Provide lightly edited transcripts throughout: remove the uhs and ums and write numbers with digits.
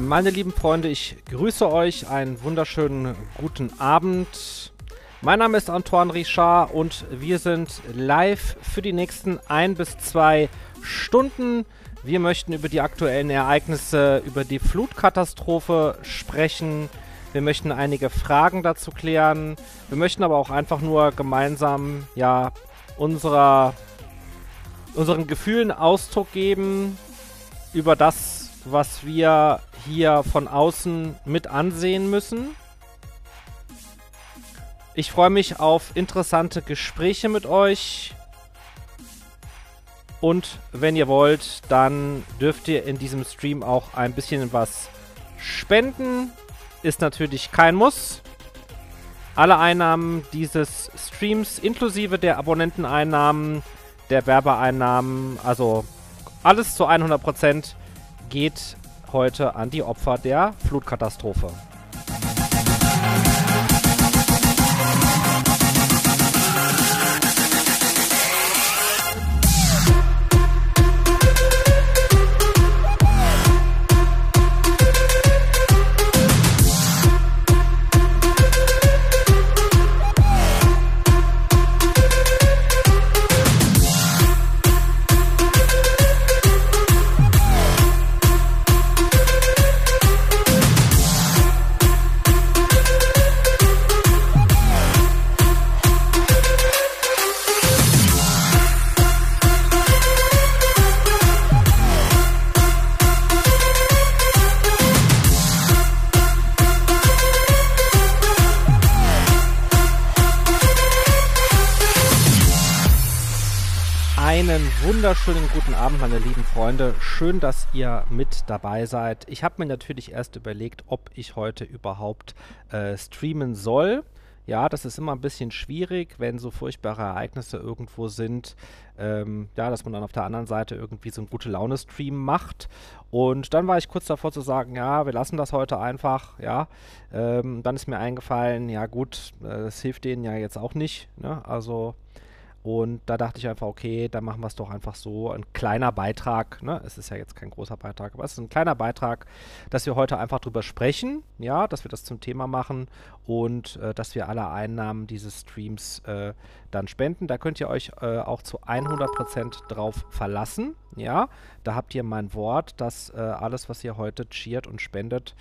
Meine lieben Freunde, ich grüße euch, einen wunderschönen guten Abend. Mein Name ist Antoine Richard und wir sind live für die nächsten 1 bis 2 Stunden. Wir möchten über die aktuellen Ereignisse, über die Flutkatastrophe sprechen. Wir möchten einige Fragen dazu klären. Wir möchten aber auch einfach nur gemeinsam, ja, unseren Gefühlen Ausdruck geben über das, was wir hier von außen mit ansehen müssen. Ich freue mich auf interessante Gespräche mit euch. Und wenn ihr wollt, dann dürft ihr in diesem Stream auch ein bisschen was spenden. Ist natürlich kein Muss. Alle Einnahmen dieses Streams, inklusive der Abonnenteneinnahmen, der Werbeeinnahmen, also alles zu 100%, geht heute an die Opfer der Flutkatastrophe. Wunderschönen guten Abend, meine lieben Freunde. Schön, dass ihr mit dabei seid. Ich habe mir natürlich erst überlegt, ob ich heute überhaupt streamen soll. Ja, das ist immer ein bisschen schwierig, wenn so furchtbare Ereignisse irgendwo sind. Ja, dass man dann auf der anderen Seite irgendwie so einen Gute-Laune-Stream macht. Und dann war ich kurz davor zu sagen, ja, wir lassen das heute einfach, ja. Dann ist mir eingefallen, ja gut, das hilft denen ja jetzt auch nicht, ne? Also... Und da dachte ich einfach, okay, dann machen wir es doch einfach so. Ein kleiner Beitrag, ne? Es ist ja jetzt kein großer Beitrag, aber es ist ein kleiner Beitrag, dass wir heute einfach drüber sprechen, ja, dass wir das zum Thema machen und dass wir alle Einnahmen dieses Streams dann spenden. Da könnt ihr euch auch zu 100% drauf verlassen, ja. Da habt ihr mein Wort, dass alles, was ihr heute cheert und spendet,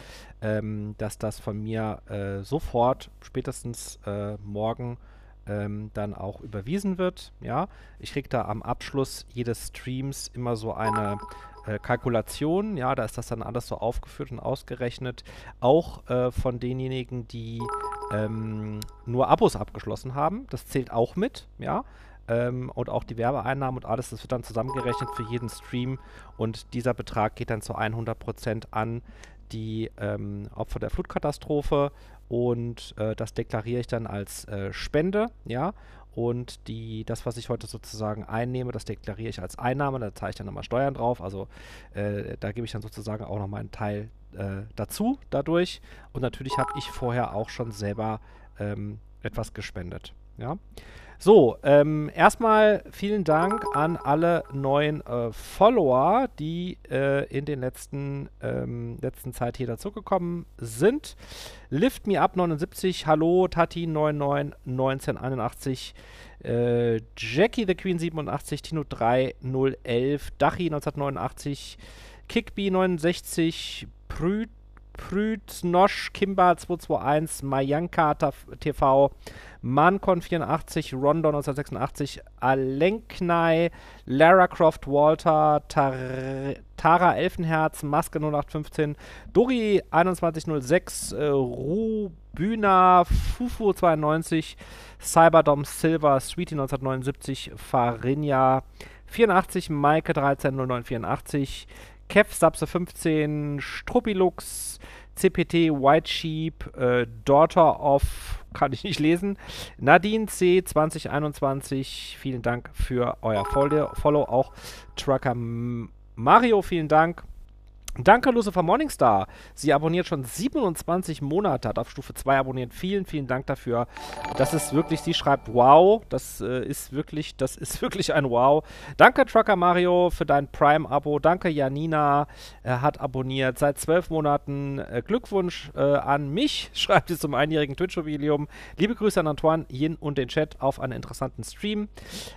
dass das von mir sofort, spätestens morgen, dann auch überwiesen wird, ja. Ich kriege da am Abschluss jedes Streams immer so eine Kalkulation, ja, da ist das dann alles so aufgeführt und ausgerechnet, auch von denjenigen, die nur Abos abgeschlossen haben, das zählt auch mit, ja. Und auch die Werbeeinnahmen und alles, das wird dann zusammengerechnet für jeden Stream und dieser Betrag geht dann zu 100% an die Opfer der Flutkatastrophe und das deklariere ich dann als Spende, ja, und das, was ich heute sozusagen einnehme, das deklariere ich als Einnahme, da zahle ich dann nochmal Steuern drauf, also da gebe ich dann sozusagen auch nochmal einen Teil dazu, dadurch, und natürlich habe ich vorher auch schon selber etwas gespendet, ja. So, erstmal vielen Dank an alle neuen Follower, die in den letzten Zeit hier dazugekommen sind. Lift Me Up 79, hallo, Tati 99 1981, Jackie the Queen 87, Tino 3011, Dachi 1989, Kickbee 69, Prütznosch, Kimba 221, Mayanka TV, Mancon 84, Rondon 1986, Alenknei, Lara Croft Walter, Tara Elfenherz, Maske 0815, Dori 2106, Rubüna, Fufu 92, Cyberdom Silver, Sweetie 1979, Farinja 84, Maike 130984, Kev Sapse 15, Struppilux, CPT, White Sheep, Daughter of, kann ich nicht lesen, Nadine C. 2021, vielen Dank für euer Follow, auch Trucker Mario, vielen Dank, Danke, Lucifer Morningstar. Sie abonniert schon 27 Monate, hat auf Stufe 2 abonniert. Vielen, vielen Dank dafür. Das ist wirklich, sie schreibt wow. Das ist wirklich ein Wow. Danke, Trucker Mario, für dein Prime-Abo. Danke, Janina, hat abonniert. Seit 12 Monaten Glückwunsch an mich, schreibt sie zum einjährigen Twitch-Jubiläum. Liebe Grüße an Antoine, Yin und den Chat auf einen interessanten Stream.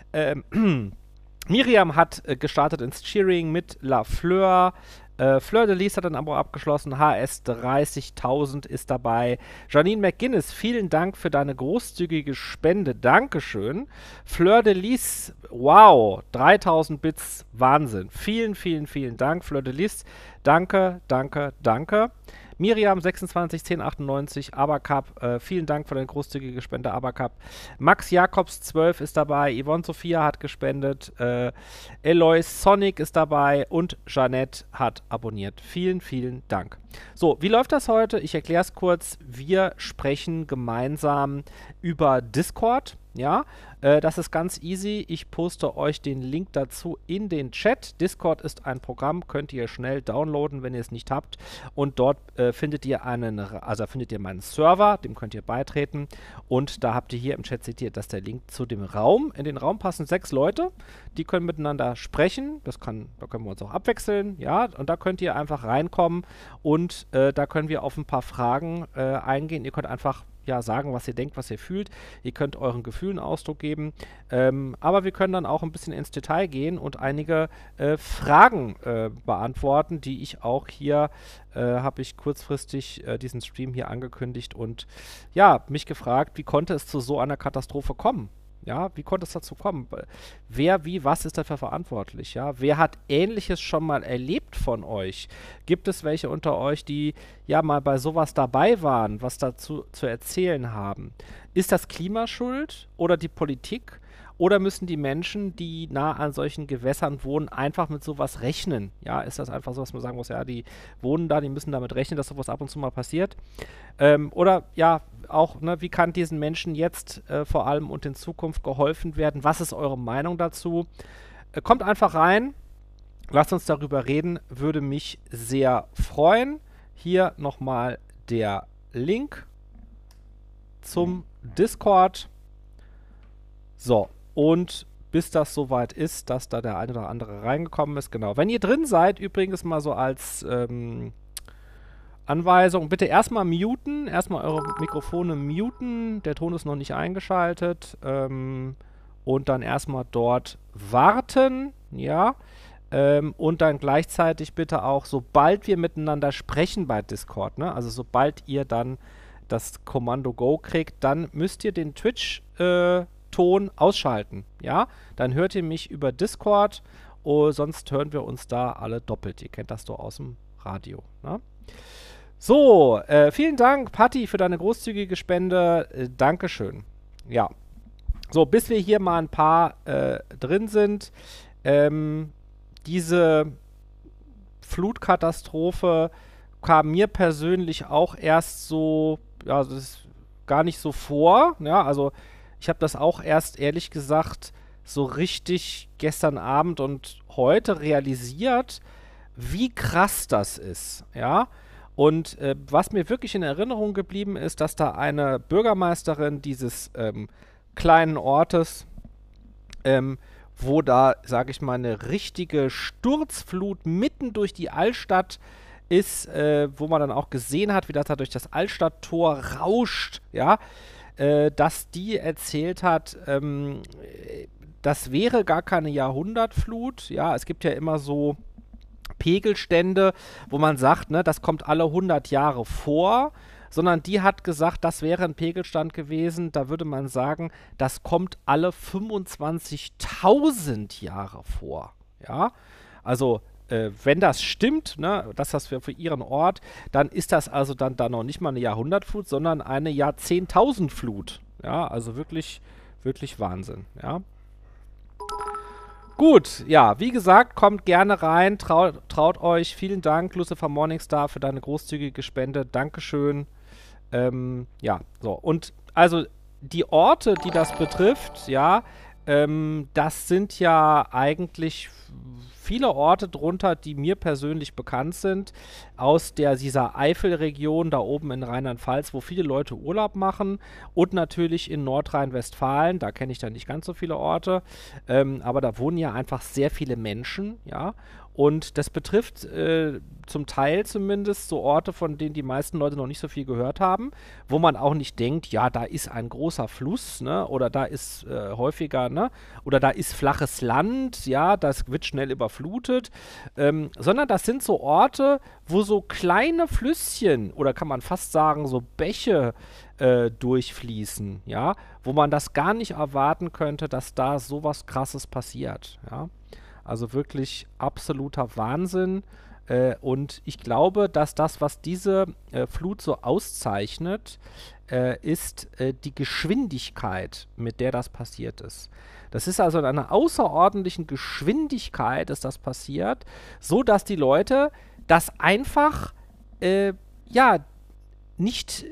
Miriam hat gestartet ins Cheering mit La Fleur. Fleur de Lis hat ein Abo abgeschlossen. HS 30.000 ist dabei. Janine McGuinness, vielen Dank für deine großzügige Spende. Dankeschön. Fleur de Lis, wow, 3000 Bits, Wahnsinn. Vielen, vielen, vielen Dank, Fleur de Lis. Danke, danke, danke. Miriam 26 1098, Abercup, vielen Dank für deine großzügige Spende, Abercup. Max Jakobs 12 ist dabei, Yvonne Sophia hat gespendet, Eloy Sonic ist dabei und Jeanette hat abonniert. Vielen, vielen Dank. So, wie läuft das heute? Ich erkläre es kurz. Wir sprechen gemeinsam über Discord. Ja, das ist ganz easy. Ich poste euch den Link dazu in den Chat. Discord ist ein Programm, könnt ihr schnell downloaden, wenn ihr es nicht habt. Und dort findet ihr meinen Server, dem könnt ihr beitreten. Und da habt ihr hier im Chat, seht ihr, dass der Link zu dem Raum. In den Raum passen 6 Leute, die können miteinander sprechen. Da können wir uns auch abwechseln. Ja, und da könnt ihr einfach reinkommen und da können wir auf ein paar Fragen eingehen. Ihr könnt einfach sagen, was ihr denkt, was ihr fühlt. Ihr könnt euren Gefühlen Ausdruck geben. Aber wir können dann auch ein bisschen ins Detail gehen und einige Fragen beantworten, die ich auch hier, habe ich kurzfristig diesen Stream hier angekündigt und mich gefragt, wie konnte es zu so einer Katastrophe kommen? Ja, wie konnte es dazu kommen? Wer, wie, was ist dafür verantwortlich? Ja, wer hat Ähnliches schon mal erlebt von euch? Gibt es welche unter euch, die mal bei sowas dabei waren, was dazu zu erzählen haben? Ist das Klima schuld oder die Politik? Oder müssen die Menschen, die nah an solchen Gewässern wohnen, einfach mit sowas rechnen? Ja, ist das einfach so, dass man sagen muss, ja, die wohnen da, die müssen damit rechnen, dass sowas ab und zu mal passiert? Oder auch, ne, wie kann diesen Menschen jetzt vor allem und in Zukunft geholfen werden? Was ist eure Meinung dazu? Kommt einfach rein, lasst uns darüber reden, würde mich sehr freuen. Hier nochmal der Link zum Discord. So, und bis das soweit ist, dass da der eine oder andere reingekommen ist, genau. Wenn ihr drin seid, übrigens mal so als Anweisung, bitte erstmal muten, erstmal eure Mikrofone muten, der Ton ist noch nicht eingeschaltet, und dann erstmal dort warten, ja, und dann gleichzeitig bitte auch, sobald wir miteinander sprechen bei Discord, ne, also sobald ihr dann das Kommando Go kriegt, dann müsst ihr den Twitch-Ton ausschalten, ja, dann hört ihr mich über Discord, sonst hören wir uns da alle doppelt, ihr kennt das doch aus dem Radio, ne? So, vielen Dank, Patti, für deine großzügige Spende. Dankeschön. Ja. So, bis wir hier mal ein paar drin sind. Diese Flutkatastrophe kam mir persönlich auch erst so, das ist gar nicht so vor. Ja, also ich habe das auch erst, ehrlich gesagt, so richtig gestern Abend und heute realisiert, wie krass das ist. Ja. Und was mir wirklich in Erinnerung geblieben ist, dass da eine Bürgermeisterin dieses kleinen Ortes, wo da, sage ich mal, eine richtige Sturzflut mitten durch die Altstadt ist, wo man dann auch gesehen hat, wie das da durch das Altstadttor rauscht, ja, dass die erzählt hat, das wäre gar keine Jahrhundertflut, ja, es gibt ja immer so Pegelstände, wo man sagt, ne, das kommt alle 100 Jahre vor, sondern die hat gesagt, das wäre ein Pegelstand gewesen, da würde man sagen, das kommt alle 25.000 Jahre vor, ja, also wenn das stimmt, ne, dass das für ihren Ort, dann ist das also dann da noch nicht mal eine Jahrhundertflut, sondern eine Jahrzehntausendflut, ja, also wirklich, wirklich Wahnsinn, ja. Gut, ja, wie gesagt, kommt gerne rein, traut euch. Vielen Dank, Lucifer Morningstar, für deine großzügige Spende. Dankeschön. Ja, so. Und also die Orte, die das betrifft, ja, Das sind ja eigentlich viele Orte drunter, die mir persönlich bekannt sind, aus dieser Eifelregion da oben in Rheinland-Pfalz, wo viele Leute Urlaub machen und natürlich in Nordrhein-Westfalen, da kenne ich dann nicht ganz so viele Orte, aber da wohnen ja einfach sehr viele Menschen, ja, und das betrifft zum Teil zumindest so Orte, von denen die meisten Leute noch nicht so viel gehört haben, wo man auch nicht denkt, ja, da ist ein großer Fluss, ne, oder da ist häufiger, ne, oder da ist flaches Land, ja, das wird schnell überflutet, sondern das sind so Orte, wo so kleine Flüsschen, oder kann man fast sagen, so Bäche durchfließen, ja, wo man das gar nicht erwarten könnte, dass da sowas Krasses passiert, ja. Also wirklich absoluter Wahnsinn. Und ich glaube, dass das, was diese Flut so auszeichnet, ist die Geschwindigkeit, mit der das passiert ist. Das ist also in einer außerordentlichen Geschwindigkeit, ist das passiert, so dass die Leute das einfach ja nicht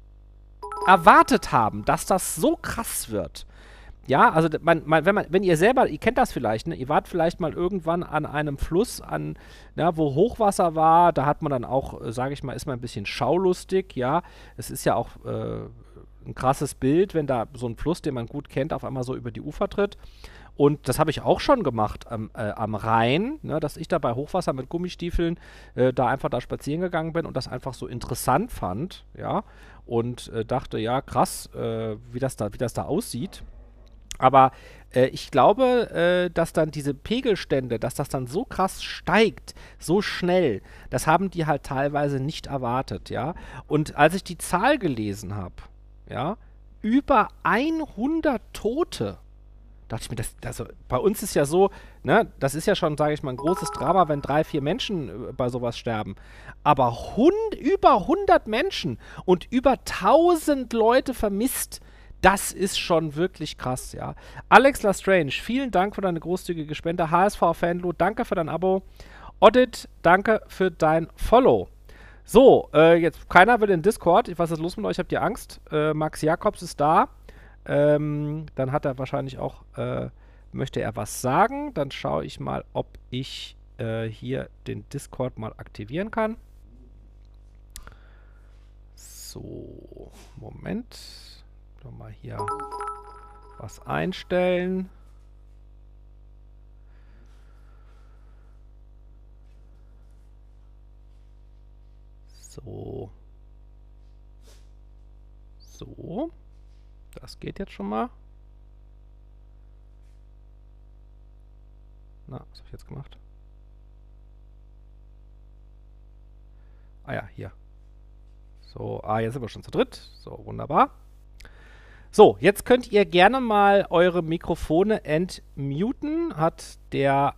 erwartet haben, dass das so krass wird. Ja, also wenn ihr selber, ihr kennt das vielleicht, ne? Ihr wart vielleicht mal irgendwann an einem Fluss, wo Hochwasser war, da hat man dann auch, sage ich mal, ist man ein bisschen schaulustig, ja. Es ist ja auch ein krasses Bild, wenn da so ein Fluss, den man gut kennt, auf einmal so über die Ufer tritt. Und das habe ich auch schon gemacht am Rhein, ne, dass ich da bei Hochwasser mit Gummistiefeln da einfach da spazieren gegangen bin und das einfach so interessant fand, ja. Und dachte, ja, krass, wie das da aussieht. Aber ich glaube, dass dann diese Pegelstände, dass das dann so krass steigt, so schnell, das haben die halt teilweise nicht erwartet, ja. Und als ich die Zahl gelesen habe, ja, über 100 Tote, dachte ich mir, also bei uns ist ja so, ne, das ist ja schon, sage ich mal, ein großes Drama, wenn 3, 4 Menschen bei sowas sterben. Aber über 100 Menschen und über 1000 Leute vermisst, das ist schon wirklich krass, ja. Alex Lestrange, vielen Dank für deine großzügige Spende. HSV-Fanlo, danke für dein Abo. Audit, danke für dein Follow. So, jetzt, keiner will in Discord. Was ist los mit euch? Habt ihr Angst? Max Jakobs ist da. Dann hat er wahrscheinlich auch, möchte er was sagen. Dann schaue ich mal, ob ich hier den Discord mal aktivieren kann. So, Moment. Mal hier was einstellen. So. So. Das geht jetzt schon mal. Na, was habe ich jetzt gemacht? Ah ja, hier. So, jetzt sind wir schon zu dritt. So, wunderbar. So, jetzt könnt ihr gerne mal eure Mikrofone entmuten. Hat der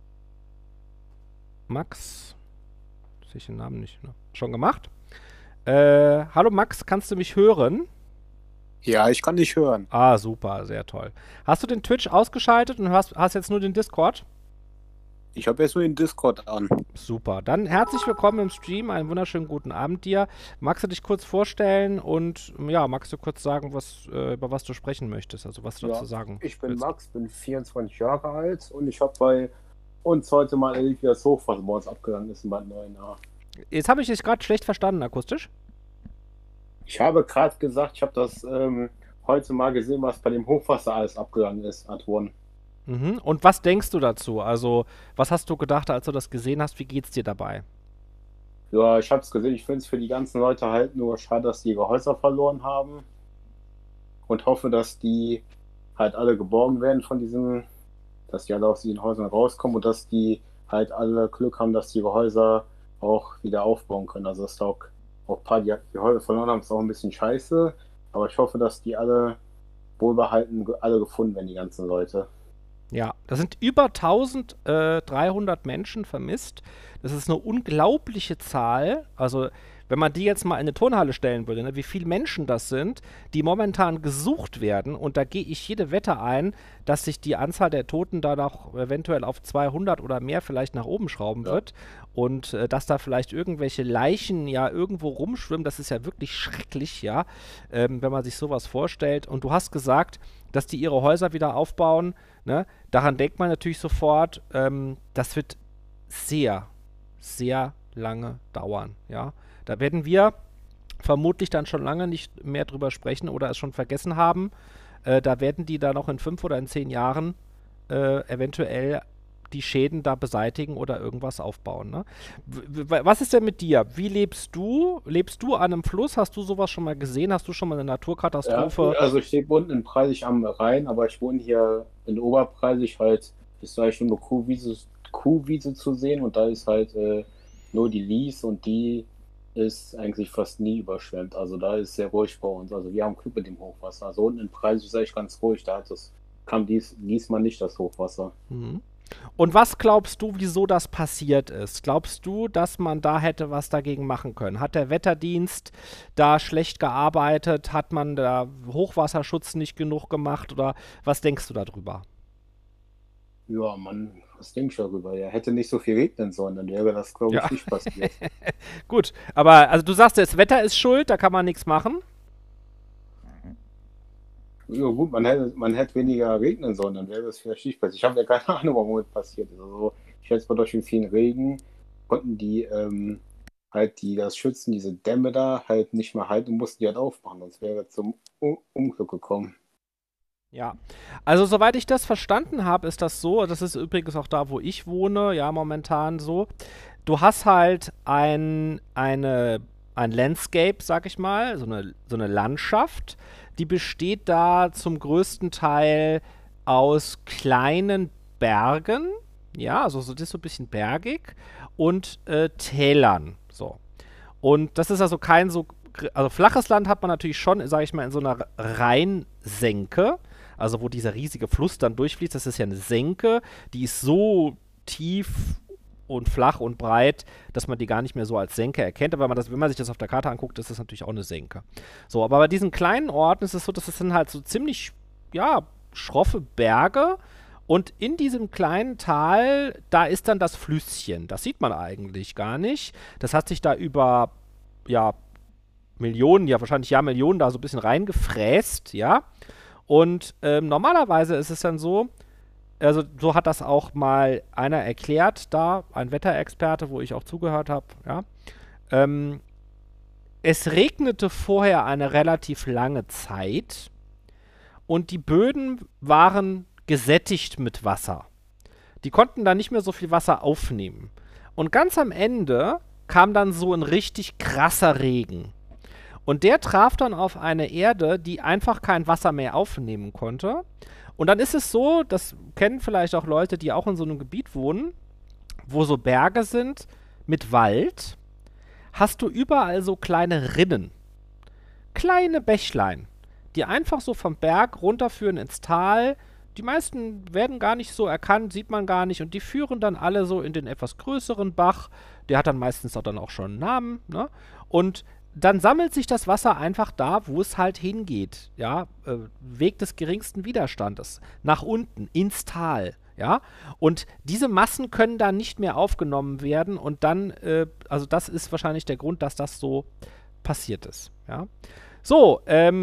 Max, sehe ich den Namen nicht, ne? Schon gemacht. Hallo Max, kannst du mich hören? Ja, ich kann dich hören. Ah, super, sehr toll. Hast du den Twitch ausgeschaltet und hast jetzt nur den Discord? Ich habe jetzt nur den Discord an. Super. Dann herzlich willkommen im Stream. Einen wunderschönen guten Abend dir. Magst du dich kurz vorstellen und ja, magst du kurz sagen, über was du sprechen möchtest, also was du dazu sagen Ich bin willst? Max, bin 24 Jahre alt und ich habe bei uns heute mal erlebt, wie das Hochwasser bei uns abgegangen ist in Bad Neuenahr. Jetzt habe ich dich gerade schlecht verstanden, akustisch. Ich habe gerade gesagt, ich habe das heute mal gesehen, was bei dem Hochwasser alles abgegangen ist, Adwon. Mhm. Und was denkst du dazu? Also, was hast du gedacht, als du das gesehen hast? Wie geht's dir dabei? Ja, ich habe es gesehen, ich finde es für die ganzen Leute halt nur schade, dass die ihre Häuser verloren haben und hoffe, dass die halt alle geborgen werden von diesem, dass die alle aus diesen Häusern rauskommen und dass die halt alle Glück haben, dass die ihre Häuser auch wieder aufbauen können. Also dass da auch ein paar, die Häuser verloren haben, ist auch ein bisschen scheiße, aber ich hoffe, dass die alle wohlbehalten, alle gefunden werden, die ganzen Leute. Ja, da sind über 1300 Menschen vermisst. Das ist eine unglaubliche Zahl. Also, wenn man die jetzt mal in eine Turnhalle stellen würde, ne, wie viele Menschen das sind, die momentan gesucht werden, und da gehe ich jede Wette ein, dass sich die Anzahl der Toten da noch eventuell auf 200 oder mehr vielleicht nach oben schrauben Ja. wird, und dass da vielleicht irgendwelche Leichen ja irgendwo rumschwimmen, das ist ja wirklich schrecklich, ja, wenn man sich sowas vorstellt. Und du hast gesagt, dass die ihre Häuser wieder aufbauen, ne? Daran denkt man natürlich sofort, das wird sehr, sehr lange dauern, ja. Da werden wir vermutlich dann schon lange nicht mehr drüber sprechen oder es schon vergessen haben. Da werden die da noch in 5 oder in 10 Jahren eventuell die Schäden da beseitigen oder irgendwas aufbauen. Ne? Was ist denn mit dir? Wie lebst du? Lebst du an einem Fluss? Hast du sowas schon mal gesehen? Hast du schon mal eine Ja, Naturkatastrophe? also ich lebe unten in Preisig am Rhein, aber ich wohne hier in Oberpreisig halt, ist da schon eine Kuhwiese zu sehen und da ist halt nur die Lies und die ist eigentlich fast nie überschwemmt. Also da ist sehr ruhig bei uns. Also wir haben Glück mit dem Hochwasser. Also unten in Preisig ist echt ganz ruhig. Kam diesmal nicht das Hochwasser. Mhm. Und was glaubst du, wieso das passiert ist? Glaubst du, dass man da hätte was dagegen machen können? Hat der Wetterdienst da schlecht gearbeitet? Hat man da Hochwasserschutz nicht genug gemacht? Oder was denkst du darüber? Ja, Mann, was denke ich darüber? Ja, hätte nicht so viel regnen sollen, dann wäre das, glaube Ja, ich, nicht passiert. gut. Aber also du sagst, das Wetter ist schuld, da kann man nichts machen. Ja, gut, man hätte weniger regnen sollen, dann wäre das vielleicht nicht passiert. Ich habe ja keine Ahnung, warum das passiert ist. Also, ich schätze mal, durch den vielen Regen konnten die halt, die das schützen, diese Dämme da halt nicht mehr halten und mussten die halt aufmachen, sonst wäre es zum Unglück gekommen. Ja, also soweit ich das verstanden habe, ist das so, das ist übrigens auch da, wo ich wohne, ja, momentan so. Du hast halt ein Landscape, sag ich mal, so eine Landschaft, die besteht da zum größten Teil aus kleinen Bergen, ja, also so, das ist so ein bisschen bergig, und Tälern, so. Und das ist also kein so, also flaches Land hat man natürlich schon, sage ich mal, in so einer Rheinsenke, also wo dieser riesige Fluss dann durchfließt. Das ist ja eine Senke, die ist so tief und flach und breit, dass man die gar nicht mehr so als Senke erkennt. Aber wenn man sich das auf der Karte anguckt, ist das natürlich auch eine Senke. So, aber bei diesen kleinen Orten ist es so, dass es sind halt so ziemlich, ja, schroffe Berge. Und in diesem kleinen Tal, da ist dann das Flüsschen. Das sieht man eigentlich gar nicht. Das hat sich da über, ja, Millionen, ja, wahrscheinlich Jahrmillionen da so ein bisschen reingefräst, ja. Und normalerweise ist es dann so, also so hat das auch mal einer erklärt, da, ein Wetterexperte, wo ich auch zugehört habe, ja. Ähm, Es regnete vorher eine relativ lange Zeit und die Böden waren gesättigt mit Wasser. Die konnten da nicht mehr so viel Wasser aufnehmen. Und ganz am Ende kam dann so ein richtig krasser Regen. Und der traf dann auf eine Erde, die einfach kein Wasser mehr aufnehmen konnte. Und dann ist es so, das kennen vielleicht auch Leute, die auch in so einem Gebiet wohnen, wo so Berge sind mit Wald, hast du überall so kleine Rinnen, kleine Bächlein, die einfach so vom Berg runterführen ins Tal. Die meisten werden gar nicht so erkannt, sieht man gar nicht. Und die führen dann alle so in den etwas größeren Bach. Der hat dann meistens auch dann auch schon einen Namen. Ne? Und dann sammelt sich das Wasser einfach da, wo es halt hingeht. Ja, Weg des geringsten Widerstandes. Nach unten, ins Tal. Ja, und diese Massen können dann nicht mehr aufgenommen werden. Und dann, also das ist wahrscheinlich der Grund, dass das so passiert ist. Ja. So,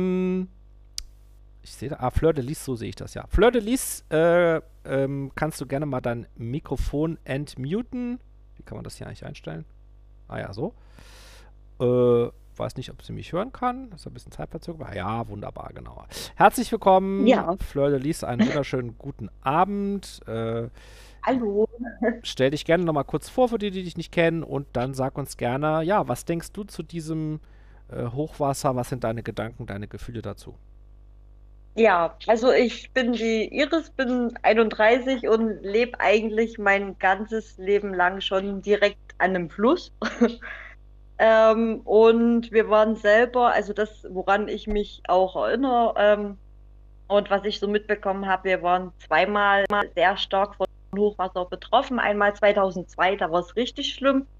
ich sehe da, Fleur de Lis, so sehe ich das, ja. Fleur de Lis, kannst du gerne mal dein Mikrofon entmuten. Wie kann man das hier eigentlich einstellen? Ah ja, so. Weiß nicht, ob sie mich hören kann. Das ist ein bisschen Zeitverzögerung. Ah, ja, wunderbar, genau. Herzlich willkommen, Ja, Fleur de Lis, einen wunderschönen guten Abend. hallo. Stell dich gerne nochmal kurz vor, für die, die dich nicht kennen, und dann sag uns gerne, ja, was denkst du zu diesem Hochwasser? Was sind deine Gedanken, deine Gefühle dazu? Ja, also ich bin die Iris, bin 31 und lebe eigentlich mein ganzes Leben lang schon direkt an einem Fluss. Und wir waren selber, also das, woran ich mich auch erinnere, und was ich so mitbekommen habe, wir waren zweimal sehr stark von Hochwasser betroffen. Einmal 2002, da war es richtig schlimm.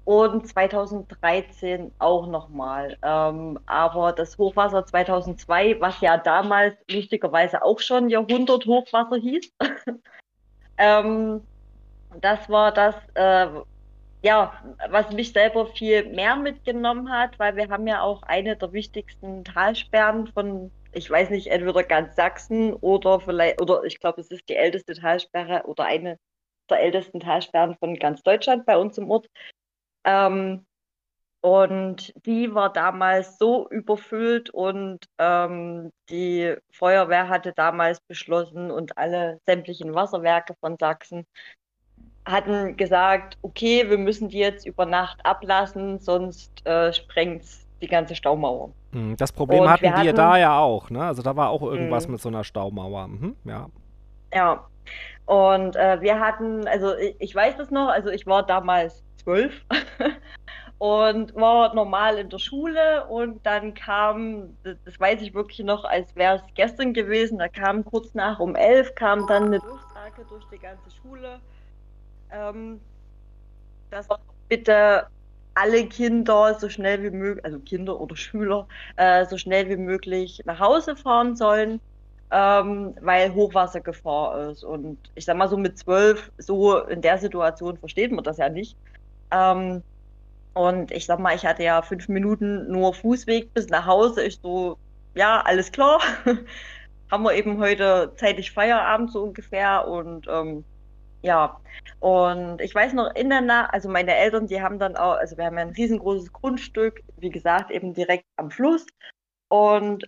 und 2013 auch nochmal. Aber das Hochwasser 2002, was ja damals lustigerweise auch schon Jahrhundert-Hochwasser hieß, ähm, das war das, ja, was mich selber viel mehr mitgenommen hat, weil wir haben ja auch eine der wichtigsten Talsperren von, ich weiß nicht, entweder ganz Sachsen oder vielleicht, oder ich glaube, es ist die älteste Talsperre oder eine der ältesten Talsperren von ganz Deutschland bei uns im Ort. Ähm, und die war damals so überfüllt und die Feuerwehr hatte damals beschlossen und alle sämtlichen Wasserwerke von Sachsen hatten gesagt, okay, wir müssen die jetzt über Nacht ablassen, sonst sprengt die ganze Staumauer. Das Problem Und wir hatten wir da hatten, ja auch, ne? Also da war auch irgendwas mh, mit so einer Staumauer. Ja. ja, und wir hatten, also ich weiß das noch, also ich war damals 12 und war normal in der Schule und dann kam, das weiß ich wirklich noch, als wäre es gestern gewesen, da kam kurz nach um 11, kam dann eine Durchsage durch die ganze Schule, ähm, dass bitte alle Kinder so schnell wie möglich, also Kinder oder Schüler, so schnell wie möglich nach Hause fahren sollen, weil Hochwassergefahr ist. Und ich sag mal so mit 12, so in der Situation versteht man das ja nicht. Ähm, und ich sag mal, ich hatte ja 5 Minuten nur Fußweg bis nach Hause. Ich so, ja, alles klar. Haben wir eben heute zeitig Feierabend so ungefähr und ja, und ich weiß noch in der Nacht, also meine Eltern, die haben dann auch, also wir haben ja ein riesengroßes Grundstück, wie gesagt, eben direkt am Fluss. Und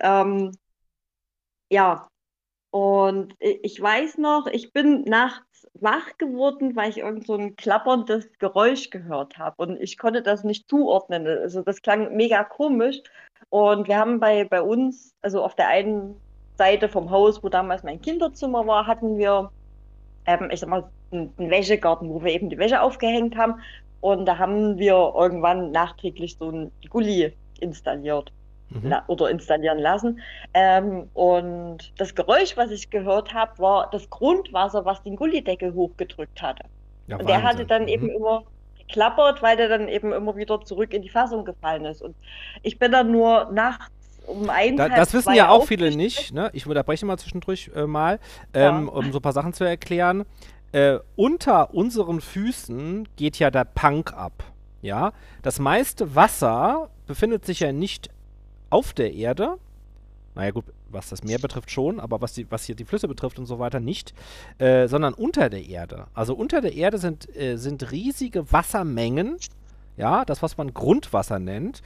ja, und ich weiß noch, ich bin nachts wach geworden, weil ich irgend so ein klapperndes Geräusch gehört habe. Und ich konnte das nicht zuordnen. Also das klang mega komisch. Und wir haben bei uns, also auf der einen Seite vom Haus, wo damals mein Kinderzimmer war, hatten wir ich sag mal, einen Wäschegarten, wo wir eben die Wäsche aufgehängt haben. Und da haben wir irgendwann nachträglich so einen Gully installiert Mhm. oder installieren lassen. Und das Geräusch, was ich gehört habe, war das Grundwasser, was den Gullydeckel hochgedrückt hatte. Ja, Und der hatte Wahnsinn. dann eben immer geklappert, weil der dann eben immer wieder zurück in die Fassung gefallen ist. Und ich bin dann nur nachts um eins, halb Das wissen ja zwei auch viele aufgestanden. nicht, ne? Ich unterbreche mal zwischendurch mal, Ja, um so ein paar Sachen zu erklären. Unter unseren Füßen geht ja der Punk ab. Ja, das meiste Wasser befindet sich ja nicht auf der Erde. Naja gut, was das Meer betrifft schon, aber was hier die Flüsse betrifft und so weiter nicht, sondern unter der Erde. Also unter der Erde sind riesige Wassermengen, ja, das, was man Grundwasser nennt.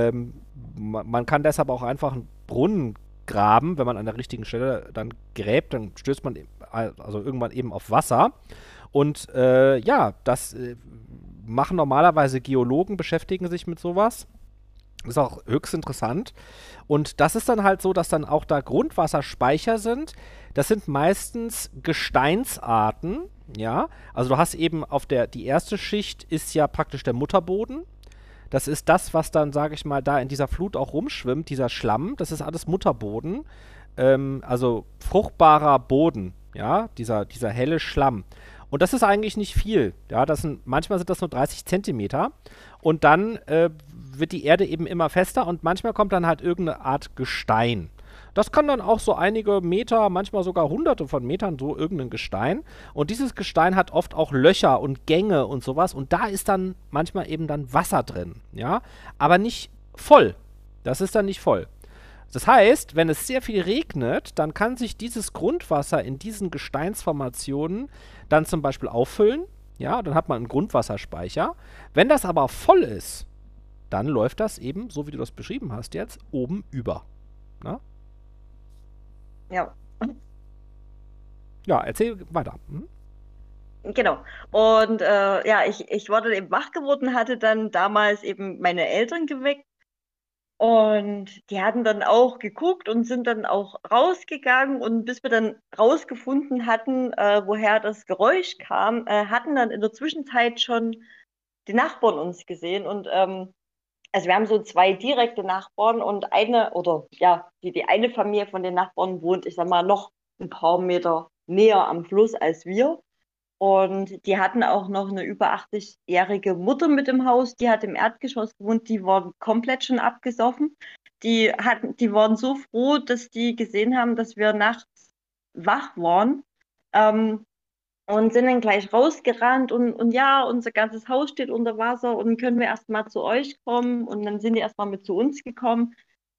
Man kann deshalb auch einfach einen Brunnen graben, wenn man an der richtigen Stelle dann gräbt, dann stößt man also irgendwann eben auf Wasser. Und ja, das machen normalerweise Geologen, beschäftigen sich mit sowas. Ist auch höchst interessant. Und das ist dann halt so, dass dann auch da Grundwasserspeicher sind. Das sind meistens Gesteinsarten, ja. Also du hast eben die erste Schicht ist ja praktisch der Mutterboden. Das ist das, was dann, sage ich mal, da in dieser Flut auch rumschwimmt, dieser Schlamm. Das ist alles Mutterboden. Also fruchtbarer Boden, ja, dieser helle Schlamm. Und das ist eigentlich nicht viel. Ja, manchmal sind das nur 30 Zentimeter. Und dann wird die Erde eben immer fester und manchmal kommt dann halt irgendeine Art Gestein. Das kann dann auch so einige Meter, manchmal sogar hunderte von Metern, so irgendein Gestein. Und dieses Gestein hat oft auch Löcher und Gänge und sowas. Und da ist dann manchmal eben dann Wasser drin. Ja, aber nicht voll. Das ist dann nicht voll. Das heißt, wenn es sehr viel regnet, dann kann sich dieses Grundwasser in diesen Gesteinsformationen dann zum Beispiel auffüllen. Ja, dann hat man einen Grundwasserspeicher. Wenn das aber voll ist, dann läuft das eben, so wie du das beschrieben hast jetzt, oben über. Na? ja. Ja, erzähl weiter. Hm? Genau. Und ja, ich war dann eben wach geworden, hatte dann damals eben meine Eltern geweckt und die hatten dann auch geguckt und sind dann auch rausgegangen und bis wir dann rausgefunden hatten, woher das Geräusch kam, hatten dann in der Zwischenzeit schon die Nachbarn uns gesehen und also wir haben so zwei direkte Nachbarn und eine oder ja, die eine Familie von den Nachbarn wohnt, ich sag mal, noch ein paar Meter näher am Fluss als wir. Und die hatten auch noch eine über 80-jährige Mutter mit im Haus, die hat im Erdgeschoss gewohnt, die wurden komplett schon abgesoffen. Die waren so froh, dass die gesehen haben, dass wir nachts wach waren. Ähm, und sind dann gleich rausgerannt und ja, unser ganzes Haus steht unter Wasser und können wir erstmal zu euch kommen? Und dann sind die erstmal mit zu uns gekommen.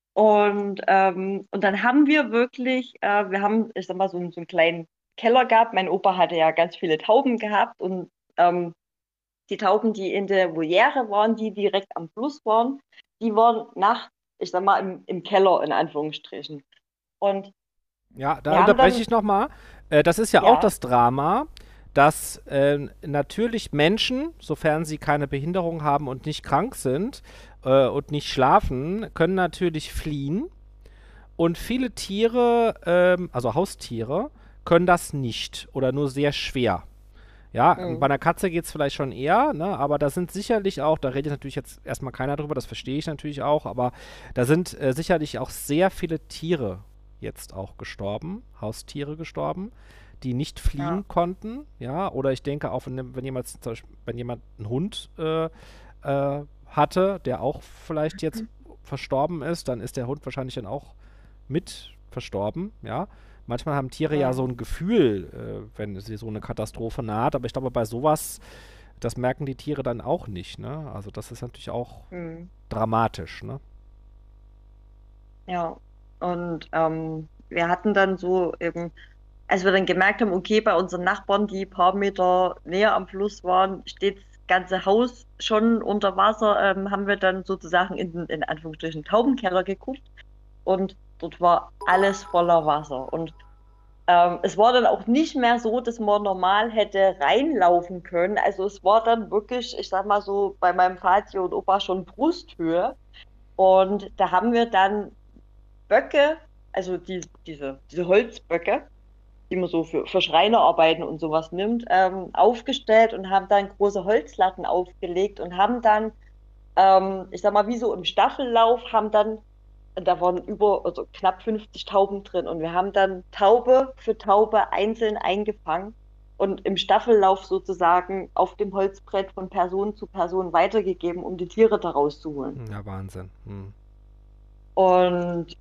Und dann haben wir wirklich, wir haben, ich sag mal, so einen kleinen Keller gehabt. Mein Opa hatte ja ganz viele Tauben gehabt und die Tauben, die in der Voliere waren, die direkt am Fluss waren, die waren nachts, ich sag mal, im Keller in Anführungsstrichen. Und Ja, da wir haben unterbreche dann, ich nochmal. Das ist ja auch ja, das Drama, dass natürlich Menschen, sofern sie keine Behinderung haben und nicht krank sind und nicht schlafen, können natürlich fliehen. Und viele Tiere, also Haustiere, können das nicht oder nur sehr schwer. Ja, bei hm, einer Katze geht es vielleicht schon eher, ne? Aber da sind sicherlich auch, da redet natürlich jetzt erstmal keiner drüber, das verstehe ich natürlich auch, aber da sind sicherlich auch sehr viele Tiere jetzt auch gestorben, Haustiere gestorben, die nicht ja, fliehen konnten, ja, oder ich denke auch, wenn jemand, zum Beispiel, wenn jemand einen Hund hatte, der auch vielleicht jetzt verstorben ist, dann ist der Hund wahrscheinlich dann auch mit verstorben, ja. Manchmal haben Tiere ja so hm, ein Gefühl, wenn sie so eine Katastrophe naht, aber ich glaube, bei sowas, das merken die Tiere dann auch nicht, ne? Also das ist natürlich auch hm, dramatisch, ne? ja. Und wir hatten dann so eben, als wir dann gemerkt haben, okay, bei unseren Nachbarn, die ein paar Meter näher am Fluss waren, steht das ganze Haus schon unter Wasser, haben wir dann sozusagen in Anführungsstrichen Taubenkeller geguckt und dort war alles voller Wasser. Und es war dann auch nicht mehr so, dass man normal hätte reinlaufen können. Also es war dann wirklich, ich sag mal so, bei meinem Vati und Opa schon Brusthöhe. Und da haben wir dann Böcke, also diese Holzböcke, die man so für Schreinerarbeiten und sowas nimmt, aufgestellt und haben dann große Holzlatten aufgelegt und haben dann, ich sag mal, wie so im Staffellauf, haben dann, da waren also knapp 50 Tauben drin und wir haben dann Taube für Taube einzeln eingefangen und im Staffellauf sozusagen auf dem Holzbrett von Person zu Person weitergegeben, um die Tiere da rauszuholen. Ja, Wahnsinn. Hm. Und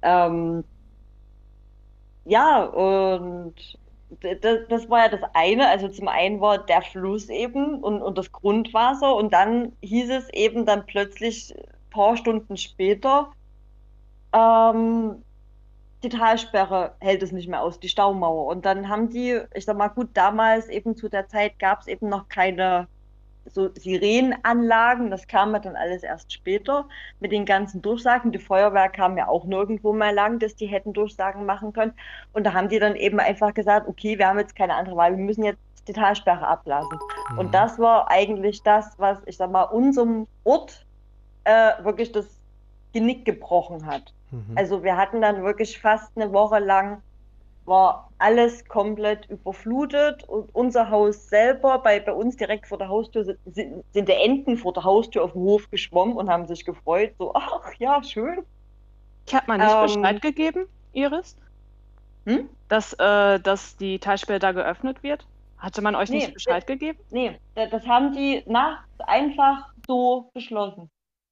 ja, und das war ja das eine. Also zum einen war der Fluss eben und das Grundwasser und dann hieß es eben dann plötzlich ein paar Stunden später, ähm, die Talsperre hält es nicht mehr aus, die Staumauer. Und dann haben die, ich sag mal, gut, damals eben zu der Zeit gab es eben noch keine so Sirenenanlagen, das kam ja dann alles erst später mit den ganzen Durchsagen. Die Feuerwehr kam ja auch nirgendwo mehr lang, dass die hätten Durchsagen machen können. Und da haben die dann eben einfach gesagt, okay, wir haben jetzt keine andere Wahl, wir müssen jetzt die Talsperre ablassen. Und Mhm. das war eigentlich das, was, ich sag mal, unserem Ort wirklich das Genick gebrochen hat. Mhm. Also wir hatten dann wirklich fast eine Woche lang war alles komplett überflutet und unser Haus selber, bei uns direkt vor der Haustür, sind die Enten vor der Haustür auf dem Hof geschwommen und haben sich gefreut, so, ach ja, schön. Ich habe mal nicht Bescheid Ähm, gegeben, Iris, hm? dass die Talsperre da geöffnet wird. Hatte man euch nicht Nee, Bescheid gegeben? nee, das haben die nachts einfach so beschlossen.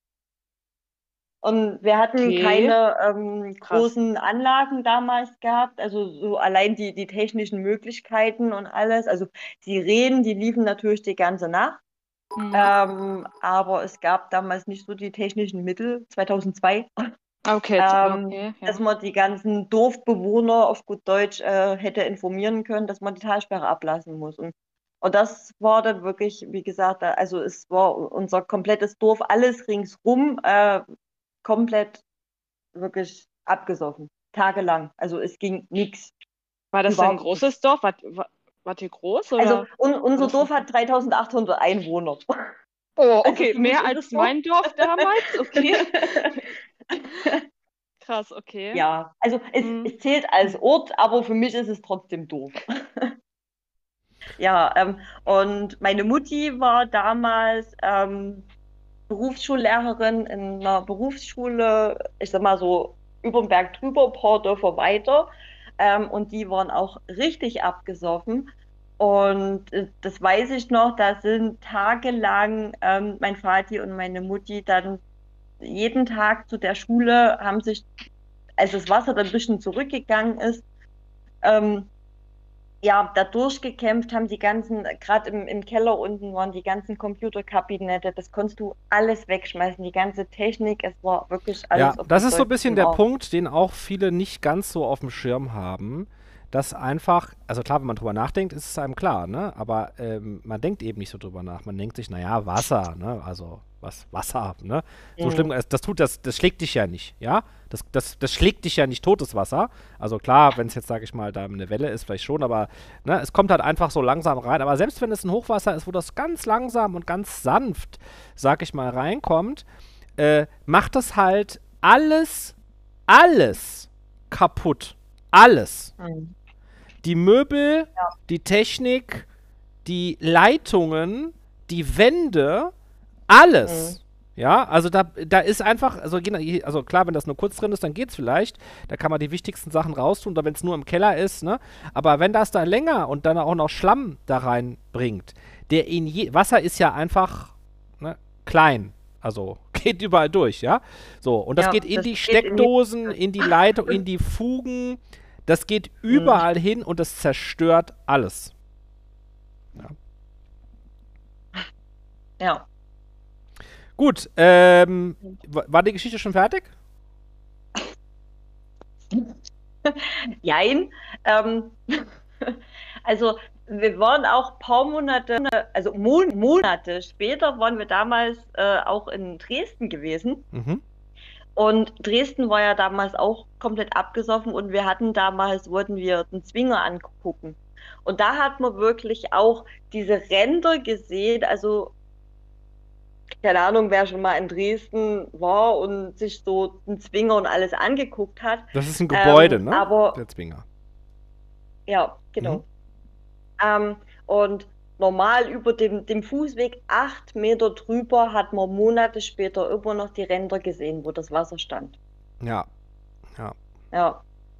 Und wir hatten Okay, keine krass. großen Anlagen damals gehabt, also so allein die technischen Möglichkeiten und alles. Also Sirenen, die liefen natürlich die ganze Nacht. Mhm. Aber es gab damals nicht so die technischen Mittel, 2002, Okay, okay, dass ja. man die ganzen Dorfbewohner auf gut Deutsch hätte informieren können, dass man die Talsperre ablassen muss. Und das war dann wirklich, wie gesagt, also es war unser komplettes Dorf, alles ringsrum, komplett wirklich abgesoffen, tagelang. Also es ging nichts, War das denn ein überhaupt nichts. großes Dorf? Wart ihr groß Also oder war unser das Dorf ein... hat 3800 Einwohner. Oh, Also okay, für mich mehr ist es als so. mein Dorf damals? Okay. Krass, okay. Ja, also es, Mhm. es zählt als Ort, aber für mich ist es trotzdem doof. Ja, und meine Mutti war damals Berufsschullehrerin in einer Berufsschule, ich sag mal so über den Berg drüber, ein paar Dörfer weiter. Und die waren auch richtig abgesoffen. Und das weiß ich noch, da sind tagelang mein Vati und meine Mutti dann jeden Tag zu der Schule, haben sich, als das Wasser dann ein bisschen zurückgegangen ist, ähm, ja, da durchgekämpft, haben die ganzen, gerade im Keller unten waren die ganzen Computerkabinette, das konntest du alles wegschmeißen, die ganze Technik, es war wirklich Ja, alles auf das dem ist so ein bisschen tollsten der Ort. Punkt, den auch viele nicht ganz so auf dem Schirm haben. Dass einfach, also klar, wenn man drüber nachdenkt, ist es einem klar, ne? Aber man denkt eben nicht so drüber nach. Man denkt sich, naja, Wasser, ne? Also, Wasser, ne? So schlimm, Mhm. das schlägt dich ja nicht, ja? Das schlägt dich ja nicht tot, das Wasser. Also klar, wenn es jetzt, sage ich mal, da eine Welle ist, vielleicht schon, aber ne, es kommt halt einfach so langsam rein. Aber selbst wenn es ein Hochwasser ist, wo das ganz langsam und ganz sanft, sag ich mal, reinkommt, macht das halt alles kaputt. Alles. Mhm. Die Möbel, die Technik, die Leitungen, die Wände, alles. Ja, also da ist einfach, also klar, wenn das nur kurz drin ist, dann geht's vielleicht. Da kann man die wichtigsten Sachen raustun, oder wenn es nur im Keller ist, ne? Aber wenn das da länger und dann auch noch Schlamm da reinbringt, Wasser ist ja einfach, ne, klein. Also geht überall durch, ja? So, und das Ja, geht in das die geht in die. Steckdosen, in die Leitung, in die Fugen. Das geht Mhm. überall hin und das zerstört alles. Ja. Ja. Gut, war die Geschichte schon fertig? Jein. Ähm, also wir waren auch ein paar Monate, also Monate später waren wir damals auch in Dresden gewesen. Mhm. Und Dresden war ja damals auch komplett abgesoffen und wir hatten damals, wollten wir den Zwinger angucken. Und da hat man wirklich auch diese Ränder gesehen, also keine Ahnung, wer schon mal in Dresden war und sich so den Zwinger und alles angeguckt hat. Das ist ein Gebäude, ne? Aber Der Zwinger. ja, genau. Und normal über dem Fußweg 8 Meter drüber hat man Monate später immer noch die Ränder gesehen, wo das Wasser stand. Ja. Ja. Ja.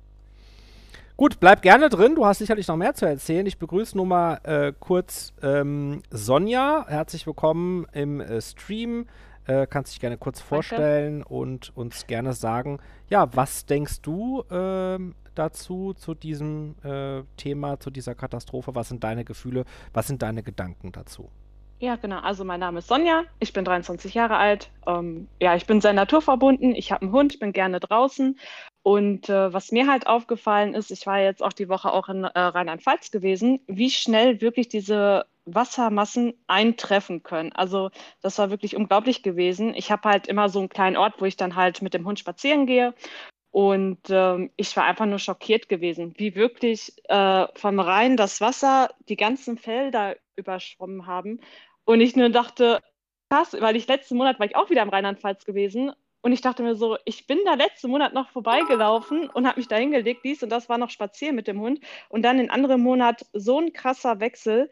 Gut, bleib gerne drin. Du hast sicherlich noch mehr zu erzählen. Ich begrüße nur mal kurz Sonja. Herzlich willkommen im Stream. Kannst dich gerne kurz vorstellen und uns gerne sagen, ja, was denkst du dazu, zu diesem Thema, zu dieser Katastrophe? Was sind deine Gefühle? Was sind deine Gedanken dazu? Ja, genau. Also mein Name ist Sonja, ich bin 23 Jahre alt. Ja, ich bin sehr naturverbunden, ich habe einen Hund, bin gerne draußen. Und was mir halt aufgefallen ist, ich war jetzt auch die Woche auch in Rheinland-Pfalz gewesen, wie schnell wirklich diese Wassermassen eintreffen können. Also das war wirklich unglaublich gewesen. Ich habe halt immer so einen kleinen Ort, wo ich dann halt mit dem Hund spazieren gehe. Und ich war einfach nur schockiert gewesen, wie wirklich vom Rhein das Wasser die ganzen Felder überschwommen haben. Und ich nur dachte, krass, weil letzten Monat war ich auch wieder im Rheinland-Pfalz gewesen. Und ich dachte mir so, ich bin da letzten Monat noch vorbeigelaufen und habe mich da hingelegt, dies und das war noch spazieren mit dem Hund. Und dann den anderen Monat so ein krasser Wechsel.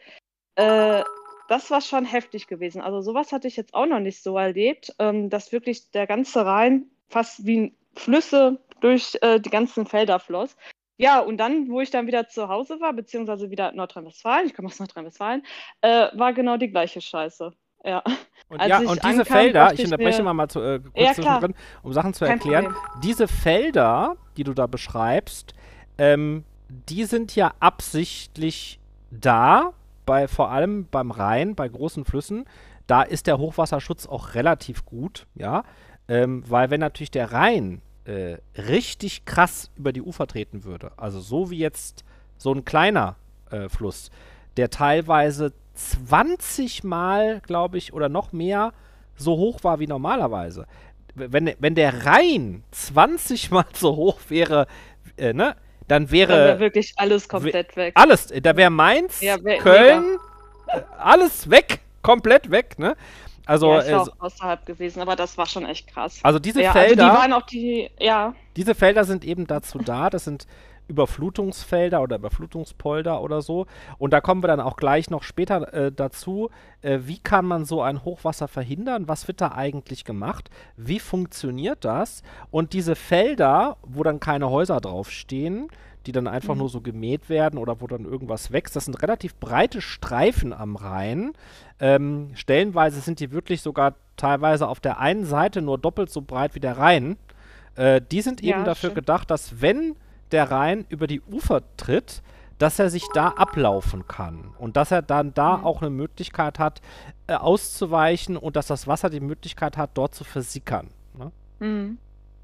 Das war schon heftig gewesen. Also sowas hatte ich jetzt auch noch nicht so erlebt, dass wirklich der ganze Rhein fast wie Flüsse durch die ganzen Felder floss. Ja, und dann, wo ich dann wieder zu Hause war, beziehungsweise wieder in Nordrhein-Westfalen, ich komme aus Nordrhein-Westfalen, war genau die gleiche Scheiße. Ja. Und Als ja, ich und diese ankam, Felder, dachte ich ich unterbreche mir, mal kurz ja klar, zwischendrin, um Sachen zu kein erklären. Problem. Diese Felder, die du da beschreibst, die sind ja absichtlich da, vor allem beim Rhein, bei großen Flüssen. Da ist der Hochwasserschutz auch relativ gut, ja, weil wenn natürlich der Rhein richtig krass über die Ufer treten würde, also so wie jetzt so ein kleiner Fluss, der teilweise 20 Mal, glaube ich, oder noch mehr so hoch war wie normalerweise. Wenn der Rhein 20 Mal so hoch wäre, ne, dann Dann wäre wäre wirklich alles komplett weg. alles, da wäre Mainz, Ja, mega. Köln, alles weg, komplett weg, ne? Also, Ja, ich war auch außerhalb gewesen, aber das war schon echt krass. also diese Ja, also die Felder, waren auch ja, diese Felder sind eben dazu da, das sind Überflutungsfelder oder Überflutungspolder oder so. Und da kommen wir dann auch gleich noch später dazu, wie kann man so ein Hochwasser verhindern? Was wird da eigentlich gemacht? Wie funktioniert das? Und diese Felder, wo dann keine Häuser draufstehen, die dann einfach nur so gemäht werden oder wo dann irgendwas wächst. Das sind relativ breite Streifen am Rhein. Stellenweise sind die wirklich sogar teilweise auf der einen Seite nur doppelt so breit wie der Rhein. Die sind eben Ja, dafür stimmt. gedacht, dass wenn der Rhein über die Ufer tritt, dass er sich da ablaufen kann und dass er dann da auch eine Möglichkeit hat, auszuweichen und dass das Wasser die Möglichkeit hat, dort zu versickern. Ne? Mhm.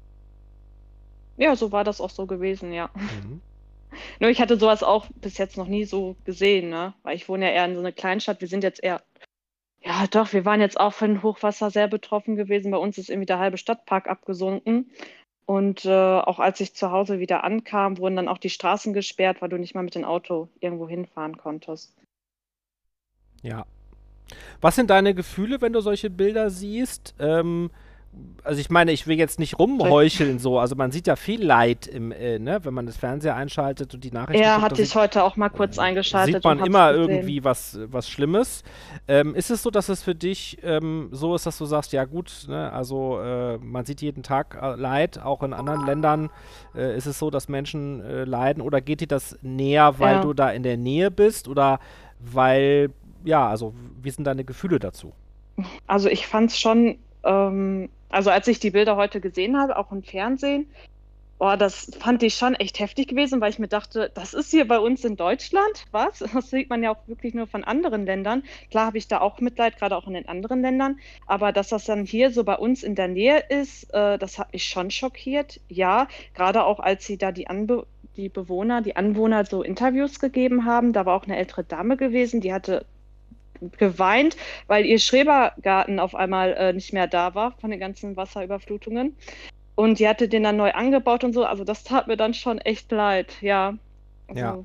Ja, so war das auch so gewesen, ja. Mhm. Nur ich hatte sowas auch bis jetzt noch nie so gesehen, ne? Weil ich wohne ja eher in so einer Kleinstadt. Wir sind jetzt eher, ja doch, wir waren jetzt auch von Hochwasser sehr betroffen gewesen. Bei uns ist irgendwie der halbe Stadtpark abgesunken. Und auch als ich zu Hause wieder ankam, wurden dann auch die Straßen gesperrt, weil du nicht mal mit dem Auto irgendwo hinfahren konntest. Ja. Was sind deine Gefühle, wenn du solche Bilder siehst? Also ich meine, ich will jetzt nicht rumheucheln so. Also man sieht ja viel Leid ne, wenn man das Fernseher einschaltet und die Nachrichten Ja, guckt, hatte ich heute auch mal kurz eingeschaltet sieht man und hab's immer gesehen. irgendwie was Schlimmes. Ist es so, dass es für dich so ist, dass du sagst, ja gut, ne, also man sieht jeden Tag Leid, auch in anderen Ländern ist es so, dass Menschen leiden, oder geht dir das näher, weil Ja. du da in der Nähe bist, oder weil, ja, also wie sind deine Gefühle dazu? Also ich fand es schon, also als ich die Bilder heute gesehen habe, auch im Fernsehen, boah, das fand ich schon echt heftig gewesen, weil ich mir dachte, das ist hier bei uns in Deutschland, was? Das sieht man ja auch wirklich nur von anderen Ländern. Klar habe ich da auch Mitleid, gerade auch in den anderen Ländern, aber dass das dann hier so bei uns in der Nähe ist, das hat mich schon schockiert. Ja, gerade auch als sie da die Anwohner so Interviews gegeben haben, da war auch eine ältere Dame gewesen, die hatte geweint, weil ihr Schrebergarten auf einmal nicht mehr da war von den ganzen Wasserüberflutungen. Und die hatte den dann neu angebaut und so. Also das tat mir dann schon echt leid, ja. Ja. Also,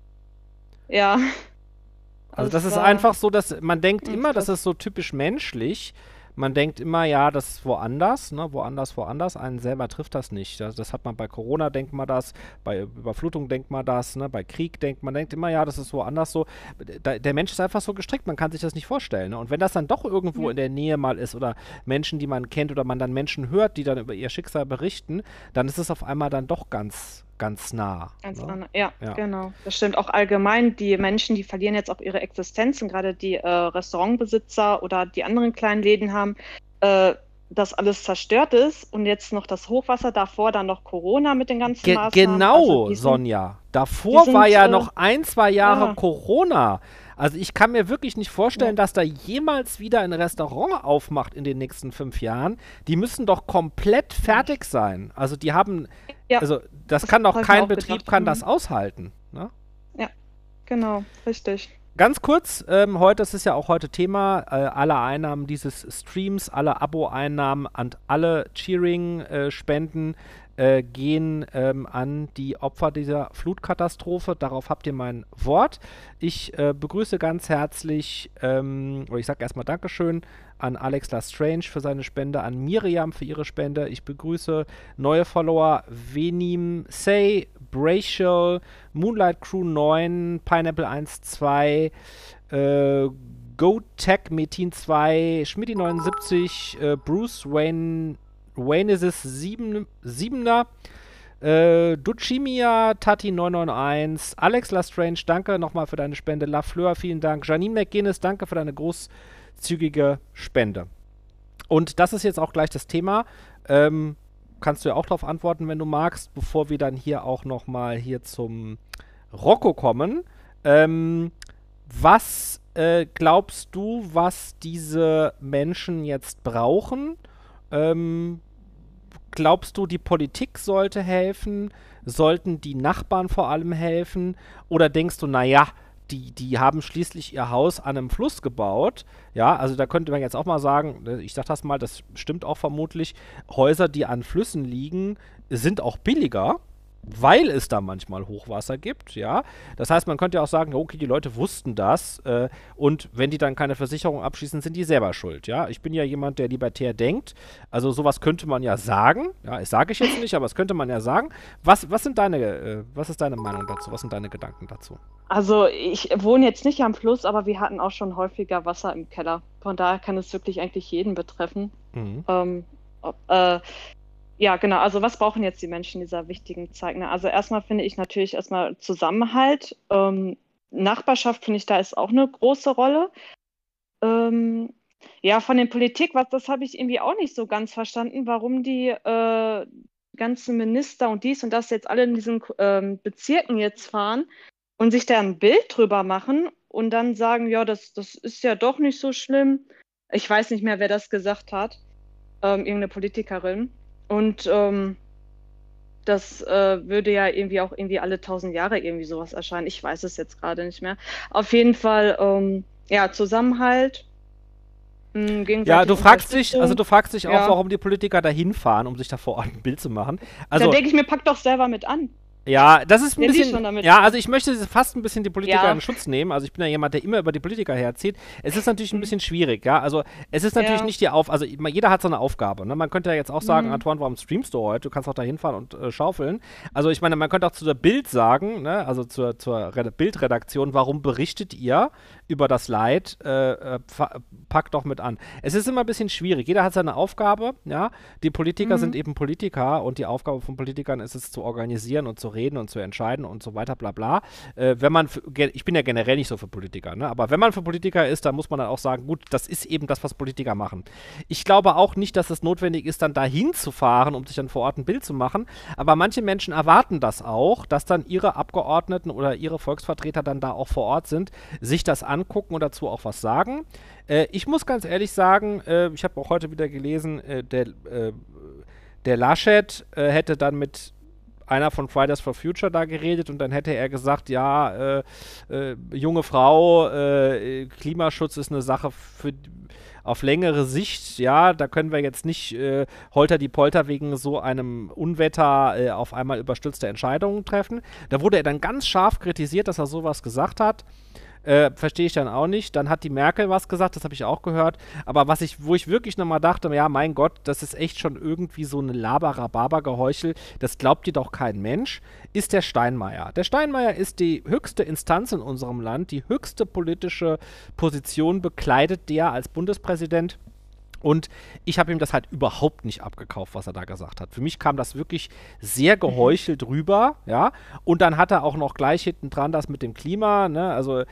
ja. Also das ist war einfach so, dass man denkt ist immer, das krass. ist so typisch menschlich. Man denkt immer, ja, das ist woanders, ne, woanders. Einen selber trifft das nicht. Das hat man bei Corona, denkt man das, bei Überflutung denkt man das, ne, bei Krieg man denkt immer, ja, das ist woanders so. Der Mensch ist einfach so gestrickt, man kann sich das nicht vorstellen. Ne? Und wenn das dann doch irgendwo Ja. in der Nähe mal ist oder Menschen, die man kennt, oder man dann Menschen hört, die dann über ihr Schicksal berichten, dann ist es auf einmal dann doch ganz nah. Ganz Ne? anders. Ja, Ja. genau. Das stimmt auch allgemein. Die Menschen, die verlieren jetzt auch ihre Existenzen, gerade die Restaurantbesitzer oder die anderen kleinen Läden haben, dass alles zerstört ist und jetzt noch das Hochwasser, davor dann noch Corona mit den ganzen Maßnahmen. Genau, Also die sind, Sonja. Davor die war sind, ja noch 1, 2 Jahre ja. Corona. Also ich kann mir wirklich nicht vorstellen, Ja. dass da jemals wieder ein Restaurant aufmacht in den nächsten 5 Jahren. Die müssen doch komplett fertig sein. Also die haben, Ja, also das das kann doch hab ich kein mir auch Betrieb gedacht. kann das aushalten. Ne? Ja, genau, richtig. Ganz kurz, heute, das ist ja auch heute Thema, alle Einnahmen dieses Streams, alle Abo-Einnahmen und alle Cheering-Spenden gehen an die Opfer dieser Flutkatastrophe. Darauf habt ihr mein Wort. Ich begrüße ganz herzlich, oder ich sage erstmal Dankeschön an Alex Lestrange für seine Spende, an Miriam für ihre Spende. Ich begrüße neue Follower, Venim Say, Bracial, Moonlight Crew 9, Pineapple 12, GoTech Metin 2, Schmidti 79, Bruce Wayne ist es 7er, Duchimia, Tati 991, Alex Lestrange, danke nochmal für deine Spende, Lafleur, vielen Dank, Janine McGuinness, danke für deine großzügige Spende. Und das ist jetzt auch gleich das Thema. Kannst du ja auch darauf antworten, wenn du magst, bevor wir dann hier auch nochmal hier zum Rocco kommen. Was glaubst du, was diese Menschen jetzt brauchen? Glaubst du, die Politik sollte helfen? Sollten die Nachbarn vor allem helfen? Oder denkst du, naja, die haben schließlich ihr Haus an einem Fluss gebaut. Ja, also da könnte man jetzt auch mal sagen, ich sag das mal, das stimmt auch vermutlich, Häuser, die an Flüssen liegen, sind auch billiger, weil es da manchmal Hochwasser gibt, ja. Das heißt, man könnte ja auch sagen, okay, die Leute wussten das und wenn die dann keine Versicherung abschließen, sind die selber schuld, ja. Ich bin ja jemand, der libertär denkt, also sowas könnte man ja sagen, ja, das sage ich jetzt nicht, aber das könnte man ja sagen. Was ist deine Meinung dazu? Was sind deine Gedanken dazu? Also ich wohne jetzt nicht am Fluss, aber wir hatten auch schon häufiger Wasser im Keller. Von daher kann es wirklich eigentlich jeden betreffen. Mhm. ja, genau. Also was brauchen jetzt die Menschen in dieser wichtigen Zeit? Ne? Also erstmal finde ich natürlich erstmal Zusammenhalt. Nachbarschaft finde ich, da ist auch eine große Rolle. Ähm, ja, von der Politik, das habe ich irgendwie auch nicht so ganz verstanden, warum die ganzen Minister und dies und das jetzt alle in diesen Bezirken jetzt fahren und sich da ein Bild drüber machen und dann sagen, ja, das ist ja doch nicht so schlimm. Ich weiß nicht mehr, wer das gesagt hat. Irgendeine Politikerin. Und das würde ja irgendwie auch irgendwie alle 1000 Jahre irgendwie sowas erscheinen. Ich weiß es jetzt gerade nicht mehr. Auf jeden Fall, ja, Zusammenhalt, Ja, gegenseitige du fragst dich auch, Ja. warum die Politiker da hinfahren, um sich da vor Ort ein Bild zu machen. Dann Also, denke ich mir, pack doch selber mit an. ja, das ist ein Wenn die bisschen. schon damit Ja, fahren. also ich möchte fast ein bisschen die Politiker Ja. in Schutz nehmen. Also ich bin ja jemand, der immer über die Politiker herzieht. Es ist natürlich ein bisschen schwierig, ja. Also es ist natürlich Ja. nicht also jeder hat so eine Aufgabe. Ne? Man könnte ja jetzt auch sagen, Antoine, warum streamst du heute? Du kannst auch da hinfahren und schaufeln. Also ich meine, man könnte auch zu der Bild sagen, ne? Also zur Bildredaktion, warum berichtet ihr über das Leid? Packt doch mit an. Es ist immer ein bisschen schwierig. Jeder hat seine Aufgabe, ja. Die Politiker sind eben Politiker und die Aufgabe von Politikern ist es zu organisieren und zu reden und zu entscheiden und so weiter, bla bla. Ich bin ja generell nicht so für Politiker, ne? Aber wenn man für Politiker ist, dann muss man dann auch sagen, gut, das ist eben das, was Politiker machen. Ich glaube auch nicht, dass es notwendig ist, dann dahin zu fahren, um sich dann vor Ort ein Bild zu machen, aber manche Menschen erwarten das auch, dass dann ihre Abgeordneten oder ihre Volksvertreter dann da auch vor Ort sind, sich das angucken und dazu auch was sagen. Ich muss ganz ehrlich sagen, ich habe auch heute wieder gelesen, der Laschet hätte dann mit einer von Fridays for Future da geredet und dann hätte er gesagt, ja, junge Frau, Klimaschutz ist eine Sache auf längere Sicht, ja, da können wir jetzt nicht holter die Polter wegen so einem Unwetter auf einmal überstürzte Entscheidungen treffen. Da wurde er dann ganz scharf kritisiert, dass er sowas gesagt hat. Verstehe ich dann auch nicht. Dann hat die Merkel was gesagt, das habe ich auch gehört. Aber wo ich wirklich nochmal dachte, ja, mein Gott, das ist echt schon irgendwie so eine Laber-Rhabarber-Geheuchel, das glaubt dir doch kein Mensch, ist der Steinmeier. Der Steinmeier ist die höchste Instanz in unserem Land, die höchste politische Position bekleidet der als Bundespräsident. Und ich habe ihm das halt überhaupt nicht abgekauft, was er da gesagt hat. Für mich kam das wirklich sehr geheuchelt rüber, ja. Und dann hat er auch noch gleich hinten dran das mit dem Klima, ne? Also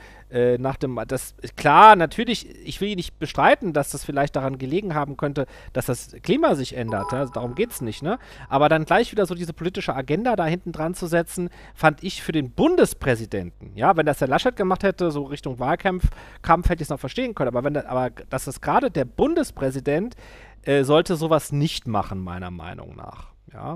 klar, natürlich, ich will ihn nicht bestreiten, dass das vielleicht daran gelegen haben könnte, dass das Klima sich ändert. Ja? Also darum geht es nicht, ne? Aber dann gleich wieder so diese politische Agenda da hinten dran zu setzen, fand ich für den Bundespräsidenten, ja, wenn das der Laschet gemacht hätte, so Richtung Wahlkampf, hätte ich es noch verstehen können. Aber das ist gerade der Bundespräsident, sollte sowas nicht machen, meiner Meinung nach. Ja.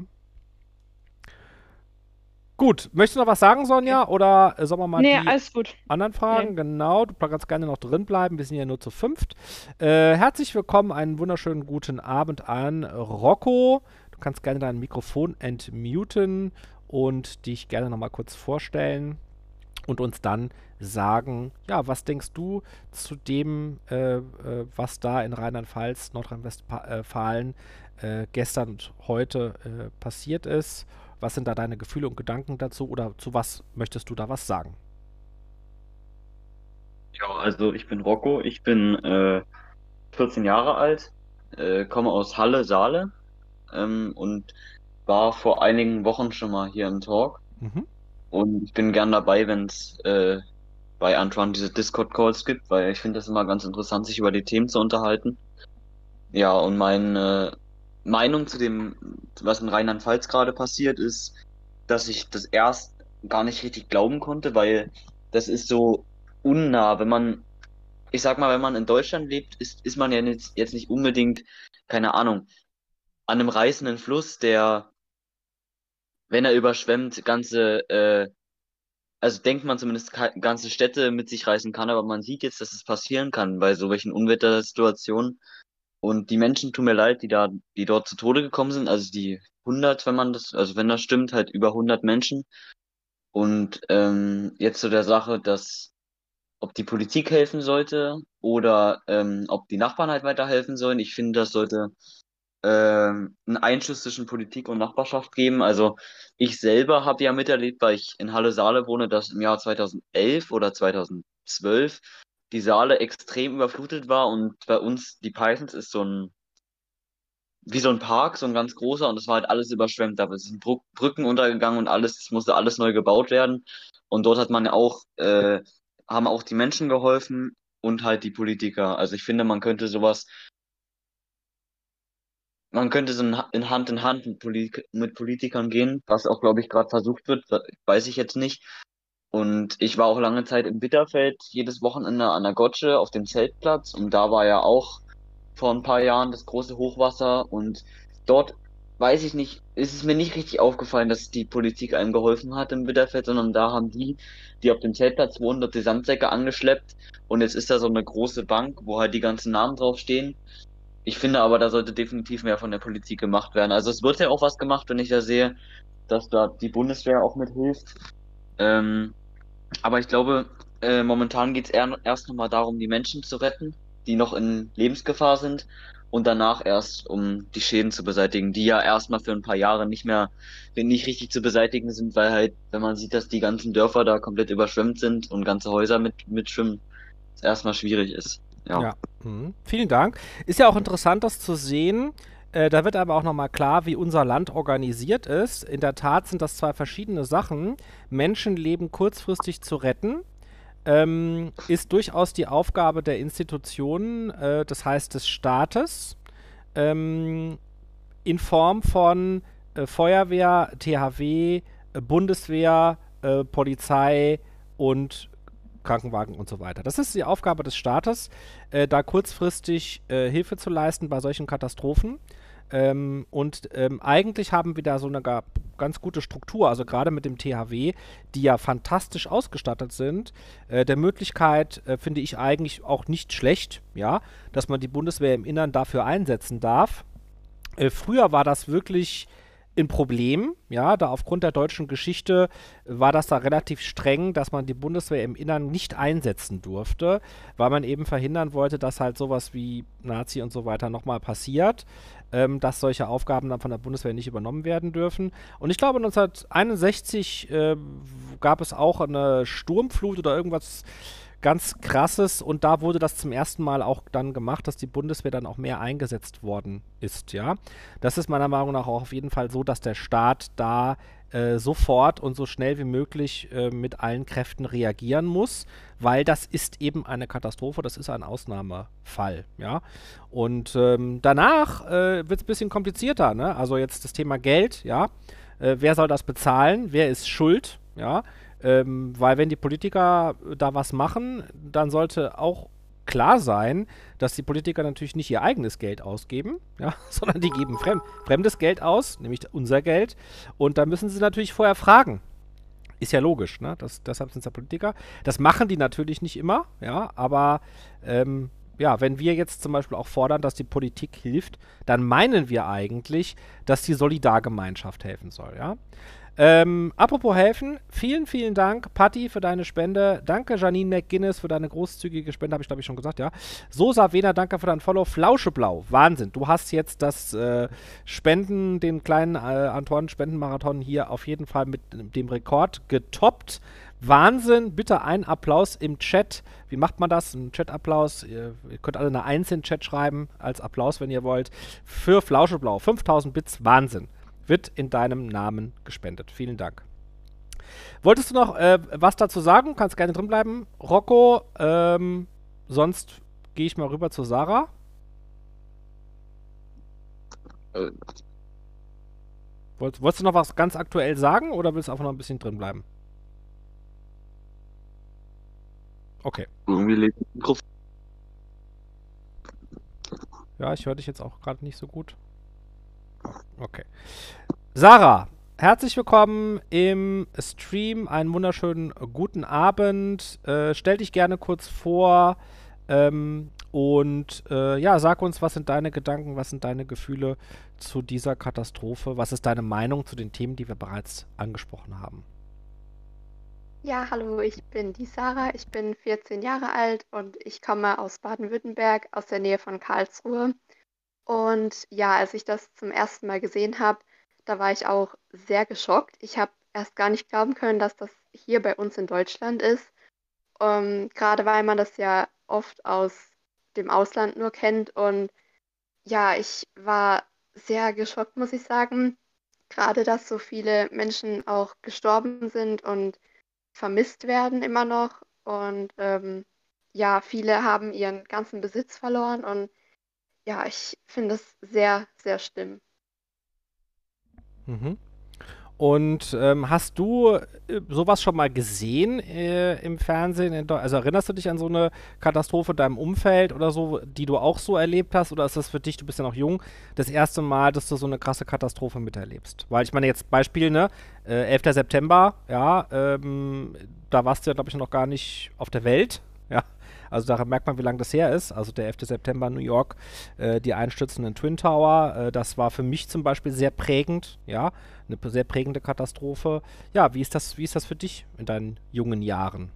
Gut, möchtest du noch was sagen, Sonja? Oder sollen wir mal Nee, die alles gut. anderen Fragen? Nee. Genau, du kannst gerne noch drin bleiben. Wir sind ja nur zu fünft. Herzlich willkommen, einen wunderschönen guten Abend an Rocco. Du kannst gerne dein Mikrofon entmuten und dich gerne noch mal kurz vorstellen und uns dann sagen, ja, was denkst du zu dem, was da in Rheinland-Pfalz, Nordrhein-Westfalen gestern und heute passiert ist? Was sind da deine Gefühle und Gedanken dazu oder zu was möchtest du da was sagen? Ja, also ich bin Rocco, ich bin 14 Jahre alt, komme aus Halle, Saale und war vor einigen Wochen schon mal hier im Talk Mhm. und ich bin gern dabei, wenn es bei Antoine diese Discord-Calls gibt, weil ich finde das immer ganz interessant, sich über die Themen zu unterhalten. Ja, und meine Meinung zu dem, was in Rheinland-Pfalz gerade passiert, ist, dass ich das erst gar nicht richtig glauben konnte, weil das ist so unnah. Ich sag mal, wenn man in Deutschland lebt, ist man ja jetzt nicht unbedingt, keine Ahnung, an einem reißenden Fluss, der, wenn er überschwemmt, also denkt man zumindest ganze Städte mit sich reißen kann, aber man sieht jetzt, dass es passieren kann bei so welchen Unwettersituationen. Und die Menschen tun mir leid, die dort zu Tode gekommen sind, also die 100, also wenn das stimmt, halt über 100 Menschen. Und jetzt zu der Sache, ob die Politik helfen sollte oder ob die Nachbarn halt weiterhelfen sollen. Ich finde, das sollte einen Einschuss zwischen Politik und Nachbarschaft geben. Also ich selber habe ja miterlebt, weil ich in Halle-Saale wohne, dass im Jahr 2011 oder 2012 die Saale extrem überflutet war und bei uns die Peisens ist so ein wie so ein Park, so ein ganz großer, und es war halt alles überschwemmt. Da sind Brücken untergegangen und alles, es musste alles neu gebaut werden. Und dort hat man ja auch, haben auch die Menschen geholfen und halt die Politiker. Also ich finde, man könnte so in Hand mit Politikern gehen, was auch, glaube ich, gerade versucht wird, weiß ich jetzt nicht. Und ich war auch lange Zeit im Bitterfeld, jedes Wochenende an der Gotsche auf dem Zeltplatz. Und da war ja auch vor ein paar Jahren das große Hochwasser. Und dort, weiß ich nicht, ist es mir nicht richtig aufgefallen, dass die Politik einem geholfen hat im Bitterfeld, sondern da haben die auf dem Zeltplatz wohnen, dort die Sandsäcke angeschleppt. Und jetzt ist da so eine große Bank, wo halt die ganzen Namen draufstehen. Ich finde aber, da sollte definitiv mehr von der Politik gemacht werden. Also es wird ja auch was gemacht, wenn ich da sehe, dass da die Bundeswehr auch mithilft. Ähm, aber ich glaube, momentan geht es erst nochmal darum, die Menschen zu retten, die noch in Lebensgefahr sind, und danach erst, um die Schäden zu beseitigen, die ja erstmal für ein paar Jahre nicht richtig zu beseitigen sind, weil halt, wenn man sieht, dass die ganzen Dörfer da komplett überschwemmt sind und ganze Häuser mitschwimmen, es erstmal schwierig ist. Ja. Ja, vielen Dank. Ist ja auch interessant, das zu sehen. Da wird aber auch nochmal klar, wie unser Land organisiert ist. In der Tat sind das zwei verschiedene Sachen. Menschenleben kurzfristig zu retten, ist durchaus die Aufgabe der Institutionen, das heißt des Staates, ähm, in Form von Feuerwehr, THW, Bundeswehr, Polizei und Krankenwagen und so weiter. Das ist die Aufgabe des Staates, da kurzfristig Hilfe zu leisten bei solchen Katastrophen. Eigentlich haben wir da so eine ganz gute Struktur, also gerade mit dem THW, die ja fantastisch ausgestattet sind, der Möglichkeit finde ich eigentlich auch nicht schlecht, ja, dass man die Bundeswehr im Innern dafür einsetzen darf. Früher war das wirklich ein Problem, ja, da aufgrund der deutschen Geschichte war das da relativ streng, dass man die Bundeswehr im Innern nicht einsetzen durfte, weil man eben verhindern wollte, dass halt sowas wie Nazi und so weiter nochmal passiert, dass solche Aufgaben dann von der Bundeswehr nicht übernommen werden dürfen. Und ich glaube, 1961 gab es auch eine Sturmflut oder irgendwas ganz Krasses, und da wurde das zum ersten Mal auch dann gemacht, dass die Bundeswehr dann auch mehr eingesetzt worden ist, ja. Das ist meiner Meinung nach auch auf jeden Fall so, dass der Staat da sofort und so schnell wie möglich mit allen Kräften reagieren muss, weil das ist eben eine Katastrophe, das ist ein Ausnahmefall, ja. Und danach wird es ein bisschen komplizierter, ne? Also jetzt das Thema Geld, ja. Wer soll das bezahlen? Wer ist schuld, ja? Weil wenn die Politiker da was machen, dann sollte auch klar sein, dass die Politiker natürlich nicht ihr eigenes Geld ausgeben, ja, sondern die geben fremdes Geld aus, nämlich unser Geld. Und da müssen sie natürlich vorher fragen. Ist ja logisch, ne? Deshalb sind es ja Politiker. Das machen die natürlich nicht immer, ja, aber ja, wenn wir jetzt zum Beispiel auch fordern, dass die Politik hilft, dann meinen wir eigentlich, dass die Solidargemeinschaft helfen soll, ja. Apropos helfen, vielen, vielen Dank, Patti, für deine Spende. Danke, Janine McGuinness, für deine großzügige Spende, habe ich glaube ich schon gesagt, ja. Sosa Wena, danke für dein Follow. Flauscheblau, Wahnsinn. Du hast jetzt das Spenden, den kleinen Antoine-Spendenmarathon hier auf jeden Fall mit dem Rekord getoppt. Wahnsinn, bitte einen Applaus im Chat. Wie macht man das? Ein Chat-Applaus. Ihr könnt alle eine 1 in den Chat schreiben, als Applaus, wenn ihr wollt. Für Flauscheblau, 5000 Bits, Wahnsinn. Wird in deinem Namen gespendet. Vielen Dank. Wolltest du noch was dazu sagen? Kannst gerne drin bleiben. Rocco, sonst gehe ich mal rüber zu Sarah. Wolltest du noch was ganz aktuell sagen oder willst du einfach noch ein bisschen drin bleiben? Okay. Irgendwie lebt das Mikrofon. Ja, ich höre dich jetzt auch gerade nicht so gut. Okay. Sarah, herzlich willkommen im Stream. Einen wunderschönen guten Abend. Stell dich gerne kurz vor und ja, sag uns, was sind deine Gedanken, was sind deine Gefühle zu dieser Katastrophe? Was ist deine Meinung zu den Themen, die wir bereits angesprochen haben? Ja, hallo, ich bin die Sarah, ich bin 14 Jahre alt und ich komme aus Baden-Württemberg, aus der Nähe von Karlsruhe. Und ja, als ich das zum ersten Mal gesehen habe, da war ich auch sehr geschockt. Ich habe erst gar nicht glauben können, dass das hier bei uns in Deutschland ist. Gerade weil man das ja oft aus dem Ausland nur kennt. Und ja, ich war sehr geschockt, muss ich sagen. Gerade, dass so viele Menschen auch gestorben sind und vermisst werden immer noch. Und ja, viele haben ihren ganzen Besitz verloren. Und ja, ich finde es sehr, sehr schlimm. Mhm. Und hast du sowas schon mal gesehen im Fernsehen? Also erinnerst du dich an so eine Katastrophe in deinem Umfeld oder so, die du auch so erlebt hast? Oder ist das für dich, du bist ja noch jung, das erste Mal, dass du so eine krasse Katastrophe miterlebst? Weil ich meine jetzt Beispiel, ne? 11. September, ja, da warst du ja, glaube ich, noch gar nicht auf der Welt. Ja, also daran merkt man, wie lange das her ist. Also der 11. September in New York, die einstürzenden Twin Tower, das war für mich zum Beispiel sehr prägend, ja, eine sehr prägende Katastrophe. Ja, wie ist das für dich in deinen jungen Jahren?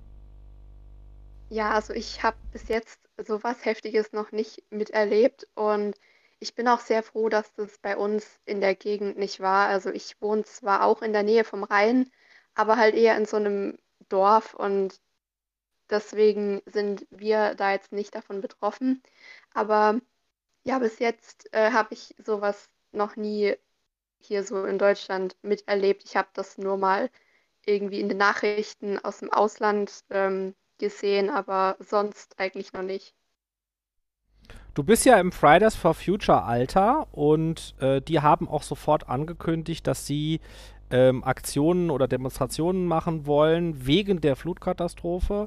Ja, also ich habe bis jetzt sowas Heftiges noch nicht miterlebt und ich bin auch sehr froh, dass das bei uns in der Gegend nicht war. Also ich wohne zwar auch in der Nähe vom Rhein, aber halt eher in so einem Dorf und deswegen sind wir da jetzt nicht davon betroffen. Aber ja, bis jetzt habe ich sowas noch nie hier so in Deutschland miterlebt. Ich habe das nur mal irgendwie in den Nachrichten aus dem Ausland gesehen, aber sonst eigentlich noch nicht. Du bist ja im Fridays for Future Alter und die haben auch sofort angekündigt, dass sie Aktionen oder Demonstrationen machen wollen wegen der Flutkatastrophe.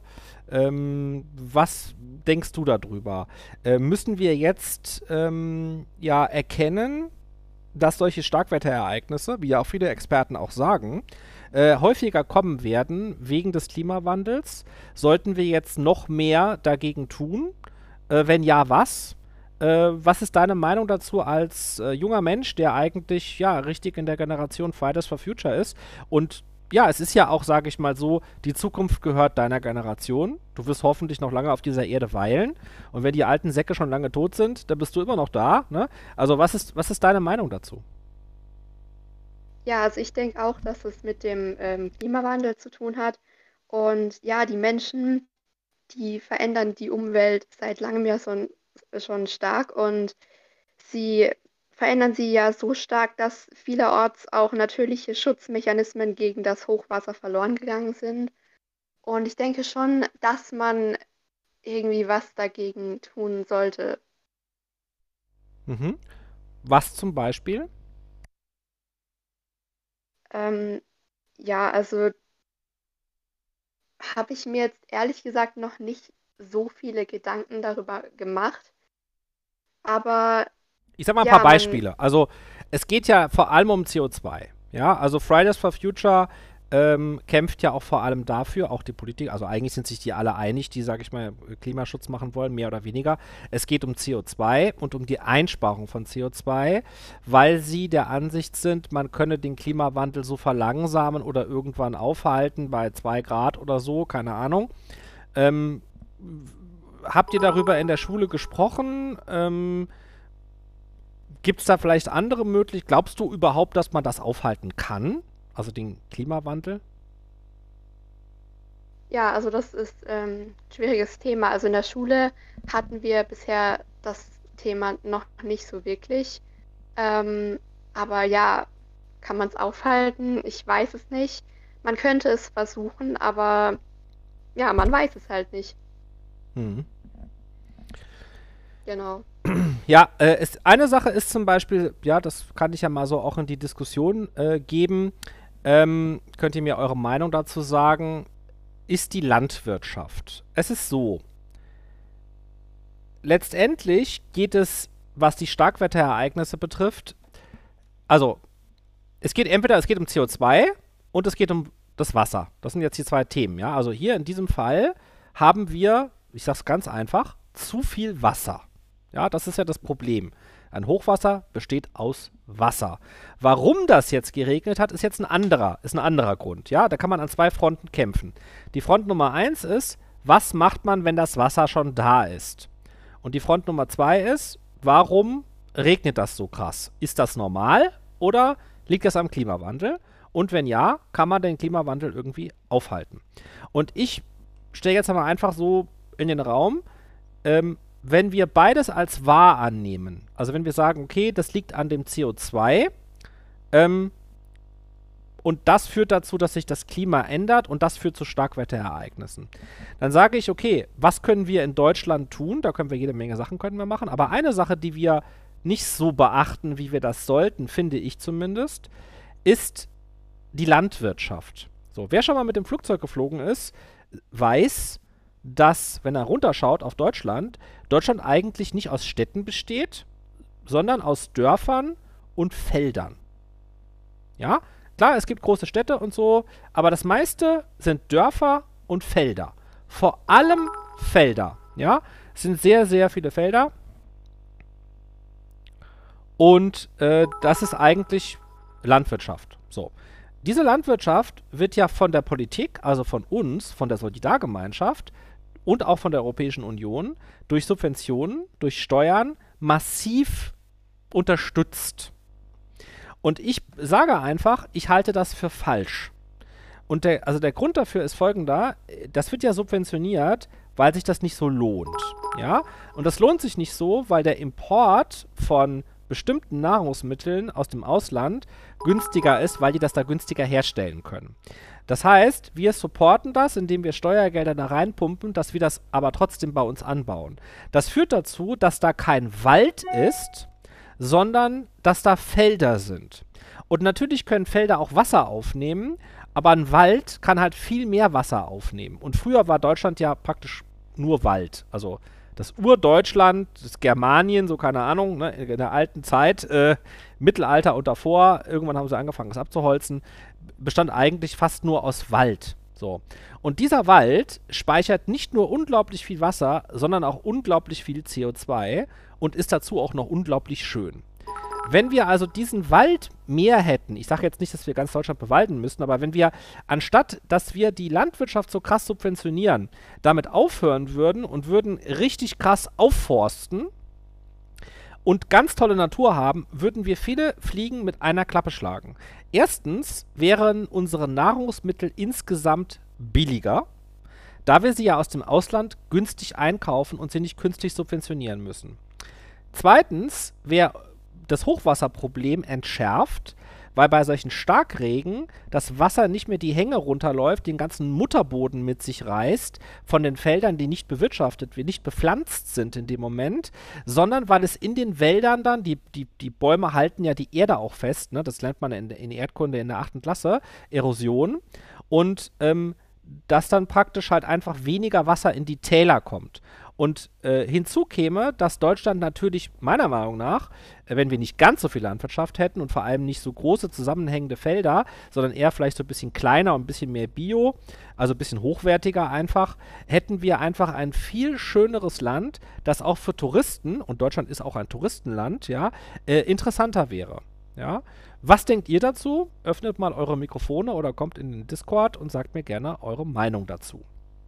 Was denkst du darüber? Müssen wir jetzt ja erkennen, dass solche Starkwetterereignisse, wie ja auch viele Experten auch sagen, häufiger kommen werden wegen des Klimawandels? Sollten wir jetzt noch mehr dagegen tun? Wenn ja, was? Was ist deine Meinung dazu als junger Mensch, der eigentlich ja richtig in der Generation Fridays for Future ist? Und ja, es ist ja auch, sage ich mal so, die Zukunft gehört deiner Generation. Du wirst hoffentlich noch lange auf dieser Erde weilen. Und wenn die alten Säcke schon lange tot sind, dann bist du immer noch da. Ne? Also was ist deine Meinung dazu? Ja, also ich denke auch, dass es mit dem Klimawandel zu tun hat. Und ja, die Menschen, die verändern die Umwelt seit langem ja schon stark und sie verändern sie ja so stark, dass vielerorts auch natürliche Schutzmechanismen gegen das Hochwasser verloren gegangen sind. Und ich denke schon, dass man irgendwie was dagegen tun sollte. Mhm. Was zum Beispiel? Ähm, ja, also habe ich mir jetzt ehrlich gesagt noch nicht so viele Gedanken darüber gemacht. Aber Ich sag mal ein paar ja, Beispiele. Also es geht ja vor allem um CO2. Ja, also Fridays for Future kämpft ja auch vor allem dafür, auch die Politik, also eigentlich sind sich die alle einig, die, sage ich mal, Klimaschutz machen wollen, mehr oder weniger. Es geht um CO2 und um die Einsparung von CO2, weil sie der Ansicht sind, man könne den Klimawandel so verlangsamen oder irgendwann aufhalten bei 2 Grad oder so, keine Ahnung. Ähm, Habt ihr darüber in der Schule gesprochen? Gibt es da vielleicht andere Möglichkeiten? Glaubst du überhaupt, dass man das aufhalten kann? Also den Klimawandel? ja, also das ist ein schwieriges Thema. Also in der Schule hatten wir bisher das Thema noch nicht so wirklich. Ähm, aber ja, kann man es aufhalten? Ich weiß es nicht. Man könnte es versuchen, aber ja, man weiß es halt nicht. Hm. Genau. Ja, eine Sache ist zum Beispiel, ja, das kann ich ja mal so auch in die Diskussion geben. Könnt ihr mir eure Meinung dazu sagen? Ist die Landwirtschaft. Es ist so, letztendlich geht es, was die Starkwetterereignisse betrifft, also es geht um CO2 und es geht um das Wasser. Das sind jetzt die zwei Themen, ja. Also hier in diesem Fall haben wir, ich sag's ganz einfach, zu viel Wasser. Ja, das ist ja das Problem. Ein Hochwasser besteht aus Wasser. Warum das jetzt geregnet hat, ist ein anderer Grund. Ja, da kann man an zwei Fronten kämpfen. Die Front Nummer eins ist, was macht man, wenn das Wasser schon da ist? Und die Front Nummer 2 ist, warum regnet das so krass? Ist das normal oder liegt das am Klimawandel? Und wenn ja, kann man den Klimawandel irgendwie aufhalten? Und ich stelle jetzt mal einfach so in den Raum, ähm, wenn wir beides als wahr annehmen, also wenn wir sagen, okay, das liegt an dem CO2, und das führt dazu, dass sich das Klima ändert und das führt zu Starkwetterereignissen. Dann sage ich, okay, was können wir in Deutschland tun? Da können wir jede Menge Sachen können wir machen. Aber eine Sache, die wir nicht so beachten, wie wir das sollten, finde ich zumindest, ist die Landwirtschaft. So, wer schon mal mit dem Flugzeug geflogen ist, weiß, dass, wenn er runterschaut auf Deutschland, Deutschland eigentlich nicht aus Städten besteht, sondern aus Dörfern und Feldern. Ja, klar, es gibt große Städte und so, aber das meiste sind Dörfer und Felder. Vor allem Felder, ja. Es sind sehr, sehr viele Felder. Und das ist eigentlich Landwirtschaft. So. Diese Landwirtschaft wird ja von der Politik, also von uns, von der Solidargemeinschaft und auch von der Europäischen Union durch Subventionen, durch Steuern massiv unterstützt. Und ich sage einfach, ich halte das für falsch. Und der Grund dafür ist folgender: Das wird ja subventioniert, weil sich das nicht so lohnt. Ja? Und das lohnt sich nicht so, weil der Import von bestimmten Nahrungsmitteln aus dem Ausland günstiger ist, weil die das da günstiger herstellen können. Das heißt, wir supporten das, indem wir Steuergelder da reinpumpen, dass wir das aber trotzdem bei uns anbauen. Das führt dazu, dass da kein Wald ist, sondern dass da Felder sind. Und natürlich können Felder auch Wasser aufnehmen, aber ein Wald kann halt viel mehr Wasser aufnehmen. Und früher war Deutschland ja praktisch nur Wald. Also das Urdeutschland, das Germanien, so keine Ahnung, ne, in der alten Zeit, Mittelalter und davor, irgendwann haben sie angefangen, es abzuholzen, bestand eigentlich fast nur aus Wald. So. Und dieser Wald speichert nicht nur unglaublich viel Wasser, sondern auch unglaublich viel CO2 und ist dazu auch noch unglaublich schön. Wenn wir also diesen Wald mehr hätten, ich sage jetzt nicht, dass wir ganz Deutschland bewalden müssen, aber wenn wir, anstatt dass wir die Landwirtschaft so krass subventionieren, damit aufhören würden und würden richtig krass aufforsten und ganz tolle Natur haben, würden wir viele Fliegen mit einer Klappe schlagen. Erstens wären unsere Nahrungsmittel insgesamt billiger, da wir sie ja aus dem Ausland günstig einkaufen und sie nicht künstlich subventionieren müssen. Zweitens wäre das Hochwasserproblem entschärft, weil bei solchen Starkregen das Wasser nicht mehr die Hänge runterläuft, den ganzen Mutterboden mit sich reißt von den Feldern, die nicht bewirtschaftet, nicht bepflanzt sind in dem Moment, sondern weil es in den Wäldern dann, die Bäume halten ja die Erde auch fest, ne? Das lernt man in Erdkunde in der 8. Klasse, Erosion, und dass dann praktisch halt einfach weniger Wasser in die Täler kommt. Und hinzu käme, dass Deutschland natürlich meiner Meinung nach, wenn wir nicht ganz so viel Landwirtschaft hätten und vor allem nicht so große zusammenhängende Felder, sondern eher vielleicht so ein bisschen kleiner und ein bisschen mehr Bio, also ein bisschen hochwertiger einfach, hätten wir einfach ein viel schöneres Land, das auch für Touristen, und Deutschland ist auch ein Touristenland, ja, interessanter wäre. Ja. Was denkt ihr dazu? Öffnet mal eure Mikrofone oder kommt in den Discord und sagt mir gerne eure Meinung dazu.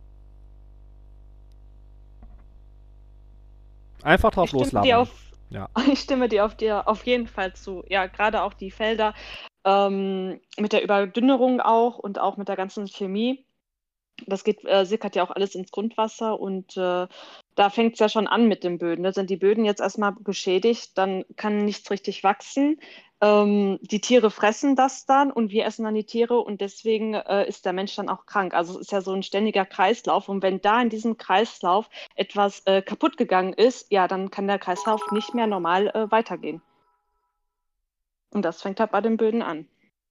Einfach drauf loslabern. Ja. Ich stimme dir auf jeden Fall zu. Ja, gerade auch die Felder mit der Überdünnerung auch und auch mit der ganzen Chemie. Das sickert ja auch alles ins Grundwasser und da fängt es ja schon an mit den Böden. Ne? Sind die Böden jetzt erstmal beschädigt, dann kann nichts richtig wachsen. Die Tiere fressen das dann und wir essen dann die Tiere und deswegen ist der Mensch dann auch krank. Also es ist ja so ein ständiger Kreislauf und wenn da in diesem Kreislauf etwas kaputt gegangen ist, ja, dann kann der Kreislauf nicht mehr normal weitergehen. Und das fängt halt bei den Böden an.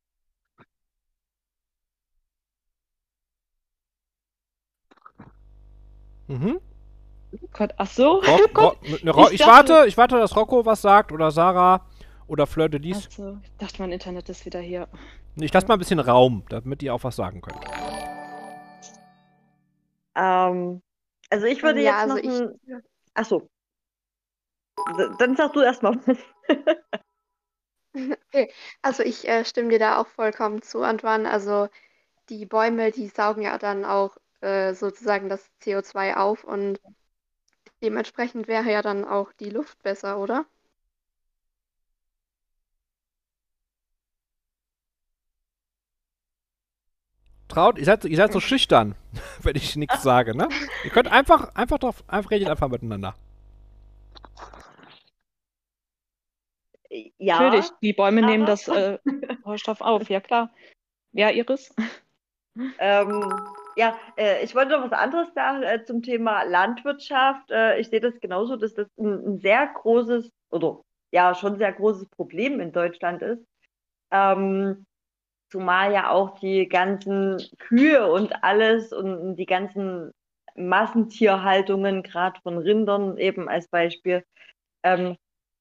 Mhm. Gott, ach so. Ich warte, dass Rocco was sagt oder Sarah oder Fleur de Lis. Also, ich dachte, mein Internet ist wieder hier. Ich lasse mal ein bisschen Raum, damit ihr auch was sagen könnt. Also ich würde jetzt noch Achso. Dann sag du erstmal was. Okay, also ich stimme dir da auch vollkommen zu, Antoine. Also die Bäume, die saugen ja dann auch sozusagen das CO2 auf und dementsprechend wäre ja dann auch die Luft besser, oder? Traut, ihr seid so schüchtern, wenn ich nichts sage, ne? Ihr könnt einfach redet einfach miteinander. Ja, Natürlich, die Bäume nehmen aber das Sauerstoff auf, ja klar. Ja, Iris? ja, ich wollte noch was anderes sagen zum Thema Landwirtschaft. Ich sehe das genauso, dass das ein sehr großes oder ja schon sehr großes Problem in Deutschland ist. Ähm, Zumal ja auch die ganzen Kühe und alles und die ganzen Massentierhaltungen, gerade von Rindern eben als Beispiel, ähm,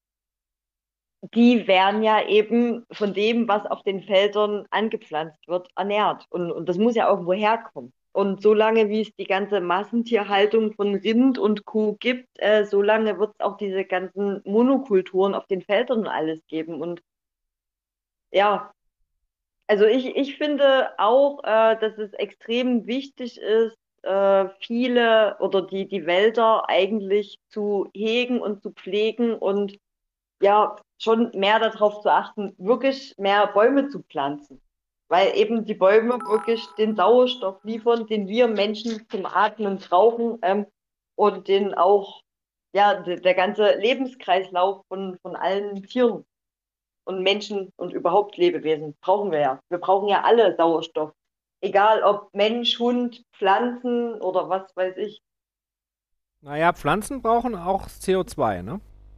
die werden ja eben von dem, was auf den Feldern angepflanzt wird, ernährt. Und das muss ja irgendwo herkommen. Und solange wie es die ganze Massentierhaltung von Rind und Kuh gibt, solange wird es auch diese ganzen Monokulturen auf den Feldern und alles geben. Und ja, also ich finde auch, dass es extrem wichtig ist, viele oder die Wälder eigentlich zu hegen und zu pflegen und ja, schon mehr darauf zu achten, wirklich mehr Bäume zu pflanzen. Weil eben die Bäume wirklich den Sauerstoff liefern, den wir Menschen zum Atmen brauchen, und den auch, ja, der ganze Lebenskreislauf von allen Tieren und Menschen und überhaupt Lebewesen brauchen wir ja. Wir brauchen ja alle Sauerstoff. Egal ob Mensch, Hund, Pflanzen oder was weiß ich. Naja, Pflanzen brauchen auch CO2, ne?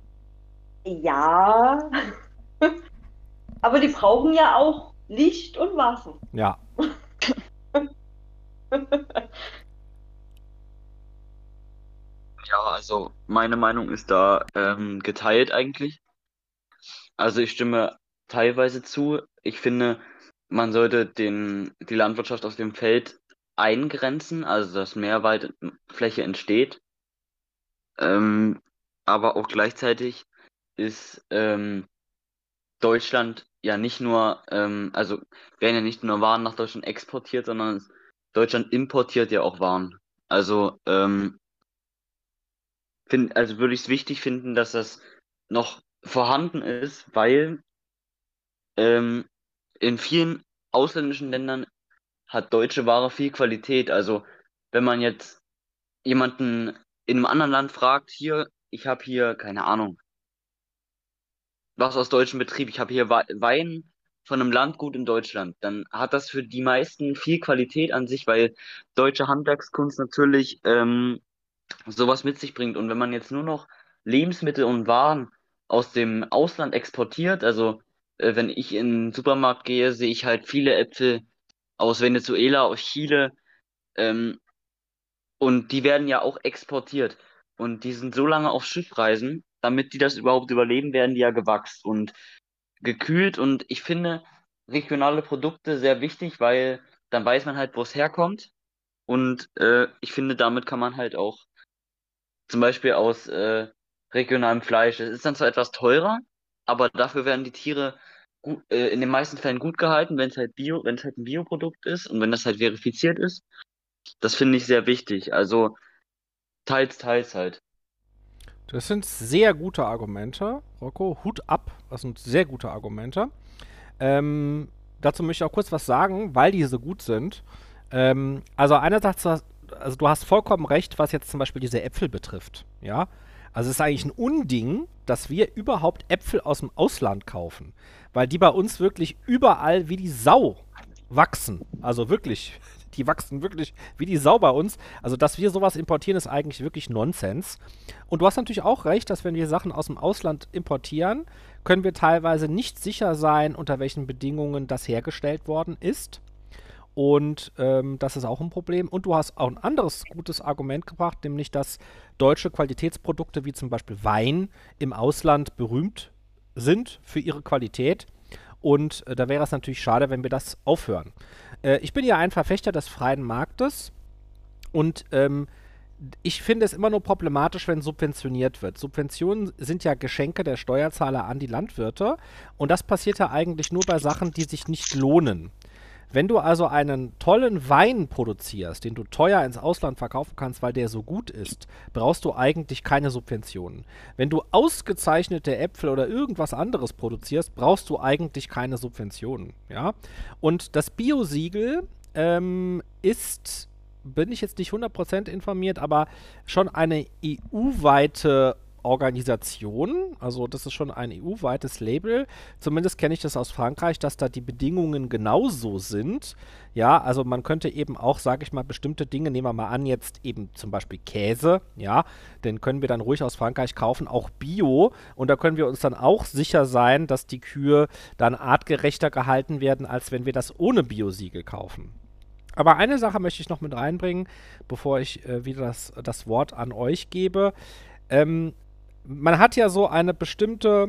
Ja, aber die brauchen ja auch Licht und Wasser. Ja. Ja, also meine Meinung ist da geteilt eigentlich. Also ich stimme teilweise zu. Ich finde, man sollte die Landwirtschaft auf dem Feld eingrenzen, also dass mehr Waldfläche entsteht. Ähm, aber auch gleichzeitig ist Deutschland ja nicht nur, also werden ja nicht nur Waren nach Deutschland exportiert, sondern Deutschland importiert ja auch Waren. Also also würde ich es wichtig finden, dass das noch vorhanden ist, weil ähm, in vielen ausländischen Ländern hat deutsche Ware viel Qualität. Also wenn man jetzt jemanden in einem anderen Land fragt, hier, ich habe hier, keine Ahnung, was aus deutschem Betrieb, ich habe hier Wein von einem Landgut in Deutschland, dann hat das für die meisten viel Qualität an sich, weil deutsche Handwerkskunst natürlich sowas mit sich bringt. Und wenn man jetzt nur noch Lebensmittel und Waren aus dem Ausland exportiert, also wenn ich in den Supermarkt gehe, sehe ich halt viele Äpfel aus Venezuela, aus Chile, ähm, und die werden ja auch exportiert. Und die sind so lange auf Schiffreisen, damit die das überhaupt überleben, werden die ja gewachst und gekühlt. Und ich finde regionale Produkte sehr wichtig, weil dann weiß man halt, wo es herkommt. Und ich finde, damit kann man halt auch zum Beispiel aus regionalem Fleisch. Es ist dann zwar etwas teurer, aber dafür werden die Tiere in den meisten Fällen gut gehalten, wenn es halt ein Bioprodukt ist und wenn das halt verifiziert ist. Das finde ich sehr wichtig. Also teils, teils halt. Das sind sehr gute Argumente, Rocco. Hut ab. Das sind sehr gute Argumente. Dazu möchte ich auch kurz was sagen, weil die so gut sind. Also einerseits, also du hast vollkommen recht, was jetzt zum Beispiel diese Äpfel betrifft. Ja, also es ist eigentlich ein Unding, dass wir überhaupt Äpfel aus dem Ausland kaufen, weil die bei uns wirklich überall wie die Sau wachsen. Also wirklich, die wachsen wirklich wie die Sau bei uns. Also dass wir sowas importieren, ist eigentlich wirklich Nonsens. Und du hast natürlich auch recht, dass wenn wir Sachen aus dem Ausland importieren, können wir teilweise nicht sicher sein, unter welchen Bedingungen das hergestellt worden ist. Und das ist auch ein Problem. Und du hast auch ein anderes gutes Argument gebracht, nämlich, dass deutsche Qualitätsprodukte wie zum Beispiel Wein im Ausland berühmt sind für ihre Qualität. Und da wäre es natürlich schade, wenn wir das aufhören. Ich bin ja ein Verfechter des freien Marktes und ich finde es immer nur problematisch, wenn subventioniert wird. Subventionen sind ja Geschenke der Steuerzahler an die Landwirte und das passiert ja eigentlich nur bei Sachen, die sich nicht lohnen. Wenn du also einen tollen Wein produzierst, den du teuer ins Ausland verkaufen kannst, weil der so gut ist, brauchst du eigentlich keine Subventionen. Wenn du ausgezeichnete Äpfel oder irgendwas anderes produzierst, brauchst du eigentlich keine Subventionen. Ja? Und das Bio-Siegel bin ich jetzt nicht 100% informiert, aber schon eine EU-weite Organisation, also das ist schon ein EU-weites Label, zumindest kenne ich das aus Frankreich, dass da die Bedingungen genauso sind. Ja, also man könnte eben auch, sage ich mal, bestimmte Dinge, nehmen wir mal an, jetzt eben zum Beispiel Käse, ja, den können wir dann ruhig aus Frankreich kaufen, auch Bio, und da können wir uns dann auch sicher sein, dass die Kühe dann artgerechter gehalten werden, als wenn wir das ohne Biosiegel kaufen. Aber eine Sache möchte ich noch mit reinbringen, bevor ich wieder das Wort an euch gebe. Man hat ja so eine bestimmte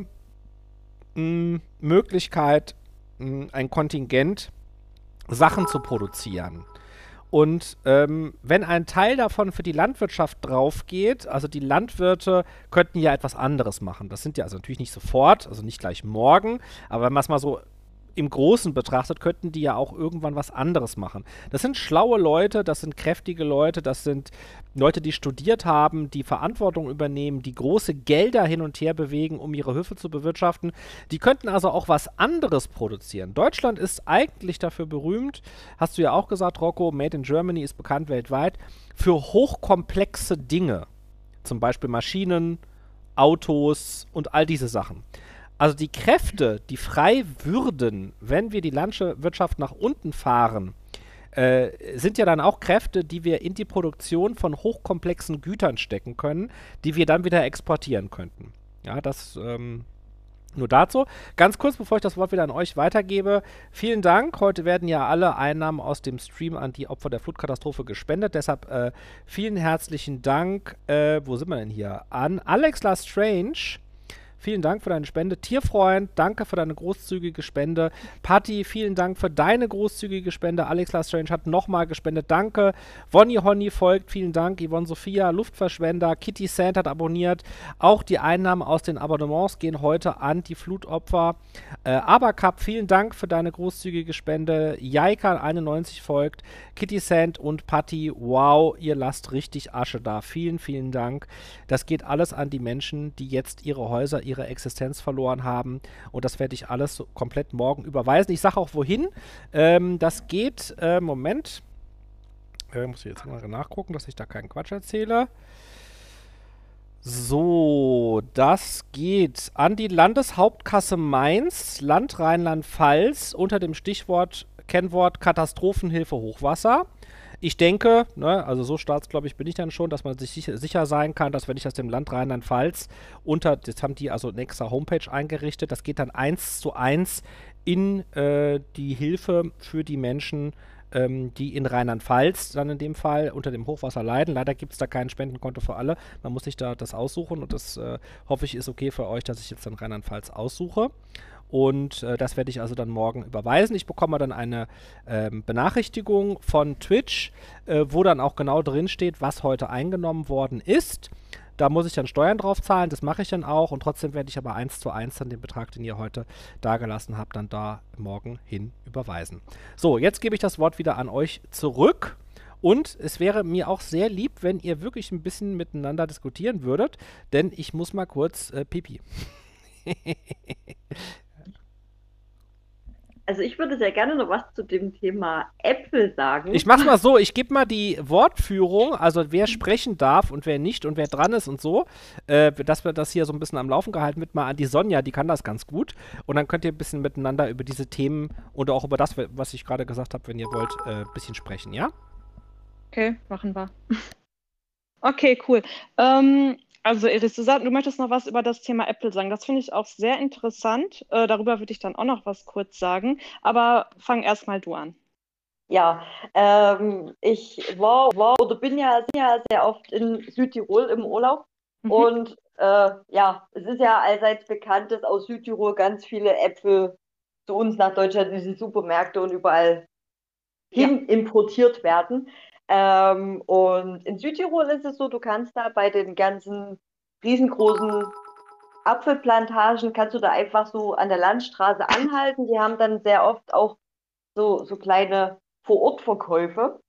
Möglichkeit, ein Kontingent Sachen zu produzieren. Und wenn ein Teil davon für die Landwirtschaft drauf geht, also die Landwirte könnten ja etwas anderes machen. Das sind ja also natürlich nicht sofort, also nicht gleich morgen, aber wenn man es mal so im Großen betrachtet, könnten die ja auch irgendwann was anderes machen. Das sind schlaue Leute, das sind kräftige Leute, das sind Leute, die studiert haben, die Verantwortung übernehmen, die große Gelder hin und her bewegen, um ihre Höfe zu bewirtschaften. Die könnten also auch was anderes produzieren. Deutschland ist eigentlich dafür berühmt, hast du ja auch gesagt, Rocco, Made in Germany ist bekannt weltweit, für hochkomplexe Dinge. Zum Beispiel Maschinen, Autos und all diese Sachen. Also die Kräfte, die frei würden, wenn wir die Landwirtschaft nach unten fahren, sind ja dann auch Kräfte, die wir in die Produktion von hochkomplexen Gütern stecken können, die wir dann wieder exportieren könnten. Ja, das nur dazu. Ganz kurz, bevor ich das Wort wieder an euch weitergebe, vielen Dank. Heute werden ja alle Einnahmen aus dem Stream an die Opfer der Flutkatastrophe gespendet. Deshalb vielen herzlichen Dank. Wo sind wir denn hier? An Alex Strange. Vielen Dank für deine Spende. Tierfreund, danke für deine großzügige Spende. Patti, vielen Dank für deine großzügige Spende. Alex Lastrange hat nochmal gespendet. Danke. Wonny Honny folgt. Vielen Dank. Yvonne Sophia, Luftverschwender. Kitty Sand hat abonniert. Auch die Einnahmen aus den Abonnements gehen heute an die Flutopfer. Abercup, vielen Dank für deine großzügige Spende. Jaika91 folgt. Kitty Sand und Patti, wow, ihr lasst richtig Asche da. Vielen, vielen Dank. Das geht alles an die Menschen, die jetzt ihre Häuser, ihre Existenz verloren haben. Und das werde ich alles so komplett morgen überweisen. Ich sage auch, wohin. Das geht, Moment. Muss ich jetzt mal nachgucken, dass ich da keinen Quatsch erzähle. So, das geht an die Landeshauptkasse Mainz, Land Rheinland-Pfalz, unter dem Kennwort Katastrophenhilfe Hochwasser. Ich denke, ne, also so staatsgläubig bin ich dann schon, dass man sich sicher sein kann, dass wenn ich aus dem Land Rheinland-Pfalz das haben die also eine extra Homepage eingerichtet, das geht dann 1:1 in die Hilfe für die Menschen, die in Rheinland-Pfalz dann in dem Fall unter dem Hochwasser leiden. Leider gibt es da kein Spendenkonto für alle. Man muss sich da das aussuchen und das hoffe ich ist okay für euch, dass ich jetzt dann Rheinland-Pfalz aussuche. Und das werde ich also dann morgen überweisen. Ich bekomme dann eine Benachrichtigung von Twitch, wo dann auch genau drin steht, was heute eingenommen worden ist. Da muss ich dann Steuern drauf zahlen, das mache ich dann auch. Und trotzdem werde ich aber 1:1 dann den Betrag, den ihr heute dagelassen habt, dann da morgen hin überweisen. So, jetzt gebe ich das Wort wieder an euch zurück. Und es wäre mir auch sehr lieb, wenn ihr wirklich ein bisschen miteinander diskutieren würdet, denn ich muss mal kurz pipi. Also ich würde sehr gerne noch was zu dem Thema Äpfel sagen. Ich mach's mal so, ich gebe mal die Wortführung, also wer sprechen darf und wer nicht und wer dran ist und so, dass wir das hier so ein bisschen am Laufen gehalten wird, mal an die Sonja, die kann das ganz gut. Und dann könnt ihr ein bisschen miteinander über diese Themen und auch über das, was ich gerade gesagt habe, wenn ihr wollt, ein bisschen sprechen, ja? Okay, machen wir. Okay, cool. Also Iris, du möchtest noch was über das Thema Äpfel sagen. Das finde ich auch sehr interessant. Darüber würde ich dann auch noch was kurz sagen. Aber fang erst mal du an. Ja, ich bin ja sehr oft in Südtirol im Urlaub. Und ja, es ist ja allseits bekannt, dass aus Südtirol ganz viele Äpfel zu uns nach Deutschland in die Supermärkte und überall hin importiert werden. Und in Südtirol ist es so, du kannst da bei den ganzen riesengroßen Apfelplantagen, kannst du da einfach so an der Landstraße anhalten. Die haben dann sehr oft auch so kleine Vorortverkäufe.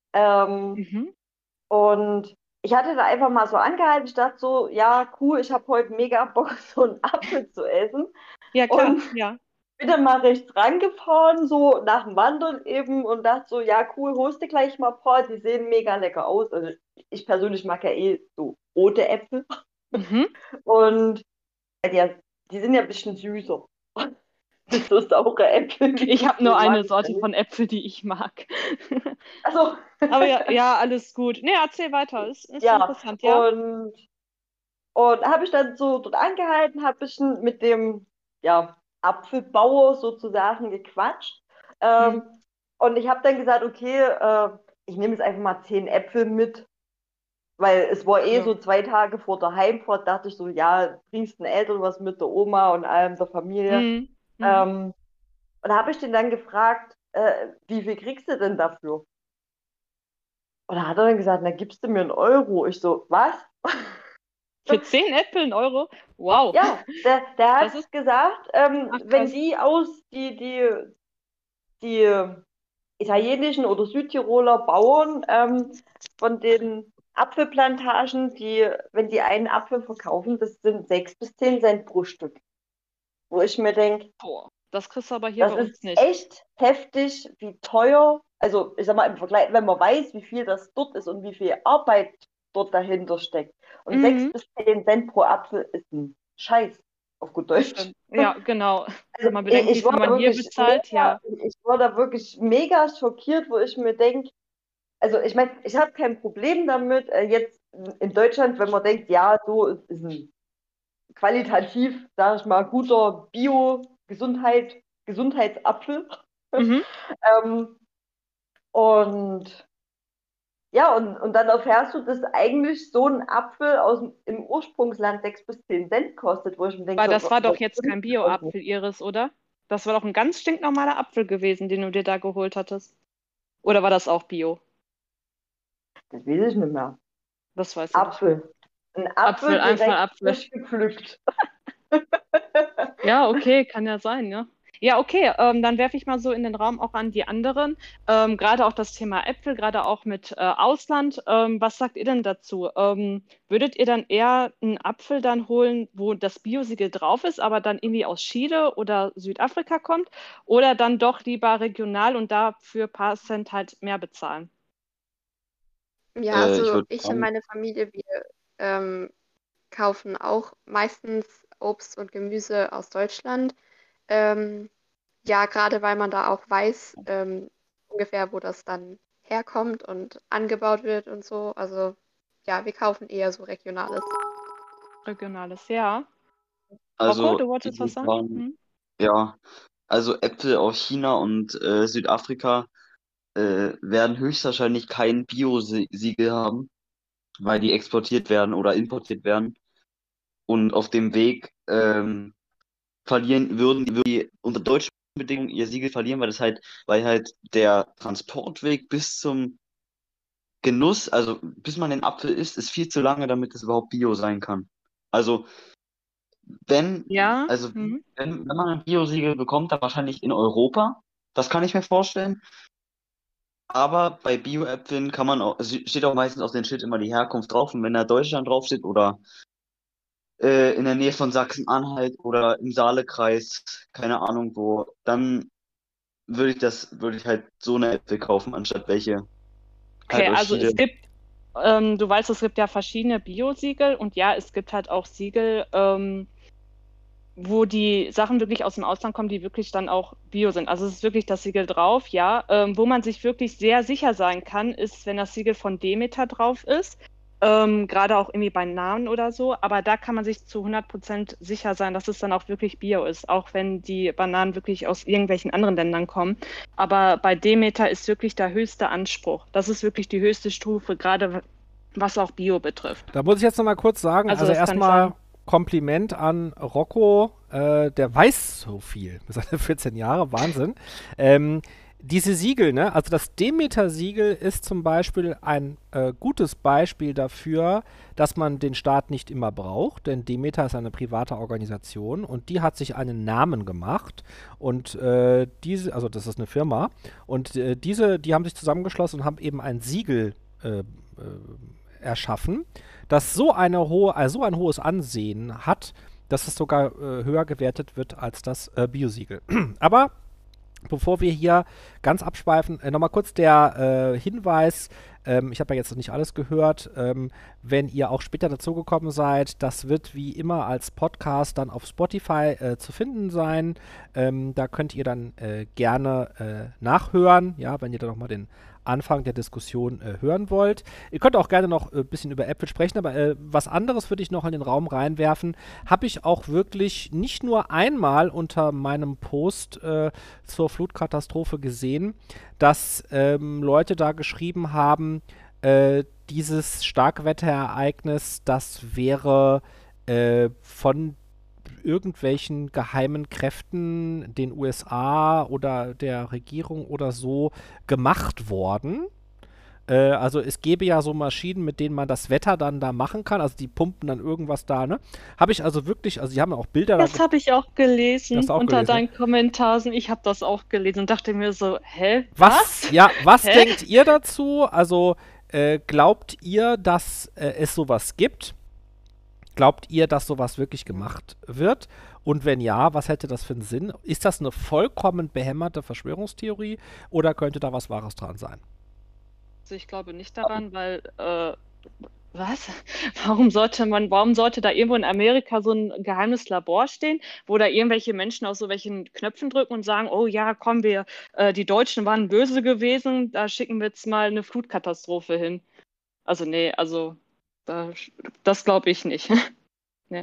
Und ich hatte da einfach mal so angehalten. Ich dachte so, ja, cool, ich habe heute mega Bock, so einen Apfel zu essen. Ja, klar, und bin dann mal rechts rangefahren, so nach dem Wandern eben und dachte so, ja cool, holst du gleich mal ein paar, die sehen mega lecker aus. Also ich persönlich mag ja eh so rote Äpfel. Mhm. Und die sind ja ein bisschen süßer. Nicht so saure Äpfel. Ich habe nur Die mag eine ich Sorte nicht. von Äpfel, die ich mag. Also, Aber ja, alles gut. Nee, erzähl weiter. Ist ja. interessant, ja? Und habe ich dann so dort angehalten, habe ich mit dem Apfelbauer sozusagen gequatscht. Hm. Und ich habe dann gesagt, okay, ich nehme jetzt einfach mal 10 Äpfel mit, weil es war Ja. so 2 Tage vor der Heimfahrt, dachte ich so, ja, bringst den Eltern was mit, der Oma und allem, der Familie. Mhm. Mhm. Und da habe ich den dann gefragt, wie viel kriegst du denn dafür? Und da hat er dann gesagt, na, gibst du mir einen Euro? Ich so, was? Für 10 Äpfel 1 Euro? Wow. Ja, der Das hat ist gesagt, ach, wenn krass. die italienischen oder Südtiroler Bauern von den Apfelplantagen, wenn die einen Apfel verkaufen, das sind 6 bis 10 Cent pro Stück. Wo ich mir denke, Boah, das kriegst du aber hier das bei ist uns nicht. echt heftig, wie teuer. Also, ich sag mal, im Vergleich, wenn man weiß, wie viel das dort ist und wie viel Arbeit dort dahinter steckt. Und 6 Mhm. bis 10 Cent pro Apfel ist ein Scheiß, auf gut Das Deutsch. stimmt. Ja, genau. Also Wenn man bedenkt, wie ich viel war da man hier wirklich bezahlt, ja. mega schockiert, wo ich mir denke, also ich meine, ich habe kein Problem damit, jetzt in Deutschland, wenn man denkt, ja, so ist ein qualitativ, sage ich mal, guter Gesundheitsapfel. Mhm. ähm, und ja, und dann erfährst du, dass eigentlich so ein Apfel im Ursprungsland 6 bis 10 Cent kostet, wo ich mir denke, Weil so, das war doch was jetzt stimmt kein mit euch nicht? Bio-Apfel, Iris, oder? Das war doch ein ganz stinknormaler Apfel gewesen, den du dir da geholt hattest. Oder war das auch Bio? Das weiß ich nicht mehr. Das weiß ich nicht mehr. Apfel. Ein Apfel, Apfel einfach direkt Apfel. frisch gepflückt. Ja, okay, kann ja sein, ja. Ja, okay, dann werfe ich mal so in den Raum auch an die anderen. Gerade auch das Thema Äpfel, gerade auch mit Ausland. Was sagt ihr denn dazu? Würdet ihr dann eher einen Apfel dann holen, wo das Biosiegel drauf ist, aber dann irgendwie aus Chile oder Südafrika kommt? Oder dann doch lieber regional und dafür ein paar Cent halt mehr bezahlen? Ja, Ich also würde ich und sagen, meine Familie, wir ähm, kaufen auch meistens Obst und Gemüse aus Deutschland. Ähm, ja, gerade weil man da auch weiß, ungefähr, wo das dann herkommt und angebaut wird und so. Also ja, wir kaufen eher so Regionales. Regionales, ja. Rocco, also du ich wolltest was würde sagen? sagen, Hm? ja, also Äpfel aus China und Südafrika werden höchstwahrscheinlich kein Bio-Siegel haben, weil die exportiert werden oder importiert werden. Und auf dem Weg würden die unter deutschen Bedingungen ihr Siegel verlieren, weil halt der Transportweg bis zum Genuss, also bis man den Apfel isst, ist viel zu lange, damit es überhaupt Bio sein kann. Also Ja. Mhm. wenn man ein Bio-Siegel bekommt, dann wahrscheinlich in Europa. Das kann ich mir vorstellen. Aber bei Bio-Äpfeln kann man auch, es steht auch meistens auf den Schild immer die Herkunft drauf. Und wenn da Deutschland draufsteht oder in der Nähe von Sachsen-Anhalt oder im Saalekreis, keine Ahnung wo, dann würde ich halt so eine Äpfel kaufen, anstatt welche halt Okay, aus also Chile. es gibt, du weißt, es gibt ja verschiedene Bio-Siegel und ja, es gibt halt auch Siegel, wo die Sachen wirklich aus dem Ausland kommen, die wirklich dann auch Bio sind. Also es ist wirklich das Siegel drauf, ja. Wo man sich wirklich sehr sicher sein kann, ist, wenn das Siegel von Demeter drauf ist. Gerade auch irgendwie bei Namen oder so. Aber da kann man sich zu 100% sicher sein, dass es dann auch wirklich Bio ist, auch wenn die Bananen wirklich aus irgendwelchen anderen Ländern kommen. Aber bei Demeter ist wirklich der höchste Anspruch. Das ist wirklich die höchste Stufe, gerade was auch Bio betrifft. Da muss ich jetzt noch mal kurz sagen, Also also das kann ich erstmal sagen. Kompliment an Rocco, der weiß so viel. Seine 14 Jahre, Wahnsinn. Diese Siegel, ne? Also das Demeter-Siegel ist zum Beispiel ein gutes Beispiel dafür, dass man den Staat nicht immer braucht, denn Demeter ist eine private Organisation und die hat sich einen Namen gemacht und also das ist eine Firma und die haben sich zusammengeschlossen und haben eben ein Siegel erschaffen, das so ein hohes Ansehen hat, dass es sogar höher gewertet wird als das Biosiegel. Aber Bevor wir hier ganz abschweifen, nochmal kurz der Hinweis, ich habe ja jetzt noch nicht alles gehört, wenn ihr auch später dazugekommen seid, das wird wie immer als Podcast dann auf Spotify zu finden sein. Da könnt ihr dann gerne nachhören, ja, wenn ihr dann nochmal den Anfang der Diskussion hören wollt. Ihr könnt auch gerne noch ein bisschen über Apple sprechen, aber was anderes würde ich noch in den Raum reinwerfen. Habe ich auch wirklich nicht nur einmal unter meinem Post zur Flutkatastrophe gesehen, dass Leute da geschrieben haben, dieses Starkwetterereignis, das wäre von irgendwelchen geheimen Kräften, den USA oder der Regierung oder so gemacht worden. Also es gäbe ja so Maschinen, mit denen man das Wetter dann da machen kann. Also die pumpen dann irgendwas da, ne? Habe ich also wirklich, also die haben ja auch Bilder da. Das habe ich auch gelesen Das auch unter gelesen, deinen Kommentaren. Ich habe das auch gelesen und dachte mir so, hä? Was? Ja, was Hä? denkt ihr dazu? Also glaubt ihr, dass es sowas gibt? Glaubt ihr, dass sowas wirklich gemacht wird? Und wenn ja, was hätte das für einen Sinn? Ist das eine vollkommen behämmerte Verschwörungstheorie oder könnte da was Wahres dran sein? Also ich glaube nicht daran, weil, was? Warum sollte da irgendwo in Amerika so ein geheimes Labor stehen, wo da irgendwelche Menschen auf so welchen Knöpfen drücken und sagen, oh ja, komm, die Deutschen waren böse gewesen, da schicken wir jetzt mal eine Flutkatastrophe hin. Also nee, das glaube ich nicht. Nee.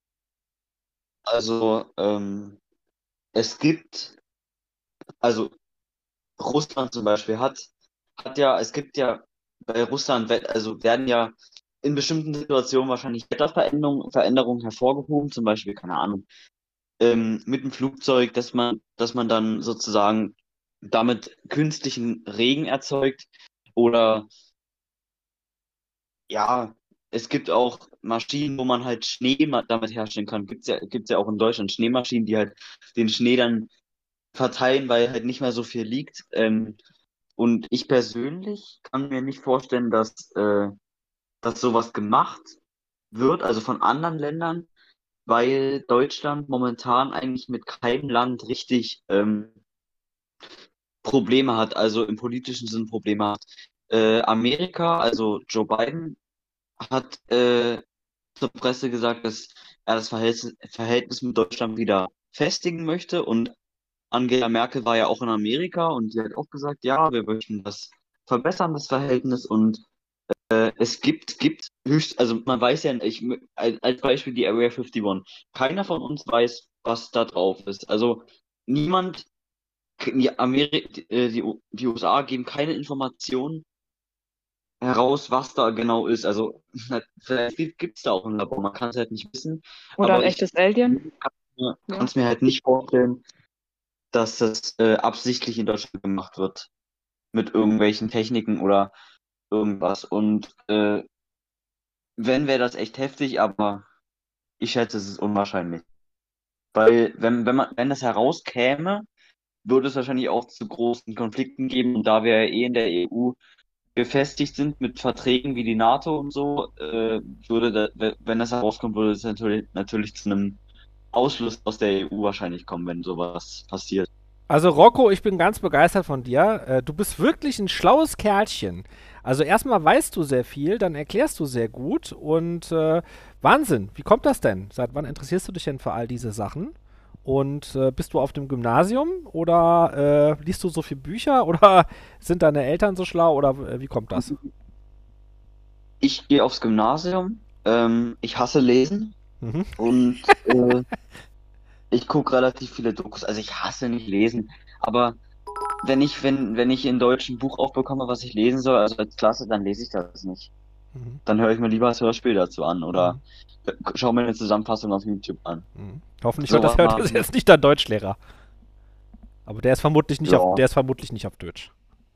Also, es gibt, also Russland zum Beispiel es gibt ja bei Russland, also werden ja in bestimmten Situationen wahrscheinlich Veränderungen hervorgehoben, zum Beispiel, keine Ahnung, mit dem Flugzeug, dass man dann sozusagen damit künstlichen Regen erzeugt oder ja, es gibt auch Maschinen, wo man halt damit herstellen kann. Gibt's ja auch in Deutschland Schneemaschinen, die halt den Schnee dann verteilen, weil halt nicht mehr so viel liegt. Und ich persönlich kann mir nicht vorstellen, dass sowas gemacht wird, also von anderen Ländern, weil Deutschland momentan eigentlich mit keinem Land richtig Probleme hat, also im politischen Sinn Probleme hat. Amerika, also Joe Biden, hat zur Presse gesagt, dass er das Verhältnis mit Deutschland wieder festigen möchte. Und Angela Merkel war ja auch in Amerika und die hat auch gesagt, ja, wir möchten das verbessern, das Verhältnis. Und es gibt also man weiß ja, als Beispiel die Area 51. Keiner von uns weiß, was da drauf ist. Also niemand, die USA geben keine Informationen heraus, was da genau ist. Also vielleicht gibt es da auch ein Labor, man kann es halt nicht wissen. Oder Aber ein ich echtes Alien. kann es mir halt nicht vorstellen, dass das absichtlich in Deutschland gemacht wird mit irgendwelchen Techniken oder irgendwas. Und wenn, wäre das echt heftig, aber ich schätze, es ist unwahrscheinlich. Weil wenn das herauskäme, würde es wahrscheinlich auch zu großen Konflikten geben. Und da wir ja eh in der EU befestigt sind mit Verträgen wie die NATO und so, wenn das herauskommt, würde es natürlich zu einem Ausschluss aus der EU wahrscheinlich kommen, wenn sowas passiert. Also Rocco, ich bin ganz begeistert von dir. Du bist wirklich ein schlaues Kerlchen. Also erstmal weißt du sehr viel, dann erklärst du sehr gut und Wahnsinn, wie kommt das denn? Seit wann interessierst du dich denn für all diese Sachen? Und bist du auf dem Gymnasium oder liest du so viele Bücher oder sind deine Eltern so schlau oder wie kommt das? Ich gehe aufs Gymnasium, ich hasse Lesen Mhm. und ich gucke relativ viele Dokus. Also ich hasse nicht lesen, aber wenn ich in Deutsch ein Buch aufbekomme, was ich lesen soll, also als Klasse, dann lese ich das nicht. Mhm. Dann höre ich mir lieber das Hörspiel dazu an Mhm. oder schaue mir eine Zusammenfassung auf YouTube an. Mhm. Hoffentlich So hört was das jetzt nicht dein Deutschlehrer. Aber der ist vermutlich nicht Ja. der ist vermutlich nicht auf Deutsch.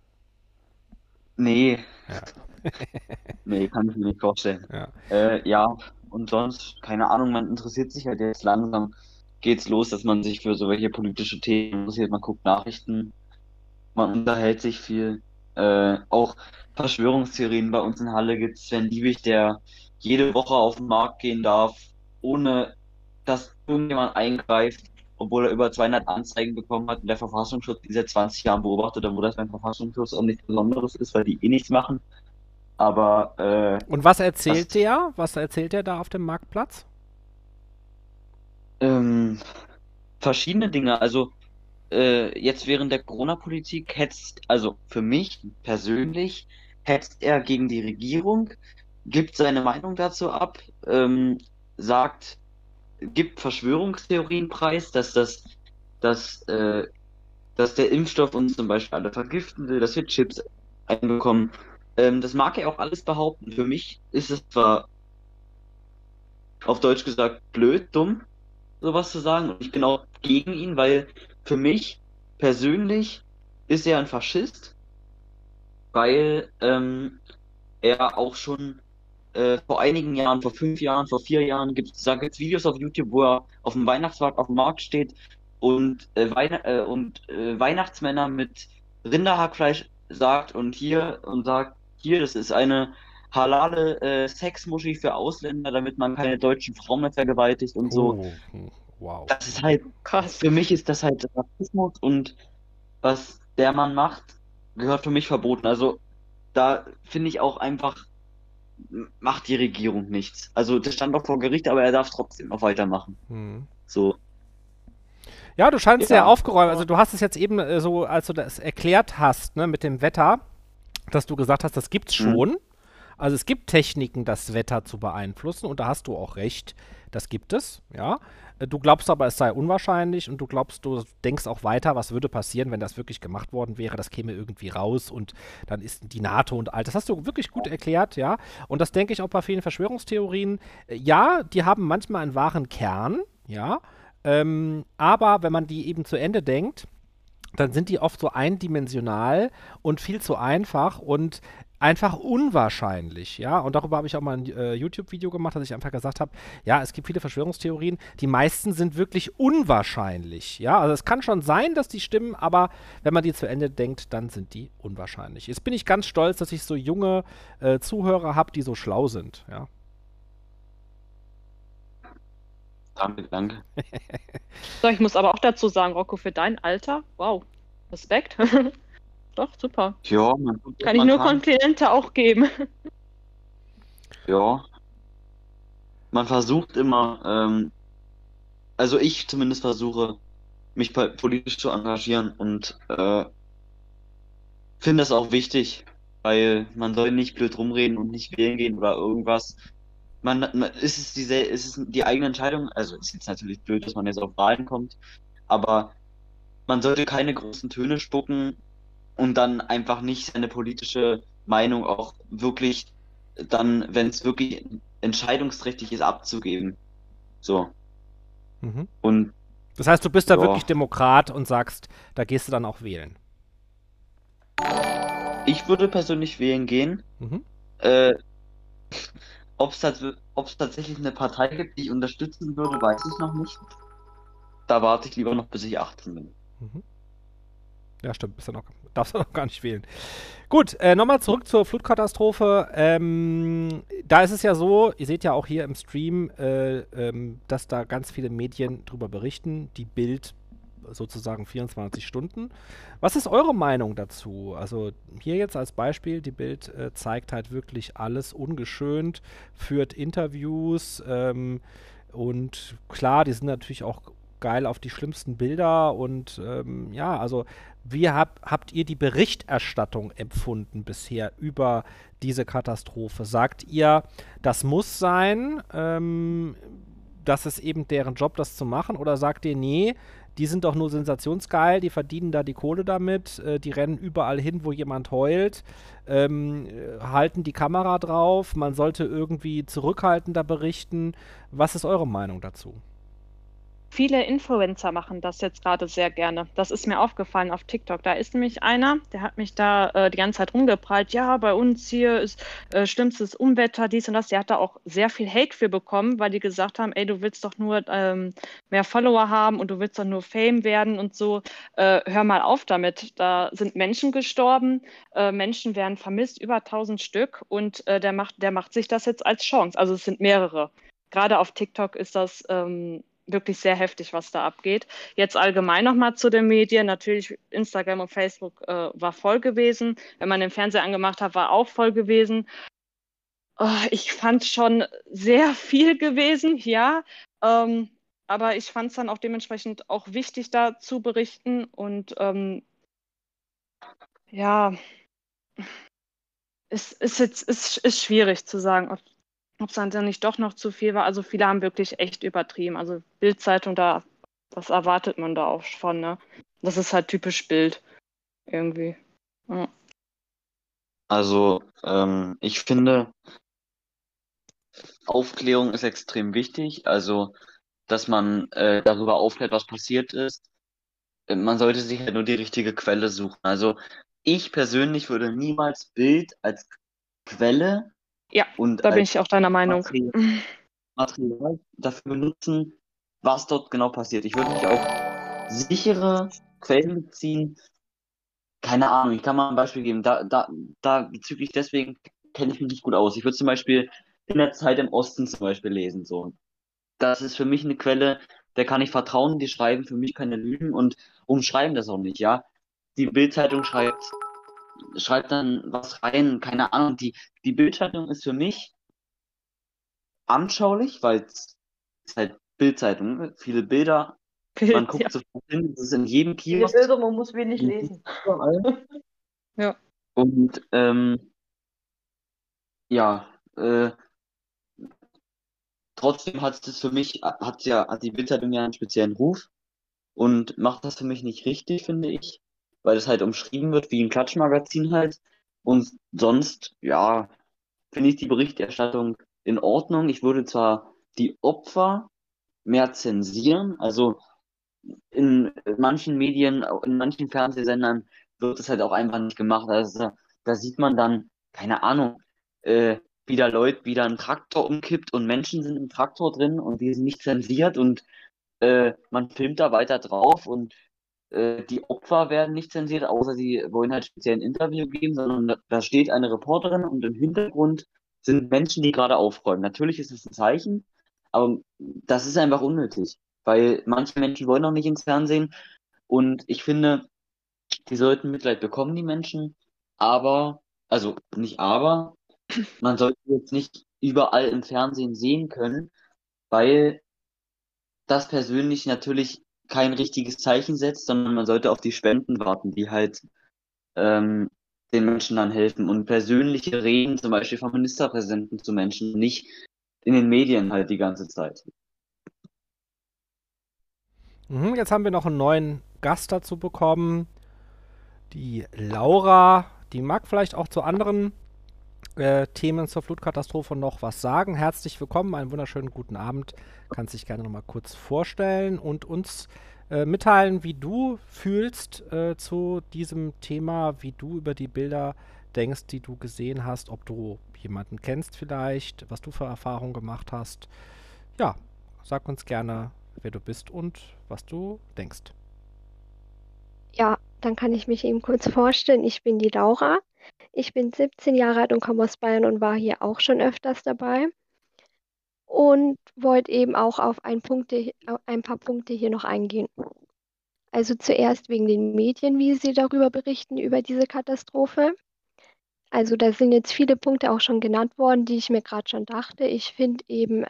Nee, Ja. nee, kann ich mir nicht vorstellen. Ja. Ja, und sonst, keine Ahnung, man interessiert sich halt jetzt langsam, geht's los, dass man sich für so welche politische Themen interessiert. Man guckt Nachrichten, man unterhält sich viel. Auch Verschwörungstheorien bei uns in Halle gibt's Sven Liebig, der jede Woche auf den Markt gehen darf, ohne dass irgendjemand eingreift. obwohl er über 200 Anzeigen bekommen hat und der Verfassungsschutz die seit 20 Jahren beobachtet, obwohl das beim Verfassungsschutz auch nichts Besonderes ist, weil die eh nichts machen. Aber Und was erzählt der? Was erzählt der da auf dem Marktplatz? Verschiedene Dinge. Also jetzt während der Corona-Politik also für mich persönlich, hetzt er gegen die Regierung, gibt seine Meinung dazu ab, gibt Verschwörungstheorien preis, dass der Impfstoff uns zum Beispiel alle vergiften will, dass wir Chips einbekommen. Das mag er auch alles behaupten. Für mich ist es zwar auf Deutsch gesagt blöd, dumm, sowas zu sagen. Und ich bin auch gegen ihn, weil für mich persönlich ist er ein Faschist, weil er auch schon vor einigen Jahren, vor 5 Jahren, vor 4 Jahren, da gibt's Videos auf YouTube, wo er auf dem Weihnachtsmarkt auf dem Markt steht und Weihnachtsmänner mit Rinderhackfleisch sagt, hier, das ist eine halale Sexmuschi für Ausländer, damit man keine deutschen Frauen mehr vergewaltigt und so. Wow. Das ist halt, Krass. für mich ist das halt Rassismus und was der Mann macht, gehört für mich verboten. Also da finde ich auch einfach, macht die Regierung nichts. Also das stand auch vor Gericht, aber er darf trotzdem noch weitermachen. So. Ja, du scheinst Ja. sehr aufgeräumt. Also du hast es jetzt eben so, als du das erklärt hast, ne, mit dem Wetter, dass du gesagt hast, das gibt's schon. Also es gibt Techniken, das Wetter zu beeinflussen und da hast du auch recht, das gibt es, ja. Du glaubst aber, es sei unwahrscheinlich und du denkst auch weiter, was würde passieren, wenn das wirklich gemacht worden wäre, das käme irgendwie raus und dann ist die NATO und all. Das hast du wirklich gut erklärt, ja. Und das denke ich auch bei vielen Verschwörungstheorien. Ja, die haben manchmal einen wahren Kern, ja. Aber wenn man die eben zu Ende denkt, dann sind die oft so eindimensional und viel zu einfach und einfach unwahrscheinlich, ja. Und darüber habe ich auch mal ein YouTube-Video gemacht, dass ich einfach gesagt habe, ja, es gibt viele Verschwörungstheorien, die meisten sind wirklich unwahrscheinlich, ja. Also es kann schon sein, dass die stimmen, aber wenn man die zu Ende denkt, dann sind die unwahrscheinlich. Jetzt bin ich ganz stolz, dass ich so junge Zuhörer habe, die so schlau sind, ja. Danke. So, ich muss aber auch dazu sagen, Rocco, für dein Alter, wow, Respekt. Doch, super. Ja, Kann ich nur Komplimente auch geben. Ja. Man versucht immer, also ich zumindest versuche, mich politisch zu engagieren und finde das auch wichtig, weil man soll nicht blöd rumreden und nicht wählen gehen oder irgendwas. Es ist die eigene Entscheidung, also ist jetzt natürlich blöd, dass man jetzt auf Wahlen kommt, aber man sollte keine großen Töne spucken und dann einfach nicht seine politische Meinung auch wirklich dann, wenn es wirklich entscheidungsträchtig ist, abzugeben. So. Und das heißt, du bist da ja. wirklich Demokrat und sagst, da gehst du dann auch wählen. Ich würde persönlich wählen gehen. Ob es tatsächlich eine Partei gibt, die ich unterstützen würde, weiß ich noch nicht. Da warte ich lieber noch, bis ich 18 bin. Ja, stimmt, darfst du noch gar nicht wählen. Gut, nochmal zurück zur Flutkatastrophe. Da ist es ja so, ihr seht ja auch hier im Stream, dass da ganz viele Medien drüber berichten. Die Bild sozusagen 24 Stunden. Was ist eure Meinung dazu? Also hier jetzt als Beispiel, die Bild zeigt halt wirklich alles ungeschönt, führt Interviews und klar, die sind natürlich auch geil auf die schlimmsten Bilder und ja, also wie habt ihr die Berichterstattung empfunden bisher über diese Katastrophe? Sagt ihr, das muss sein, das ist eben deren Job, das zu machen? Oder sagt ihr, nee, die sind doch nur sensationsgeil, die verdienen da die Kohle damit, die rennen überall hin, wo jemand heult, halten die Kamera drauf, man sollte irgendwie zurückhaltender berichten. Was ist eure Meinung dazu? Viele Influencer machen das jetzt gerade sehr gerne. Das ist mir aufgefallen auf TikTok. Da ist nämlich einer, der hat mich da die ganze Zeit rumgeprallt. Ja, bei uns hier ist schlimmstes Unwetter, dies und das. Der hat da auch sehr viel Hate für bekommen, weil die gesagt haben, ey, du willst doch nur mehr Follower haben und du willst doch nur Fame werden und so. Hör mal auf damit. Da sind Menschen gestorben, Menschen werden vermisst, über 1000 Stück und der macht sich das jetzt als Chance. Also es sind mehrere. Gerade auf TikTok ist das wirklich sehr heftig, was da abgeht. Jetzt allgemein nochmal zu den Medien. Natürlich, Instagram und Facebook war voll gewesen. Wenn man den Fernseher angemacht hat, war auch voll gewesen. Ich fand schon sehr viel gewesen, ja. Aber ich fand es dann auch dementsprechend auch wichtig, da zu berichten. Und ja, es ist schwierig zu sagen, ob es dann nicht doch noch zu viel war. Also viele haben wirklich echt übertrieben. Also Bild-Zeitung, was erwartet man da auch von, ne? Das ist halt typisch Bild irgendwie. Ja. Also, ich finde, Aufklärung ist extrem wichtig. Also, dass man darüber aufklärt, was passiert ist. Man sollte sich halt nur die richtige Quelle suchen. Also, ich persönlich würde niemals Bild als Quelle Ja, und da bin als ich auch deiner Meinung. Material dafür benutzen, was dort genau passiert. Ich würde mich auf sichere Quellen beziehen. Keine Ahnung, ich kann mal ein Beispiel geben. Da bezüglich deswegen kenne ich mich nicht gut aus. Ich würde zum Beispiel in der Zeit im Osten zum Beispiel lesen. So. Das ist für mich eine Quelle, der kann ich vertrauen, die schreiben für mich keine Lügen und umschreiben das auch nicht, ja. Die Bild-Zeitung schreibt dann was rein, keine Ahnung. Die Bild-Zeitung ist für mich anschaulich, weil es ist halt Bild-Zeitung, ne? Viele Bilder, man Ja. guckt sofort hin, das ist in jedem Viele Kiosk, Bilder, man muss wenig lesen. überall. Ja. Und ja, trotzdem hat es für mich, hat die Bild-Zeitung ja einen speziellen Ruf und macht das für mich nicht richtig, finde ich, weil es halt umschrieben wird wie ein Klatschmagazin halt. Und sonst, ja, finde ich die Berichterstattung in Ordnung. Ich würde zwar die Opfer mehr zensieren, also in manchen Medien, in manchen Fernsehsendern wird es halt auch einfach nicht gemacht. Also da sieht man dann, keine Ahnung, wie da ein Traktor umkippt und Menschen sind im Traktor drin und die sind nicht zensiert und man filmt da weiter drauf und die Opfer werden nicht zensiert, außer sie wollen halt speziell ein Interview geben, sondern da steht eine Reporterin und im Hintergrund sind Menschen, die gerade aufräumen. Natürlich ist es ein Zeichen, aber das ist einfach unnötig, weil manche Menschen wollen auch nicht ins Fernsehen und ich finde, die sollten Mitleid bekommen, die Menschen, aber, also nicht aber, man sollte jetzt nicht überall im Fernsehen sehen können, weil das persönlich natürlich kein richtiges Zeichen setzt, sondern man sollte auf die Spenden warten, die halt ähm, den Menschen dann helfen. Und persönliche Reden, zum Beispiel vom Ministerpräsidenten zu Menschen, nicht in den Medien halt die ganze Zeit. Jetzt haben wir noch einen neuen Gast dazu bekommen. Die Laura, die mag vielleicht auch zu anderen Themen zur Flutkatastrophe noch was sagen. Herzlich willkommen, einen wunderschönen guten Abend. Kannst dich gerne noch mal kurz vorstellen und uns mitteilen, wie du fühlst zu diesem Thema, wie du über die Bilder denkst, die du gesehen hast, ob du jemanden kennst vielleicht, was du für Erfahrungen gemacht hast. Ja, sag uns gerne, wer du bist und was du denkst. Ja, dann kann ich mich eben kurz vorstellen. Ich bin die Laura. Ich bin 17 Jahre alt und komme aus Bayern und war hier auch schon öfters dabei. Und wollte eben auch auf ein paar Punkte hier noch eingehen. Also zuerst wegen den Medien, wie sie darüber berichten, über diese Katastrophe. Also da sind jetzt viele Punkte auch schon genannt worden, die ich mir gerade schon dachte. Ich finde eben,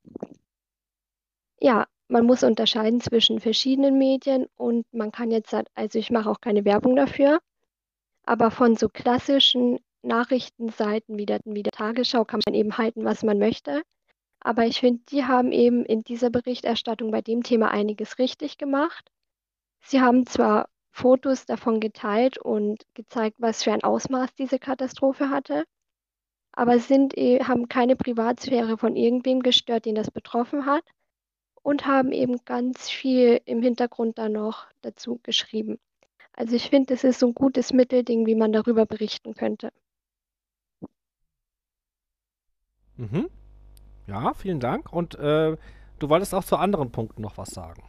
ja, man muss unterscheiden zwischen verschiedenen Medien und man kann jetzt, also ich mache auch keine Werbung dafür, aber von so klassischen Nachrichtenseiten wie der Tagesschau kann man eben halten, was man möchte. Aber ich finde, die haben eben in dieser Berichterstattung bei dem Thema einiges richtig gemacht. Sie haben zwar Fotos davon geteilt und gezeigt, was für ein Ausmaß diese Katastrophe hatte, aber haben keine Privatsphäre von irgendwem gestört, den das betroffen hat und haben eben ganz viel im Hintergrund dann noch dazu geschrieben. Also ich finde, es ist so ein gutes Mittelding, wie man darüber berichten könnte. Mhm. Ja, vielen Dank. Und du wolltest auch zu anderen Punkten noch was sagen.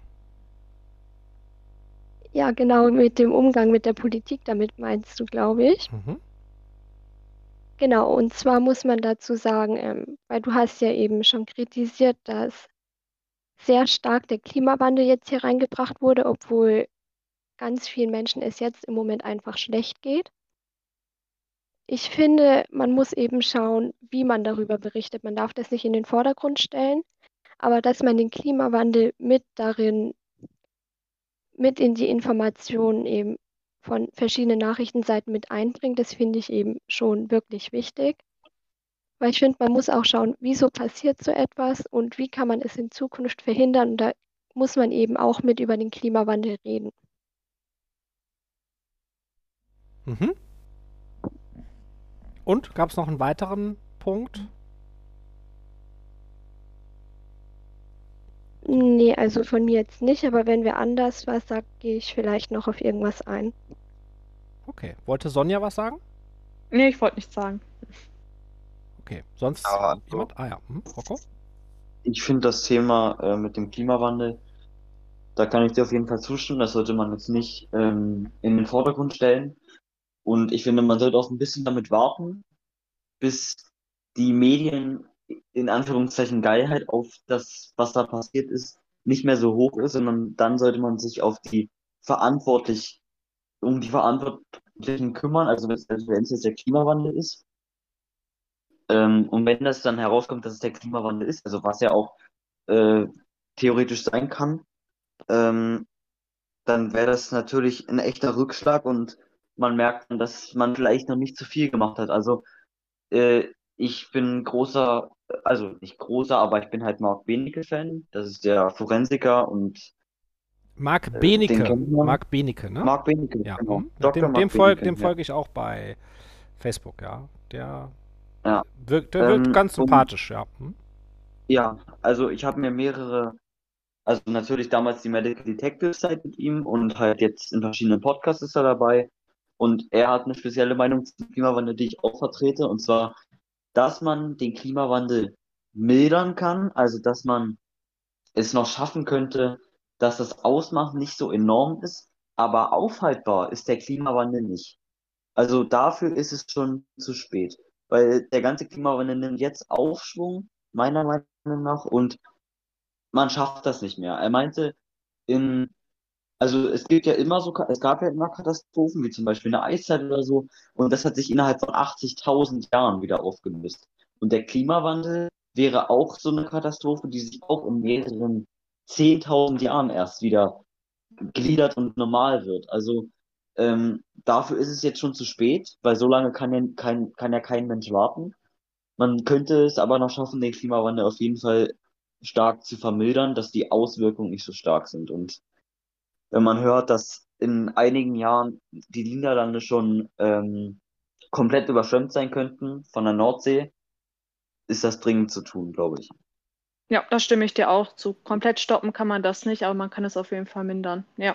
Ja, genau, mit dem Umgang mit der Politik, damit meinst du, glaube ich. Mhm. Genau, und zwar muss man dazu sagen, weil du hast ja eben schon kritisiert, dass sehr stark der Klimawandel jetzt hier reingebracht wurde, obwohl ganz vielen Menschen es jetzt im Moment einfach schlecht geht. Ich finde, man muss eben schauen, wie man darüber berichtet. Man darf das nicht in den Vordergrund stellen, aber dass man den Klimawandel mit darin, mit in die Informationen eben von verschiedenen Nachrichtenseiten mit einbringt, das finde ich eben schon wirklich wichtig. Weil ich finde, man muss auch schauen, wieso passiert so etwas und wie kann man es in Zukunft verhindern. Und da muss man eben auch mit über den Klimawandel reden. Mhm. Und gab es noch einen weiteren Punkt? Nee, also von mir jetzt nicht, aber wenn wer anders was sagt, gehe ich vielleicht noch auf irgendwas ein. Okay. Wollte Sonja was sagen? Nee, ich wollte nichts sagen. Okay. Sonst Aber jemand? Ah ja. Rocco? ich finde das Thema mit dem Klimawandel, da kann ich dir auf jeden Fall zustimmen. Das sollte man jetzt nicht in den Vordergrund stellen. Und ich finde, man sollte auch ein bisschen damit warten, bis die Medien in Anführungszeichen Geilheit auf das, was da passiert ist, nicht mehr so hoch ist, sondern dann sollte man sich auf die verantwortlich, um die Verantwortlichen kümmern, also wenn es jetzt der Klimawandel ist. Und wenn das dann herauskommt, dass es der Klimawandel ist, also was ja auch äh, theoretisch sein kann, ähm, dann wäre das natürlich ein echter Rückschlag und man merkt dann, dass man vielleicht noch nicht zu viel gemacht hat. Also ich bin großer, also nicht großer, aber ich bin halt Marc Benecke-Fan. Das ist der Forensiker und Marc den Benecke. kennt man. Marc Benecke, ne? Marc Benecke, Ja. genau. Ja, Dr. dem Marc Benecke, dem ja. folge ich auch bei Facebook, ja. Der Ja. der wirkt ganz Und sympathisch, ja. ja, also ich habe mir mehrere, also natürlich damals die Medical Detective Site mit ihm und halt jetzt in verschiedenen Podcasts ist er dabei. Und er hat eine spezielle Meinung zum Klimawandel, die ich auch vertrete, und zwar, dass man den Klimawandel mildern kann, also dass man es noch schaffen könnte, dass das Ausmaß nicht so enorm ist, aber aufhaltbar ist der Klimawandel nicht. Also dafür ist es schon zu spät, weil der ganze Klimawandel nimmt jetzt Aufschwung, meiner Meinung nach, und man schafft das nicht mehr. Er meinte, in, also es gibt ja immer so, es gab ja immer Katastrophen, wie zum Beispiel eine Eiszeit oder so, und das hat sich innerhalb von 80.000 Jahren wieder aufgelöst. Und der Klimawandel wäre auch so eine Katastrophe, die sich auch in mehreren 10.000 Jahren erst wieder gliedert und normal wird. Also dafür ist es jetzt schon zu spät, weil so lange kann ja kein Mensch warten. Man könnte es aber noch schaffen, den Klimawandel auf jeden Fall stark zu vermildern, dass die Auswirkungen nicht so stark sind. Und wenn man hört, dass in einigen Jahren die Niederlande schon komplett überschwemmt sein könnten von der Nordsee, ist das dringend zu tun, glaube ich. Ja, da stimme ich dir auch zu. Komplett stoppen kann man das nicht, aber man kann es auf jeden Fall mindern. Ja.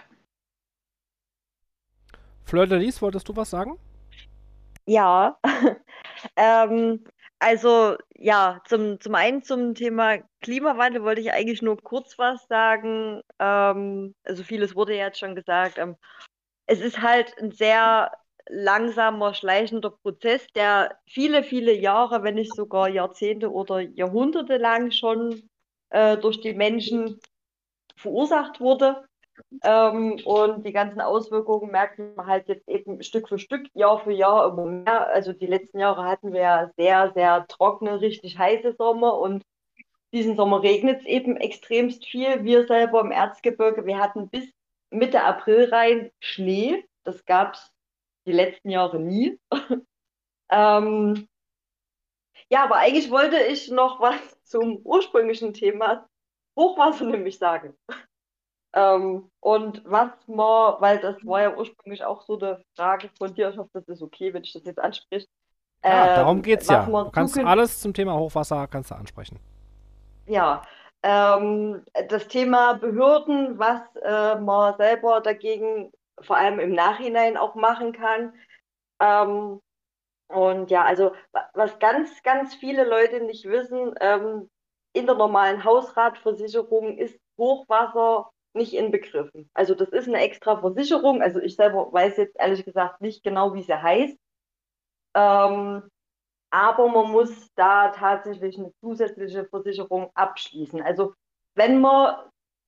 Fleur de Lis, wolltest du was sagen? Ja, ähm, also ja, zum einen zum Thema Klimawandel wollte ich eigentlich nur kurz was sagen. Also vieles wurde ja jetzt schon gesagt. Es ist halt ein sehr langsamer, schleichender Prozess, der viele, viele Jahre, wenn nicht sogar Jahrzehnte oder Jahrhunderte lang schon durch die Menschen verursacht wurde. Und die ganzen Auswirkungen merken wir halt jetzt eben Stück für Stück, Jahr für Jahr immer mehr. Also die letzten Jahre hatten wir ja sehr, sehr trockene, richtig heiße Sommer und diesen Sommer regnet es eben extremst viel. Wir selber im Erzgebirge, wir hatten bis Mitte April rein Schnee. Das gab es die letzten Jahre nie. Ähm, ja, aber eigentlich wollte ich noch was zum ursprünglichen Thema Hochwasser nämlich sagen. Und was man, weil das war ja ursprünglich auch so eine Frage von dir, ich hoffe, das ist okay, wenn ich das jetzt anspreche, Ja, darum geht's was ja. man Du kannst zukünftig, alles zum Thema Hochwasser kannst du ansprechen. ja, das Thema Behörden, was man selber dagegen vor allem im Nachhinein auch machen kann. Ähm, und ja, also was ganz, ganz viele Leute nicht wissen, in der normalen Hausratversicherung ist Hochwasser nicht inbegriffen. Also das ist eine extra Versicherung. Also ich selber weiß jetzt ehrlich gesagt nicht genau, wie sie heißt. Ähm, aber man muss da tatsächlich eine zusätzliche Versicherung abschließen. Also wenn man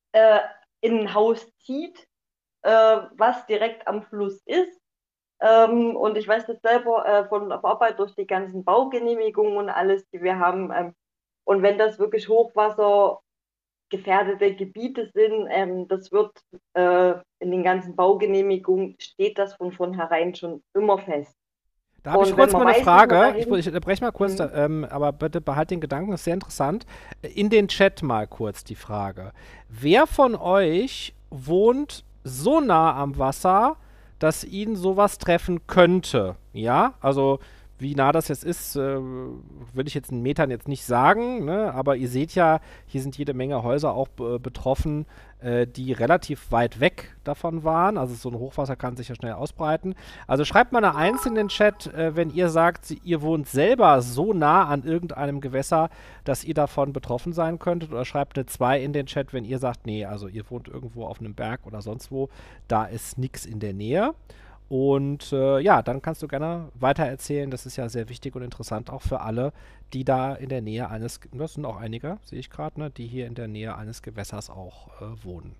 in ein Haus zieht, was direkt am Fluss ist. Und ich weiß das selber von der Arbeit durch die ganzen Baugenehmigungen und alles, die wir haben. Und wenn das wirklich hochwassergefährdete Gebiete sind, das wird in den ganzen Baugenehmigungen, steht das von vornherein schon immer fest. Da habe ich Und kurz wenn mal man eine weiß, dass man Frage. dahin- Ich unterbreche mal kurz, aber bitte behalt den Gedanken, das ist sehr interessant. In den Chat mal kurz die Frage. Wer von euch wohnt so nah am Wasser, dass ihn sowas treffen könnte? Ja, also wie nah das jetzt ist, will ich jetzt in Metern jetzt nicht sagen, ne? Aber ihr seht ja, hier sind jede Menge Häuser auch betroffen, die relativ weit weg davon waren. Also so ein Hochwasser kann sich ja schnell ausbreiten. Also schreibt mal eine Eins in den Chat, wenn ihr sagt, ihr wohnt selber so nah an irgendeinem Gewässer, dass ihr davon betroffen sein könntet. Oder schreibt eine 2 in den Chat, wenn ihr sagt, nee, also ihr wohnt irgendwo auf einem Berg oder sonst wo, da ist nichts in der Nähe. Und ja, dann kannst du gerne weiter erzählen. Das ist ja sehr wichtig und interessant auch für alle, die da in der Nähe eines, das sind auch einige, sehe ich gerade, ne, die hier in der Nähe eines Gewässers auch wohnen.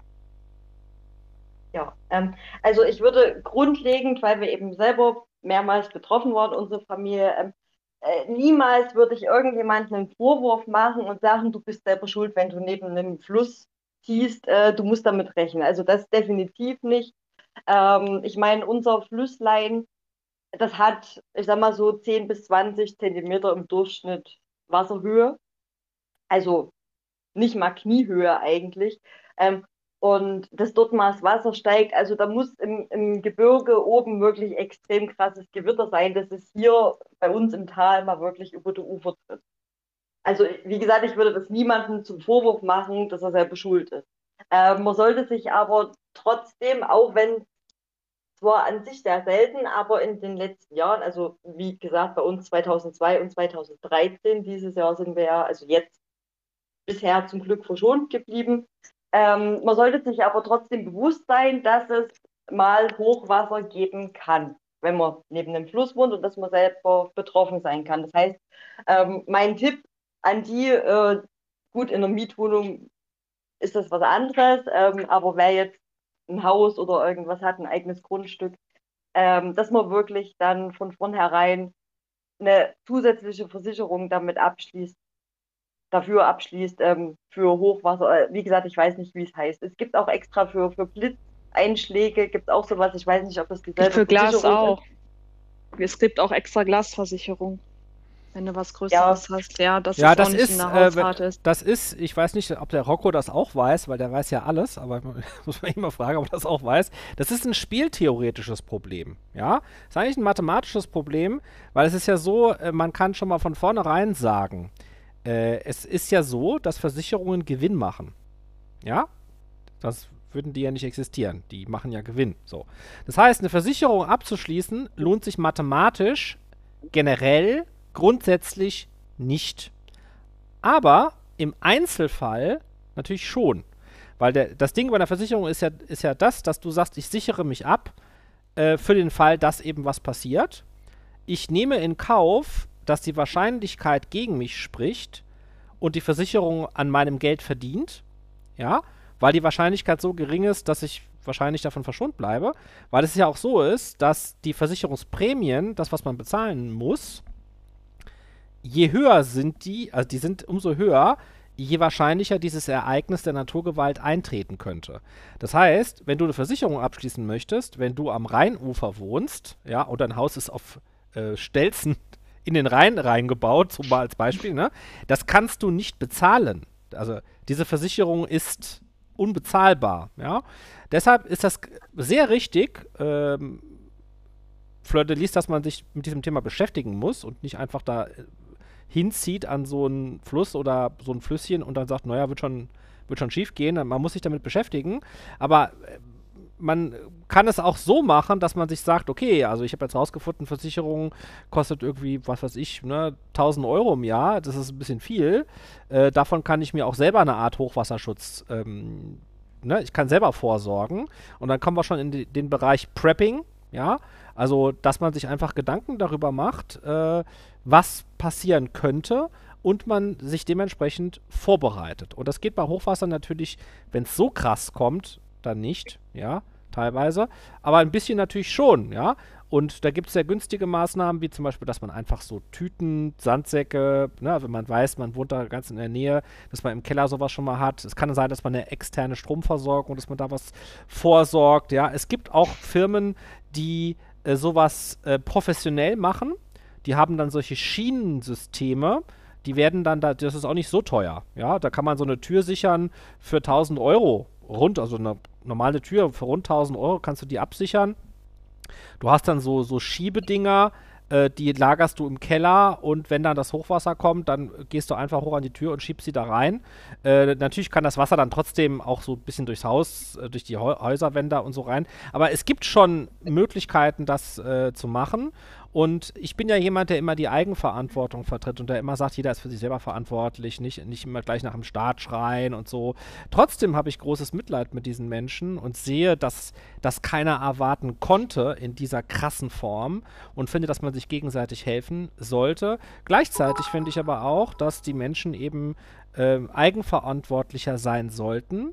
Ja, also ich würde grundlegend, weil wir eben selber mehrmals betroffen waren, unsere Familie, niemals würde ich irgendjemandem einen Vorwurf machen und sagen, du bist selber schuld, wenn du neben einem Fluss ziehst, du musst damit rechnen. Also das definitiv nicht. Ich meine, unser Flüsslein, das hat, ich sag mal so 10 bis 20 Zentimeter im Durchschnitt Wasserhöhe. Also nicht mal Kniehöhe eigentlich. Und dass dort mal das Wasser steigt, also da muss im Gebirge oben wirklich extrem krasses Gewitter sein, dass es hier bei uns im Tal mal wirklich über die Ufer tritt. Also wie gesagt, ich würde das niemandem zum Vorwurf machen, dass er selber schuld ist. Man sollte sich aber trotzdem, auch wenn zwar an sich sehr selten, aber in den letzten Jahren, also wie gesagt, bei uns 2002 und 2013, dieses Jahr sind wir ja, also jetzt bisher zum Glück verschont geblieben. Man sollte sich aber trotzdem bewusst sein, dass es mal Hochwasser geben kann, wenn man neben einem Fluss wohnt und dass man selber betroffen sein kann. Das heißt, mein Tipp an die, gut, in einer Mietwohnung ist das was anderes, aber wer jetzt ein Haus oder irgendwas hat, ein eigenes Grundstück, dass man wirklich dann von vornherein eine zusätzliche Versicherung damit dafür abschließt, für Hochwasser. Wie gesagt, ich weiß nicht, wie es heißt. Es gibt auch extra für Blitzeinschläge, gibt es auch sowas, ich weiß nicht, ob das dieselbe Für Glas Versicherung auch. Es gibt auch extra Glasversicherung, wenn du was Größeres hast. Ja, das Ja, ist auch nicht in der Hausrate ist. das ist, ich weiß nicht, ob der Rocco das auch weiß, weil der weiß ja alles, aber muss man ihn mal fragen, ob er das auch weiß. Das ist ein spieltheoretisches Problem, ja? Das ist eigentlich ein mathematisches Problem, weil es ist ja so, man kann schon mal von vornherein sagen, es ist ja so, dass Versicherungen Gewinn machen, ja? Das würden die ja nicht existieren. Die machen ja Gewinn, so. Das heißt, eine Versicherung abzuschließen, lohnt sich mathematisch generell grundsätzlich nicht. Aber im Einzelfall natürlich schon. Weil das Ding bei einer Versicherung ist ja das, dass du sagst, ich sichere mich ab für den Fall, dass eben was passiert. Ich nehme in Kauf, dass die Wahrscheinlichkeit gegen mich spricht und die Versicherung an meinem Geld verdient. Ja, weil die Wahrscheinlichkeit so gering ist, dass ich wahrscheinlich davon verschont bleibe. Weil es ja auch so ist, dass die Versicherungsprämien, das, was man bezahlen muss, je höher sind die, also die sind umso höher, je wahrscheinlicher dieses Ereignis der Naturgewalt eintreten könnte. Das heißt, wenn du eine Versicherung abschließen möchtest, wenn du am Rheinufer wohnst, ja, und dein Haus ist auf Stelzen in den Rhein reingebaut, so mal als Beispiel, ne, das kannst du nicht bezahlen. Also diese Versicherung ist unbezahlbar, ja. Deshalb ist das sehr richtig, Fleur-de-Lis, dass man sich mit diesem Thema beschäftigen muss und nicht einfach da hinzieht an so einen Fluss oder so ein Flüsschen und dann sagt, naja, wird schon schief gehen. Man muss sich damit beschäftigen. Aber man kann es auch so machen, dass man sich sagt, okay, also ich habe jetzt rausgefunden, Versicherung kostet irgendwie, was weiß ich, ne, 1.000 Euro im Jahr. Das ist ein bisschen viel. Davon kann ich mir auch selber eine Art Hochwasserschutz, ne, ich kann selber vorsorgen. Und dann kommen wir schon in den Bereich Prepping, ja, also dass man sich einfach Gedanken darüber macht, was passieren könnte und man sich dementsprechend vorbereitet. Und das geht bei Hochwasser natürlich, wenn es so krass kommt, dann nicht, ja, teilweise, aber ein bisschen natürlich schon, ja. Und da gibt es sehr günstige Maßnahmen, wie zum Beispiel, dass man einfach so Tüten, Sandsäcke, ne, wenn man weiß, man wohnt da ganz in der Nähe, dass man im Keller sowas schon mal hat. Es kann sein, dass man eine externe Stromversorgung, dass man da was vorsorgt, ja. Es gibt auch Firmen, die sowas professionell machen. Die haben dann solche Schienensysteme, die werden dann da, das ist auch nicht so teuer, ja. Da kann man so eine Tür sichern für 1.000 € rund, also eine normale Tür für rund 1.000 € kannst du die absichern. Du hast dann so Schiebedinger, die lagerst du im Keller und wenn dann das Hochwasser kommt, dann gehst du einfach hoch an die Tür und schiebst sie da rein. Natürlich kann das Wasser dann trotzdem auch so ein bisschen durchs Haus, durch die Häuserwände und so rein. Aber es gibt schon Möglichkeiten, das zu machen. Und ich bin ja jemand, der immer die Eigenverantwortung vertritt und der immer sagt, jeder ist für sich selber verantwortlich, nicht immer gleich nach dem Staat schreien und so. Trotzdem habe ich großes Mitleid mit diesen Menschen und sehe, dass das keiner erwarten konnte in dieser krassen Form und finde, dass man sich gegenseitig helfen sollte. Gleichzeitig finde ich aber auch, dass die Menschen eben eigenverantwortlicher sein sollten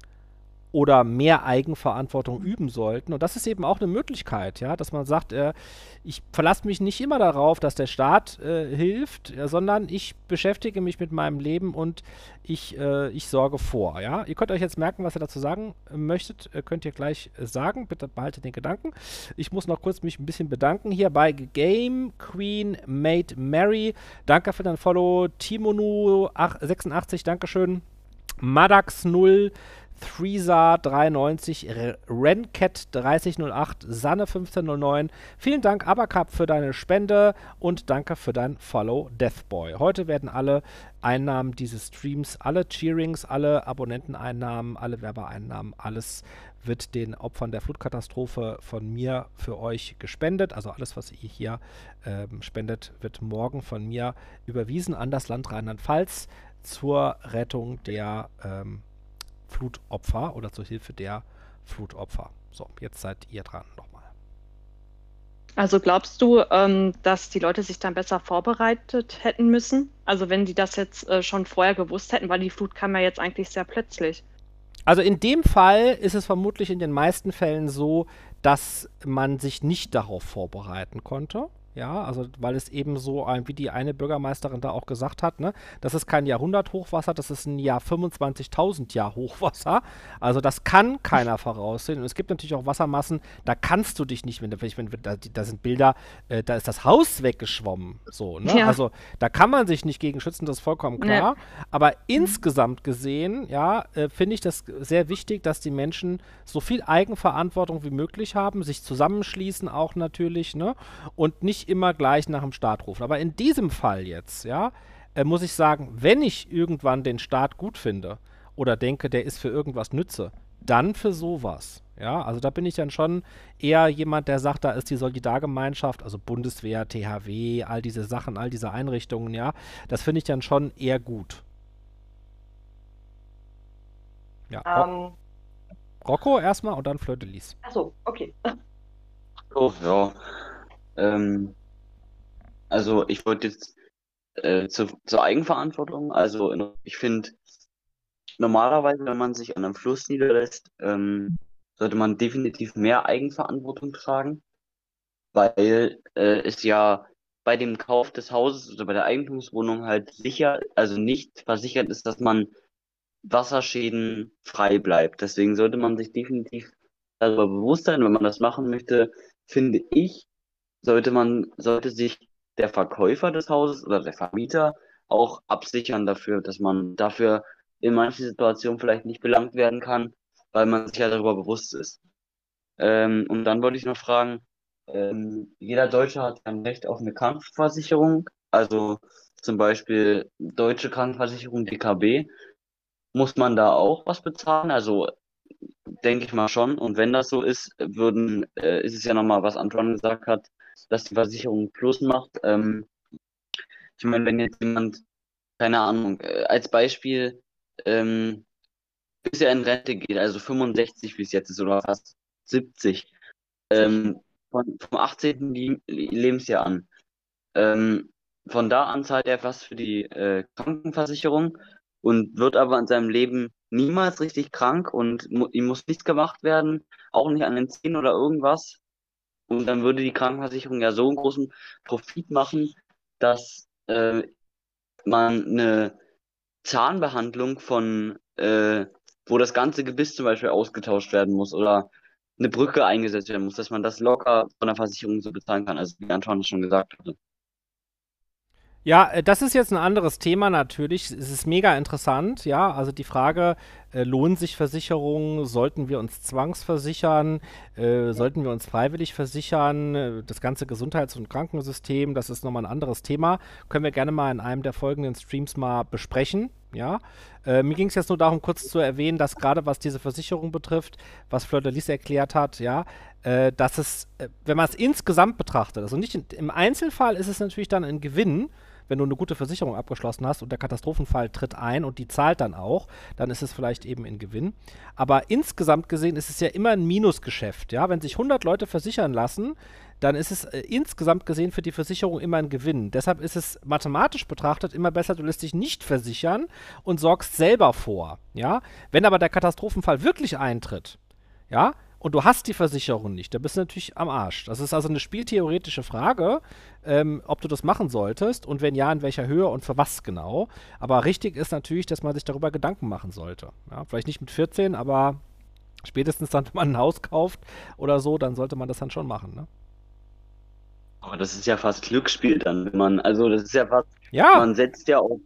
oder mehr Eigenverantwortung üben sollten. Und das ist eben auch eine Möglichkeit, ja, dass man sagt, ich verlasse mich nicht immer darauf, dass der Staat hilft, sondern ich beschäftige mich mit meinem Leben und ich sorge vor, ja. Ihr könnt euch jetzt merken, was ihr dazu sagen möchtet, könnt ihr gleich sagen. Bitte behaltet den Gedanken. Ich muss noch kurz mich ein bisschen bedanken hier bei Game Queen Made Mary. Danke für dein Follow. Timonu86, Dankeschön. Madax 0, Threesa 93, Rencat 3008, Sanne 1509. Vielen Dank, Abercup, für deine Spende und danke für dein Follow, Deathboy. Heute werden alle Einnahmen dieses Streams, alle Cheerings, alle Abonnenteneinnahmen, alle Werbeeinnahmen, alles wird den Opfern der Flutkatastrophe von mir für euch gespendet. Also alles, was ihr hier spendet, wird morgen von mir überwiesen an das Land Rheinland-Pfalz zur Rettung der Flutopfer oder zur Hilfe der Flutopfer. So, jetzt seid ihr dran nochmal. Also glaubst du, dass die Leute sich dann besser vorbereitet hätten müssen? Also wenn die das jetzt schon vorher gewusst hätten, weil die Flut kam ja jetzt eigentlich sehr plötzlich. Also in dem Fall ist es vermutlich in den meisten Fällen so, dass man sich nicht darauf vorbereiten konnte. Ja, also weil es eben so, wie die eine Bürgermeisterin da auch gesagt hat, ne, das ist kein Jahrhundert-Hochwasser, das ist ein Jahr 25.000 Jahr Hochwasser. Also das kann keiner voraussehen. Und es gibt natürlich auch Wassermassen, da kannst du dich nicht, wenn da sind Bilder, da ist das Haus weggeschwommen. So, ne? Ja. Also da kann man sich nicht gegen schützen, das ist vollkommen klar. Aber insgesamt gesehen, ja, finde ich das sehr wichtig, dass die Menschen so viel Eigenverantwortung wie möglich haben, sich zusammenschließen auch natürlich, ne? Und nicht immer gleich nach dem Staat rufen. Aber in diesem Fall jetzt, ja, muss ich sagen, wenn ich irgendwann den Staat gut finde oder denke, der ist für irgendwas Nütze, dann für sowas. Ja, also da bin ich dann schon eher jemand, der sagt, da ist die Solidargemeinschaft, also Bundeswehr, THW, all diese Sachen, all diese Einrichtungen, ja, das finde ich dann schon eher gut. Ja, Rocco erstmal und dann Fleur de Lis. Achso, okay. Oh, ja. Also ich wollte jetzt zur Eigenverantwortung, also ich finde, normalerweise, wenn man sich an einem Fluss niederlässt, sollte man definitiv mehr Eigenverantwortung tragen, weil es ja bei dem Kauf des Hauses oder bei der Eigentumswohnung halt sicher, also nicht versichert ist, dass man Wasserschäden frei bleibt. Deswegen sollte man sich definitiv darüber bewusst sein, wenn man das machen möchte, finde ich, sollte sich der Verkäufer des Hauses oder der Vermieter auch absichern dafür, dass man dafür in manchen Situationen vielleicht nicht belangt werden kann, weil man sich ja darüber bewusst ist. Und dann wollte ich noch fragen, jeder Deutsche hat ein Recht auf eine Krankenversicherung, also zum Beispiel Deutsche Krankenversicherung, DKB. Muss man da auch was bezahlen? Also denke ich mal schon. Und wenn das so ist, ist es ja nochmal, was Antoine gesagt hat, dass die Versicherung Plus macht. Ich meine, wenn jetzt jemand, keine Ahnung, als Beispiel, bis er in Rente geht, also 65, wie es jetzt ist, oder fast 70, vom 18. Lebensjahr an, von da an zahlt er was für die Krankenversicherung und wird aber in seinem Leben niemals richtig krank und ihm muss nichts gemacht werden, auch nicht an den Zähnen oder irgendwas. Und dann würde die Krankenversicherung ja so einen großen Profit machen, dass man eine Zahnbehandlung wo das ganze Gebiss zum Beispiel ausgetauscht werden muss oder eine Brücke eingesetzt werden muss, dass man das locker von der Versicherung so bezahlen kann, also wie Anton schon gesagt hatte. Ja, das ist jetzt ein anderes Thema natürlich. Es ist mega interessant, ja. Also die Frage, lohnen sich Versicherungen? Sollten wir uns zwangsversichern? Sollten wir uns freiwillig versichern? Das ganze Gesundheits- und Krankensystem, das ist nochmal ein anderes Thema. Können wir gerne mal in einem der folgenden Streams mal besprechen, ja. Mir ging es jetzt nur darum, kurz zu erwähnen, dass gerade was diese Versicherung betrifft, was Fleur de Lis erklärt hat, ja, dass es, wenn man es insgesamt betrachtet, also nicht im Einzelfall ist es natürlich dann ein Gewinn, wenn du eine gute Versicherung abgeschlossen hast und der Katastrophenfall tritt ein und die zahlt dann auch, dann ist es vielleicht eben ein Gewinn. Aber insgesamt gesehen ist es ja immer ein Minusgeschäft, ja. Wenn sich 100 Leute versichern lassen, dann ist es insgesamt gesehen für die Versicherung immer ein Gewinn. Deshalb ist es mathematisch betrachtet immer besser, du lässt dich nicht versichern und sorgst selber vor, ja. Wenn aber der Katastrophenfall wirklich eintritt, ja, und du hast die Versicherung nicht, da bist du natürlich am Arsch. Das ist also eine spieltheoretische Frage, ob du das machen solltest und wenn ja, in welcher Höhe und für was genau. Aber richtig ist natürlich, dass man sich darüber Gedanken machen sollte. Ja, vielleicht nicht mit 14, aber spätestens dann, wenn man ein Haus kauft oder so, dann sollte man das dann schon machen, ne? Aber das ist ja fast Glücksspiel dann, das ist ja fast, Ja, man setzt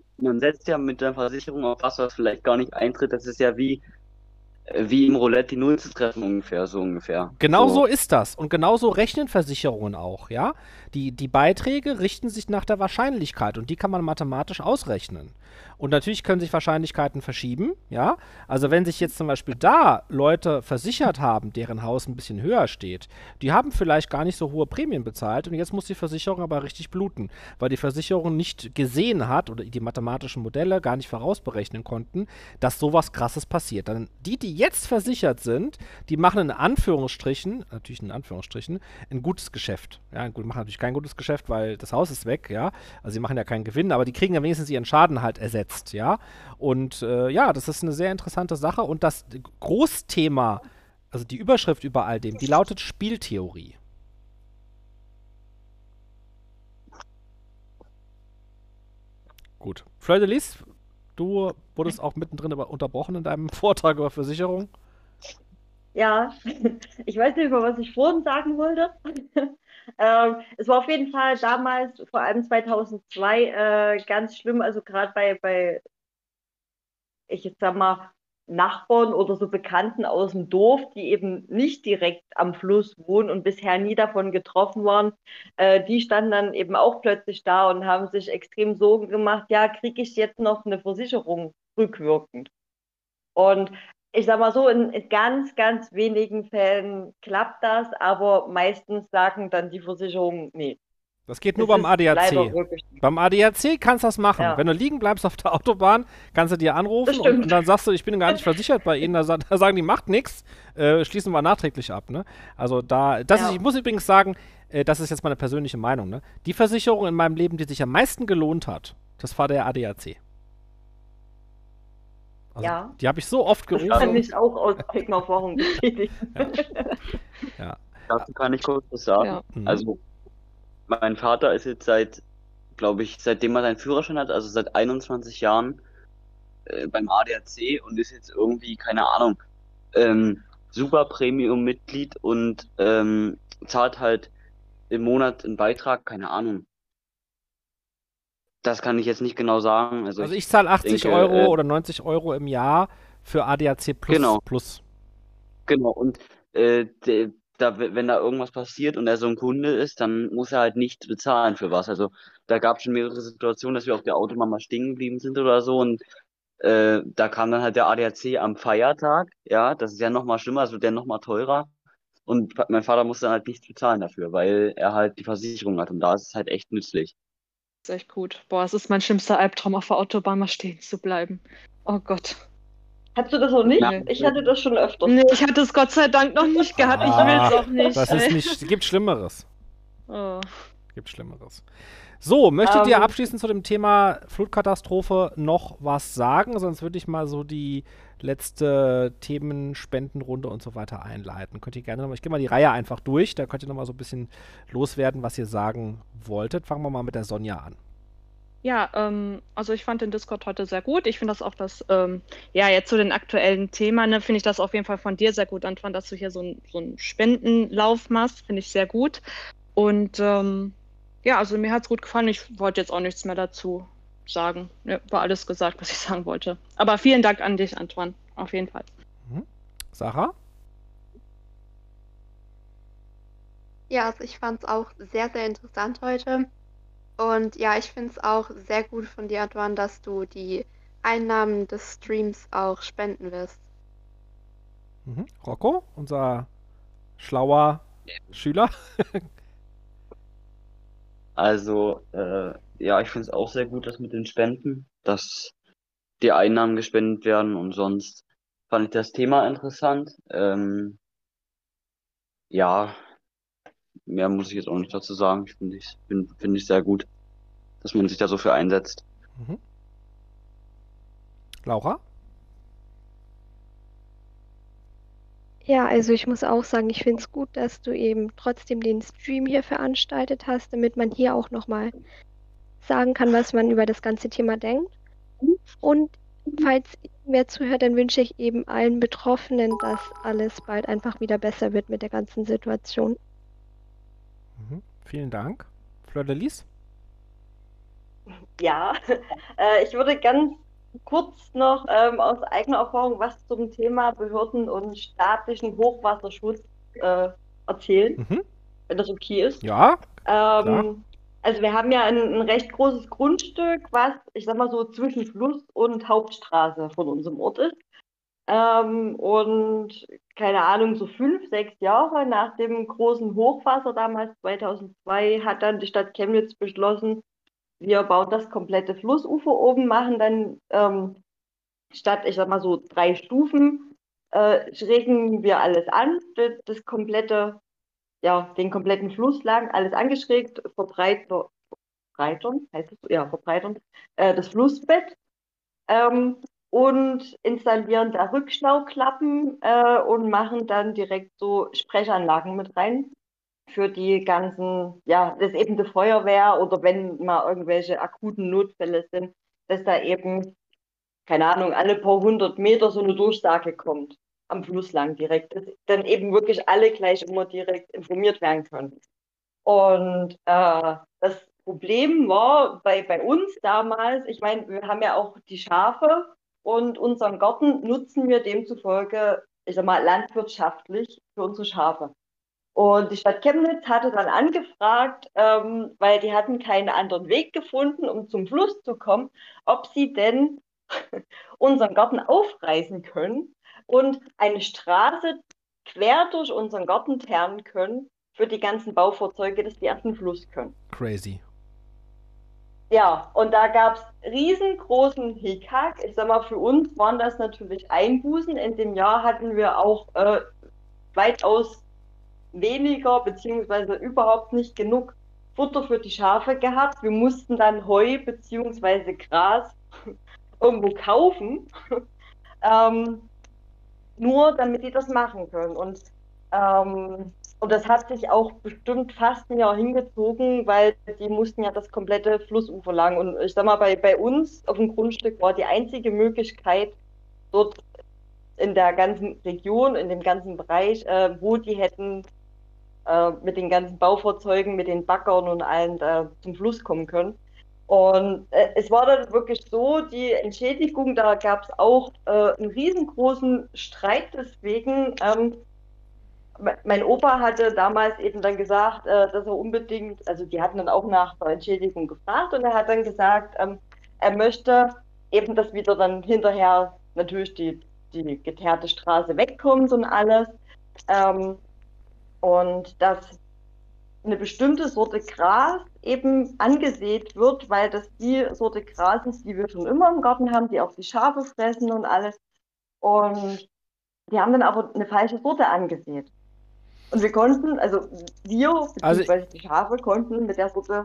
ja mit der Versicherung auf was vielleicht gar nicht eintritt. Das ist ja wie im Roulette die Null zu treffen ungefähr. genau so ist das. Und genauso rechnen Versicherungen auch, ja. Die Beiträge richten sich nach der Wahrscheinlichkeit und die kann man mathematisch ausrechnen. Und natürlich können sich Wahrscheinlichkeiten verschieben, ja. Also wenn sich jetzt zum Beispiel da Leute versichert haben, deren Haus ein bisschen höher steht, die haben vielleicht gar nicht so hohe Prämien bezahlt und jetzt muss die Versicherung aber richtig bluten, weil die Versicherung nicht gesehen hat oder die mathematischen Modelle gar nicht vorausberechnen konnten, dass sowas Krasses passiert. Dann die jetzt versichert sind, die machen in Anführungsstrichen, natürlich in Anführungsstrichen, ein gutes Geschäft. Ja, gut, machen natürlich kein gutes Geschäft, weil das Haus ist weg, ja. Also sie machen ja keinen Gewinn, aber die kriegen ja wenigstens ihren Schaden halt ersetzt, ja. Und ja, das ist eine sehr interessante Sache. Und das Großthema, also die Überschrift über all dem, die lautet Spieltheorie. Gut. Fleur de Lis, du wurdest auch mittendrin unterbrochen in deinem Vortrag über Versicherung. Ja, ich weiß nicht mehr, was ich vorhin sagen wollte. Es war auf jeden Fall damals, vor allem 2002, ganz schlimm. Also gerade bei, ich jetzt sag mal, Nachbarn oder so Bekannten aus dem Dorf, die eben nicht direkt am Fluss wohnen und bisher nie davon getroffen waren, die standen dann eben auch plötzlich da und haben sich extrem Sorgen gemacht, ja, kriege ich jetzt noch eine Versicherung rückwirkend? Und ich sag mal so, in ganz, ganz wenigen Fällen klappt das, aber meistens sagen dann die Versicherungen, nee. Das geht nur Das beim ist leider ADAC. wirklich. Beim ADAC kannst du das machen. Ja. Wenn du liegen bleibst auf der Autobahn, kannst du dir anrufen Das stimmt. und dann sagst du, ich bin gar nicht versichert bei Ihnen. Da sagen die, macht nichts, schließen wir nachträglich ab. Ne? Also ich muss übrigens sagen, das ist jetzt meine persönliche Meinung. Ne? Die Versicherung in meinem Leben, die sich am meisten gelohnt hat, das war der ADAC. Also, Ja. die habe ich so oft Das gerufen. kann ich auch aus eigener Erfahrung bestätigen. Ja. Dazu kann ich kurz was sagen. Ja. Mhm. Also, mein Vater ist jetzt seitdem er seinen Führerschein hat, also seit 21 Jahren beim ADAC und ist jetzt irgendwie, keine Ahnung, super Premium-Mitglied und zahlt halt im Monat einen Beitrag, keine Ahnung. Das kann ich jetzt nicht genau sagen. Also ich zahle 80 denke, Euro oder 90 Euro im Jahr für ADAC Plus. Genau, und wenn da irgendwas passiert und er so ein Kunde ist, dann muss er halt nichts bezahlen für was. Also da gab es schon mehrere Situationen, dass wir auf der Autobahn mal stehen geblieben sind oder so und da kam dann halt der ADAC am Feiertag, ja, das ist ja nochmal schlimmer, das wird ja nochmal teurer und mein Vater musste dann halt nichts bezahlen dafür, weil er halt die Versicherung hat und da ist es halt echt nützlich. Das ist echt gut. Boah, es ist mein schlimmster Albtraum, auf der Autobahn mal stehen zu bleiben. Oh Gott. Hattest du das noch nicht? Ja. Ich hatte das schon öfters. Nee, ich hatte es Gott sei Dank noch nicht gehabt. Ich will es auch nicht. Das ist nicht, gibt Schlimmeres. Oh. Gibt Schlimmeres. So, möchtet ihr Ähm, abschließend zu dem Thema Flutkatastrophe noch was sagen? Sonst würde ich mal so die letzte Themenspendenrunde und so weiter einleiten. Könnt ihr gerne nochmal, ich gehe mal die Reihe einfach durch, da könnt ihr nochmal so ein bisschen loswerden, was ihr sagen wolltet. Fangen wir mal mit der Sonja an. Ja, also ich fand den Discord heute sehr gut. Ich finde das auch ja, jetzt zu den aktuellen Themen, ne, finde ich das auf jeden Fall von dir sehr gut, Antoine, dass du hier so einen Spendenlauf machst, finde ich sehr gut. Und ja, also mir hat es gut gefallen. Ich wollte jetzt auch nichts mehr dazu sagen. Ja, war alles gesagt, was ich sagen wollte. Aber vielen Dank an dich, Antoine, auf jeden Fall. Sarah? Ja, also ich fand es auch sehr, sehr interessant heute. Und ja, ich finde es auch sehr gut von dir, Antoine, dass du die Einnahmen des Streams auch spenden wirst. Rocco, unser schlauer Schüler. Also, ja, ich finde es auch sehr gut, das mit den Spenden, dass die Einnahmen gespendet werden und sonst fand ich das Thema interessant. Ja, mehr muss ich jetzt auch nicht dazu sagen. Finde ich sehr gut, dass man sich da so für einsetzt. Mhm. Laura? Ja, also ich muss auch sagen, ich finde es gut, dass du eben trotzdem den Stream hier veranstaltet hast, damit man hier auch nochmal sagen kann, was man über das ganze Thema denkt. Und falls wer zuhört, dann wünsche ich eben allen Betroffenen, dass alles bald einfach wieder besser wird mit der ganzen Situation. Vielen Dank. Fleur de Lis? Ja, ich würde ganz kurz noch aus eigener Erfahrung was zum Thema Behörden und staatlichen Hochwasserschutz erzählen, wenn das okay ist. Ja, klar. Also wir haben ja ein recht großes Grundstück, was, ich sag mal so, zwischen Fluss und Hauptstraße von unserem Ort ist. Und keine Ahnung, so 5, 6 Jahre nach dem großen Hochwasser damals 2002 hat dann die Stadt Chemnitz beschlossen, wir bauen das komplette Flussufer oben, machen dann statt, ich sag mal so 3 Stufen, schrägen wir alles an, das komplette, ja, den kompletten Fluss lang, alles angeschrägt, verbreitern, heißt es so? Ja, verbreitern, das Flussbett, und installieren da Rückstauklappen, und machen dann direkt so Sprechanlagen mit rein für die ganzen, ja, das eben die Feuerwehr oder wenn mal irgendwelche akuten Notfälle sind, dass da eben, keine Ahnung, alle paar 100 Meter so eine Durchsage kommt am Fluss lang direkt, dass dann eben wirklich alle gleich immer direkt informiert werden können. Und das Problem war bei uns damals, ich meine, wir haben ja auch die Schafe und unseren Garten nutzen wir demzufolge, ich sag mal, landwirtschaftlich für unsere Schafe. Und die Stadt Chemnitz hatte dann angefragt, weil die hatten keinen anderen Weg gefunden, um zum Fluss zu kommen, ob sie denn unseren Garten aufreißen können und eine Straße quer durch unseren Garten teeren können für die ganzen Baufahrzeuge, dass die auf den Fluss können. Crazy. Ja, und da gab es riesengroßen Hickhack. Ich sag mal, für uns waren das natürlich Einbußen. In dem Jahr hatten wir auch weitaus weniger beziehungsweise überhaupt nicht genug Futter für die Schafe gehabt. Wir mussten dann Heu beziehungsweise Gras irgendwo kaufen, nur damit die das machen können. Und das hat sich auch bestimmt fast ein Jahr hingezogen, weil die mussten ja das komplette Flussufer lang. Und ich sag mal, bei uns auf dem Grundstück war die einzige Möglichkeit, dort in der ganzen Region, in dem ganzen Bereich, wo die hätten mit den ganzen Baufahrzeugen, mit den Baggern und allen zum Fluss kommen können. Und es war dann wirklich so, die Entschädigung, da gab es auch einen riesengroßen Streit deswegen. Mein Opa hatte damals eben dann gesagt, dass er unbedingt, also die hatten dann auch nach der Entschädigung gefragt und er hat dann gesagt, er möchte eben, dass wieder dann hinterher natürlich die geteerte Straße wegkommt und alles. Und dass eine bestimmte Sorte Gras eben angesät wird, weil das die Sorte Gras ist, die wir schon immer im Garten haben, die auch die Schafe fressen und alles. Und die haben dann aber eine falsche Sorte angesät. Und wir konnten, also wir, beziehungsweise die Schafe, konnten mit der Sorte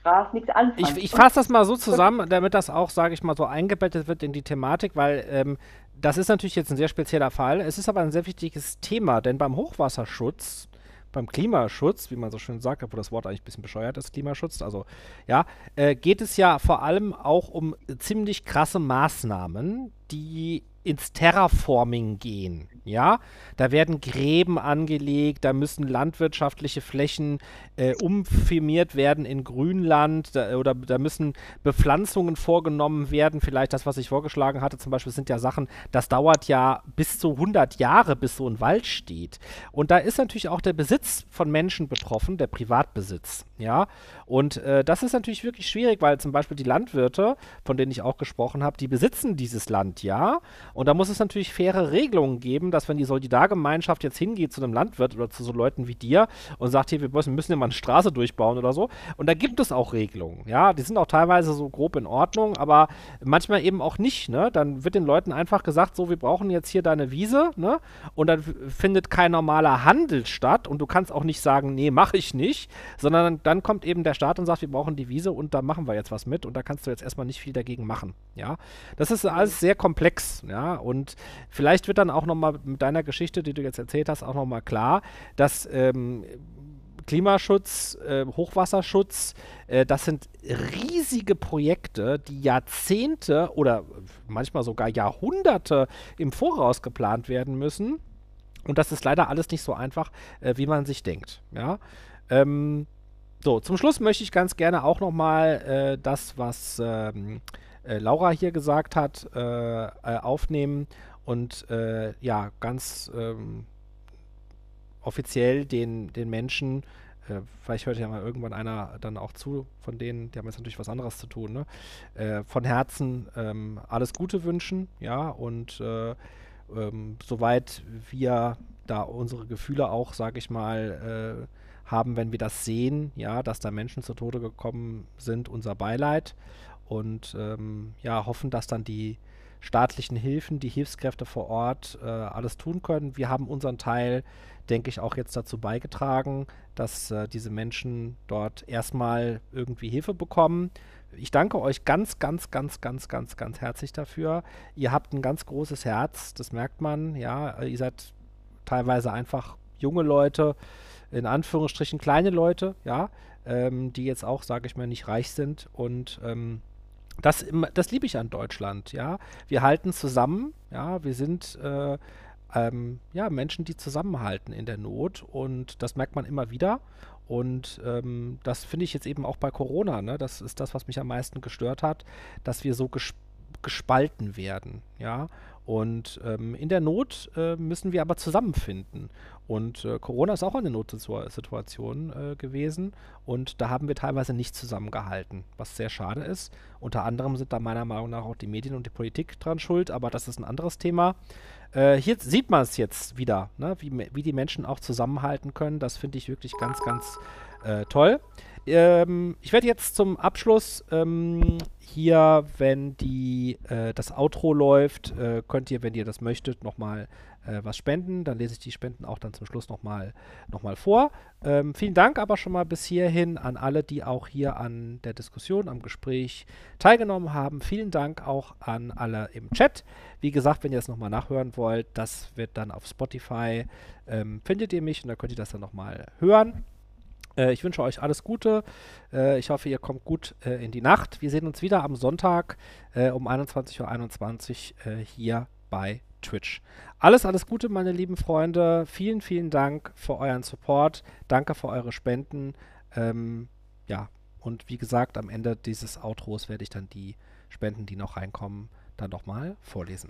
Straße nichts anfangen. Ich fasse das mal so zusammen, damit das auch, sage ich mal, so eingebettet wird in die Thematik, weil das ist natürlich jetzt ein sehr spezieller Fall. Es ist aber ein sehr wichtiges Thema, denn beim Hochwasserschutz, beim Klimaschutz, wie man so schön sagt, obwohl das Wort eigentlich ein bisschen bescheuert ist, Klimaschutz, also ja, geht es ja vor allem auch um ziemlich krasse Maßnahmen, die ins Terraforming gehen, ja, da werden Gräben angelegt, da müssen landwirtschaftliche Flächen umfirmiert werden in Grünland, oder da müssen Bepflanzungen vorgenommen werden, vielleicht das, was ich vorgeschlagen hatte, zum Beispiel sind ja Sachen, das dauert ja bis zu 100 Jahre, bis so ein Wald steht, und da ist natürlich auch der Besitz von Menschen betroffen, der Privatbesitz, ja, und das ist natürlich wirklich schwierig, weil zum Beispiel die Landwirte, von denen ich auch gesprochen habe, die besitzen dieses Land, ja. Und da muss es natürlich faire Regelungen geben, dass wenn die Solidargemeinschaft jetzt hingeht zu einem Landwirt oder zu so Leuten wie dir und sagt, hier, wir müssen ja mal eine Straße durchbauen oder so. Und da gibt es auch Regelungen, ja. Die sind auch teilweise so grob in Ordnung, aber manchmal eben auch nicht, ne. Dann wird den Leuten einfach gesagt, so, wir brauchen jetzt hier deine Wiese, ne. Und dann findet kein normaler Handel statt und du kannst auch nicht sagen, nee, mache ich nicht, sondern dann kommt eben der Staat und sagt, wir brauchen die Wiese und da machen wir jetzt was mit und da kannst du jetzt erstmal nicht viel dagegen machen, ja. Das ist alles sehr komplex, ja, und vielleicht wird dann auch nochmal mit deiner Geschichte, die du jetzt erzählt hast, auch nochmal klar, dass Klimaschutz, Hochwasserschutz, das sind riesige Projekte, die Jahrzehnte oder manchmal sogar Jahrhunderte im Voraus geplant werden müssen. Und das ist leider alles nicht so einfach, wie man sich denkt, ja. So, zum Schluss möchte ich ganz gerne auch nochmal das, was Laura hier gesagt hat, aufnehmen und ja, ganz offiziell den Menschen, vielleicht hört ja mal irgendwann einer dann auch zu, von denen, die haben jetzt natürlich was anderes zu tun, ne? Von Herzen alles Gute wünschen, ja, und soweit wir da unsere Gefühle auch, sag ich mal, haben, wenn wir das sehen, ja, dass da Menschen zu Tode gekommen sind, unser Beileid. Und ja, hoffen, dass dann die staatlichen Hilfen, die Hilfskräfte vor Ort alles tun können. Wir haben unseren Teil, denke ich, auch jetzt dazu beigetragen, dass diese Menschen dort erstmal irgendwie Hilfe bekommen. Ich danke euch ganz, ganz, ganz, ganz, ganz, ganz herzlich dafür. Ihr habt ein ganz großes Herz, das merkt man, ja. Ihr seid teilweise einfach junge Leute, in Anführungsstrichen kleine Leute, ja, die jetzt auch, sage ich mal, nicht reich sind und das liebe ich an Deutschland, ja. Wir halten zusammen, ja, wir sind ja, Menschen, die zusammenhalten in der Not und das merkt man immer wieder und das finde ich jetzt eben auch bei Corona, ne, das ist das, was mich am meisten gestört hat, dass wir so gespalten werden, ja, und in der Not müssen wir aber zusammenfinden und Corona ist auch eine Notsituation gewesen und da haben wir teilweise nicht zusammengehalten, was sehr schade ist. Unter anderem sind da meiner Meinung nach auch die Medien und die Politik dran schuld, aber das ist ein anderes Thema. Hier sieht man es jetzt wieder, ne, wie die Menschen auch zusammenhalten können, das finde ich wirklich ganz, ganz toll. Ich werde jetzt zum Abschluss hier, wenn das Outro läuft, könnt ihr, wenn ihr das möchtet, nochmal was spenden. Dann lese ich die Spenden auch dann zum Schluss nochmal vor. Vielen Dank aber schon mal bis hierhin an alle, die auch hier an der Diskussion, am Gespräch teilgenommen haben. Vielen Dank auch an alle im Chat. Wie gesagt, wenn ihr es nochmal nachhören wollt, das wird dann auf Spotify, findet ihr mich und da könnt ihr das dann nochmal hören. Ich wünsche euch alles Gute. Ich hoffe, ihr kommt gut in die Nacht. Wir sehen uns wieder am Sonntag um 21:21 Uhr hier bei Twitch. Alles Gute, meine lieben Freunde. Vielen, vielen Dank für euren Support. Danke für eure Spenden. Ja, und wie gesagt, am Ende dieses Outros werde ich dann die Spenden, die noch reinkommen, dann nochmal vorlesen.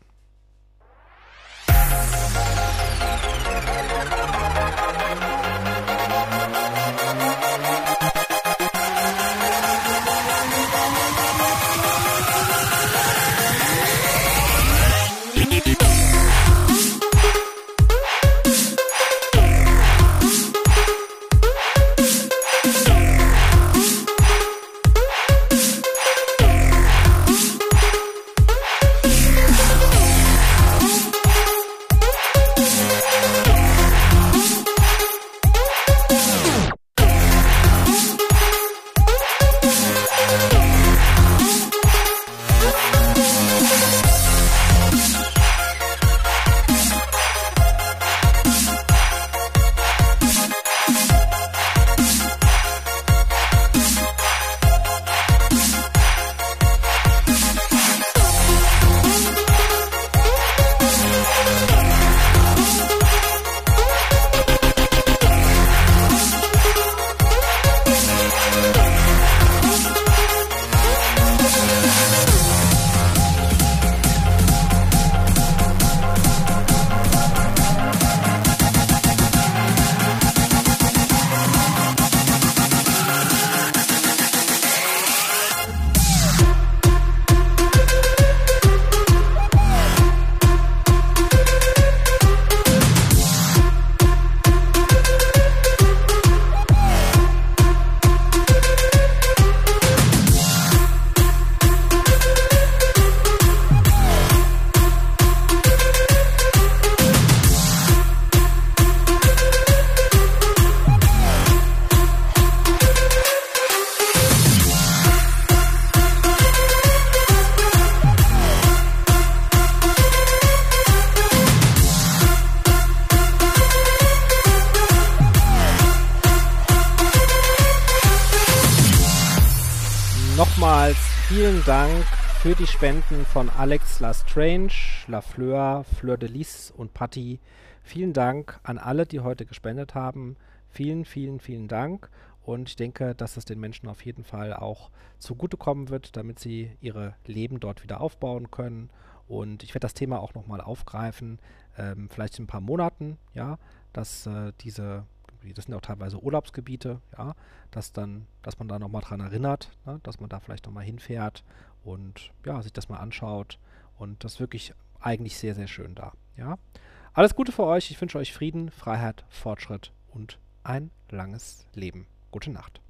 Vielen Dank für die Spenden von Alex Lastrange, Lafleur, Fleur de Lis und Patti. Vielen Dank an alle, die heute gespendet haben. Vielen, vielen, vielen Dank. Und ich denke, dass es den Menschen auf jeden Fall auch zugutekommen wird, damit sie ihre Leben dort wieder aufbauen können. Und ich werde das Thema auch nochmal aufgreifen, vielleicht in ein paar Monaten, ja, dass das sind ja auch teilweise Urlaubsgebiete, ja, dass man da nochmal dran erinnert, ne, dass man da vielleicht nochmal hinfährt und ja, sich das mal anschaut. Und das ist wirklich eigentlich sehr, sehr schön da, ja. Alles Gute für euch. Ich wünsche euch Frieden, Freiheit, Fortschritt und ein langes Leben. Gute Nacht.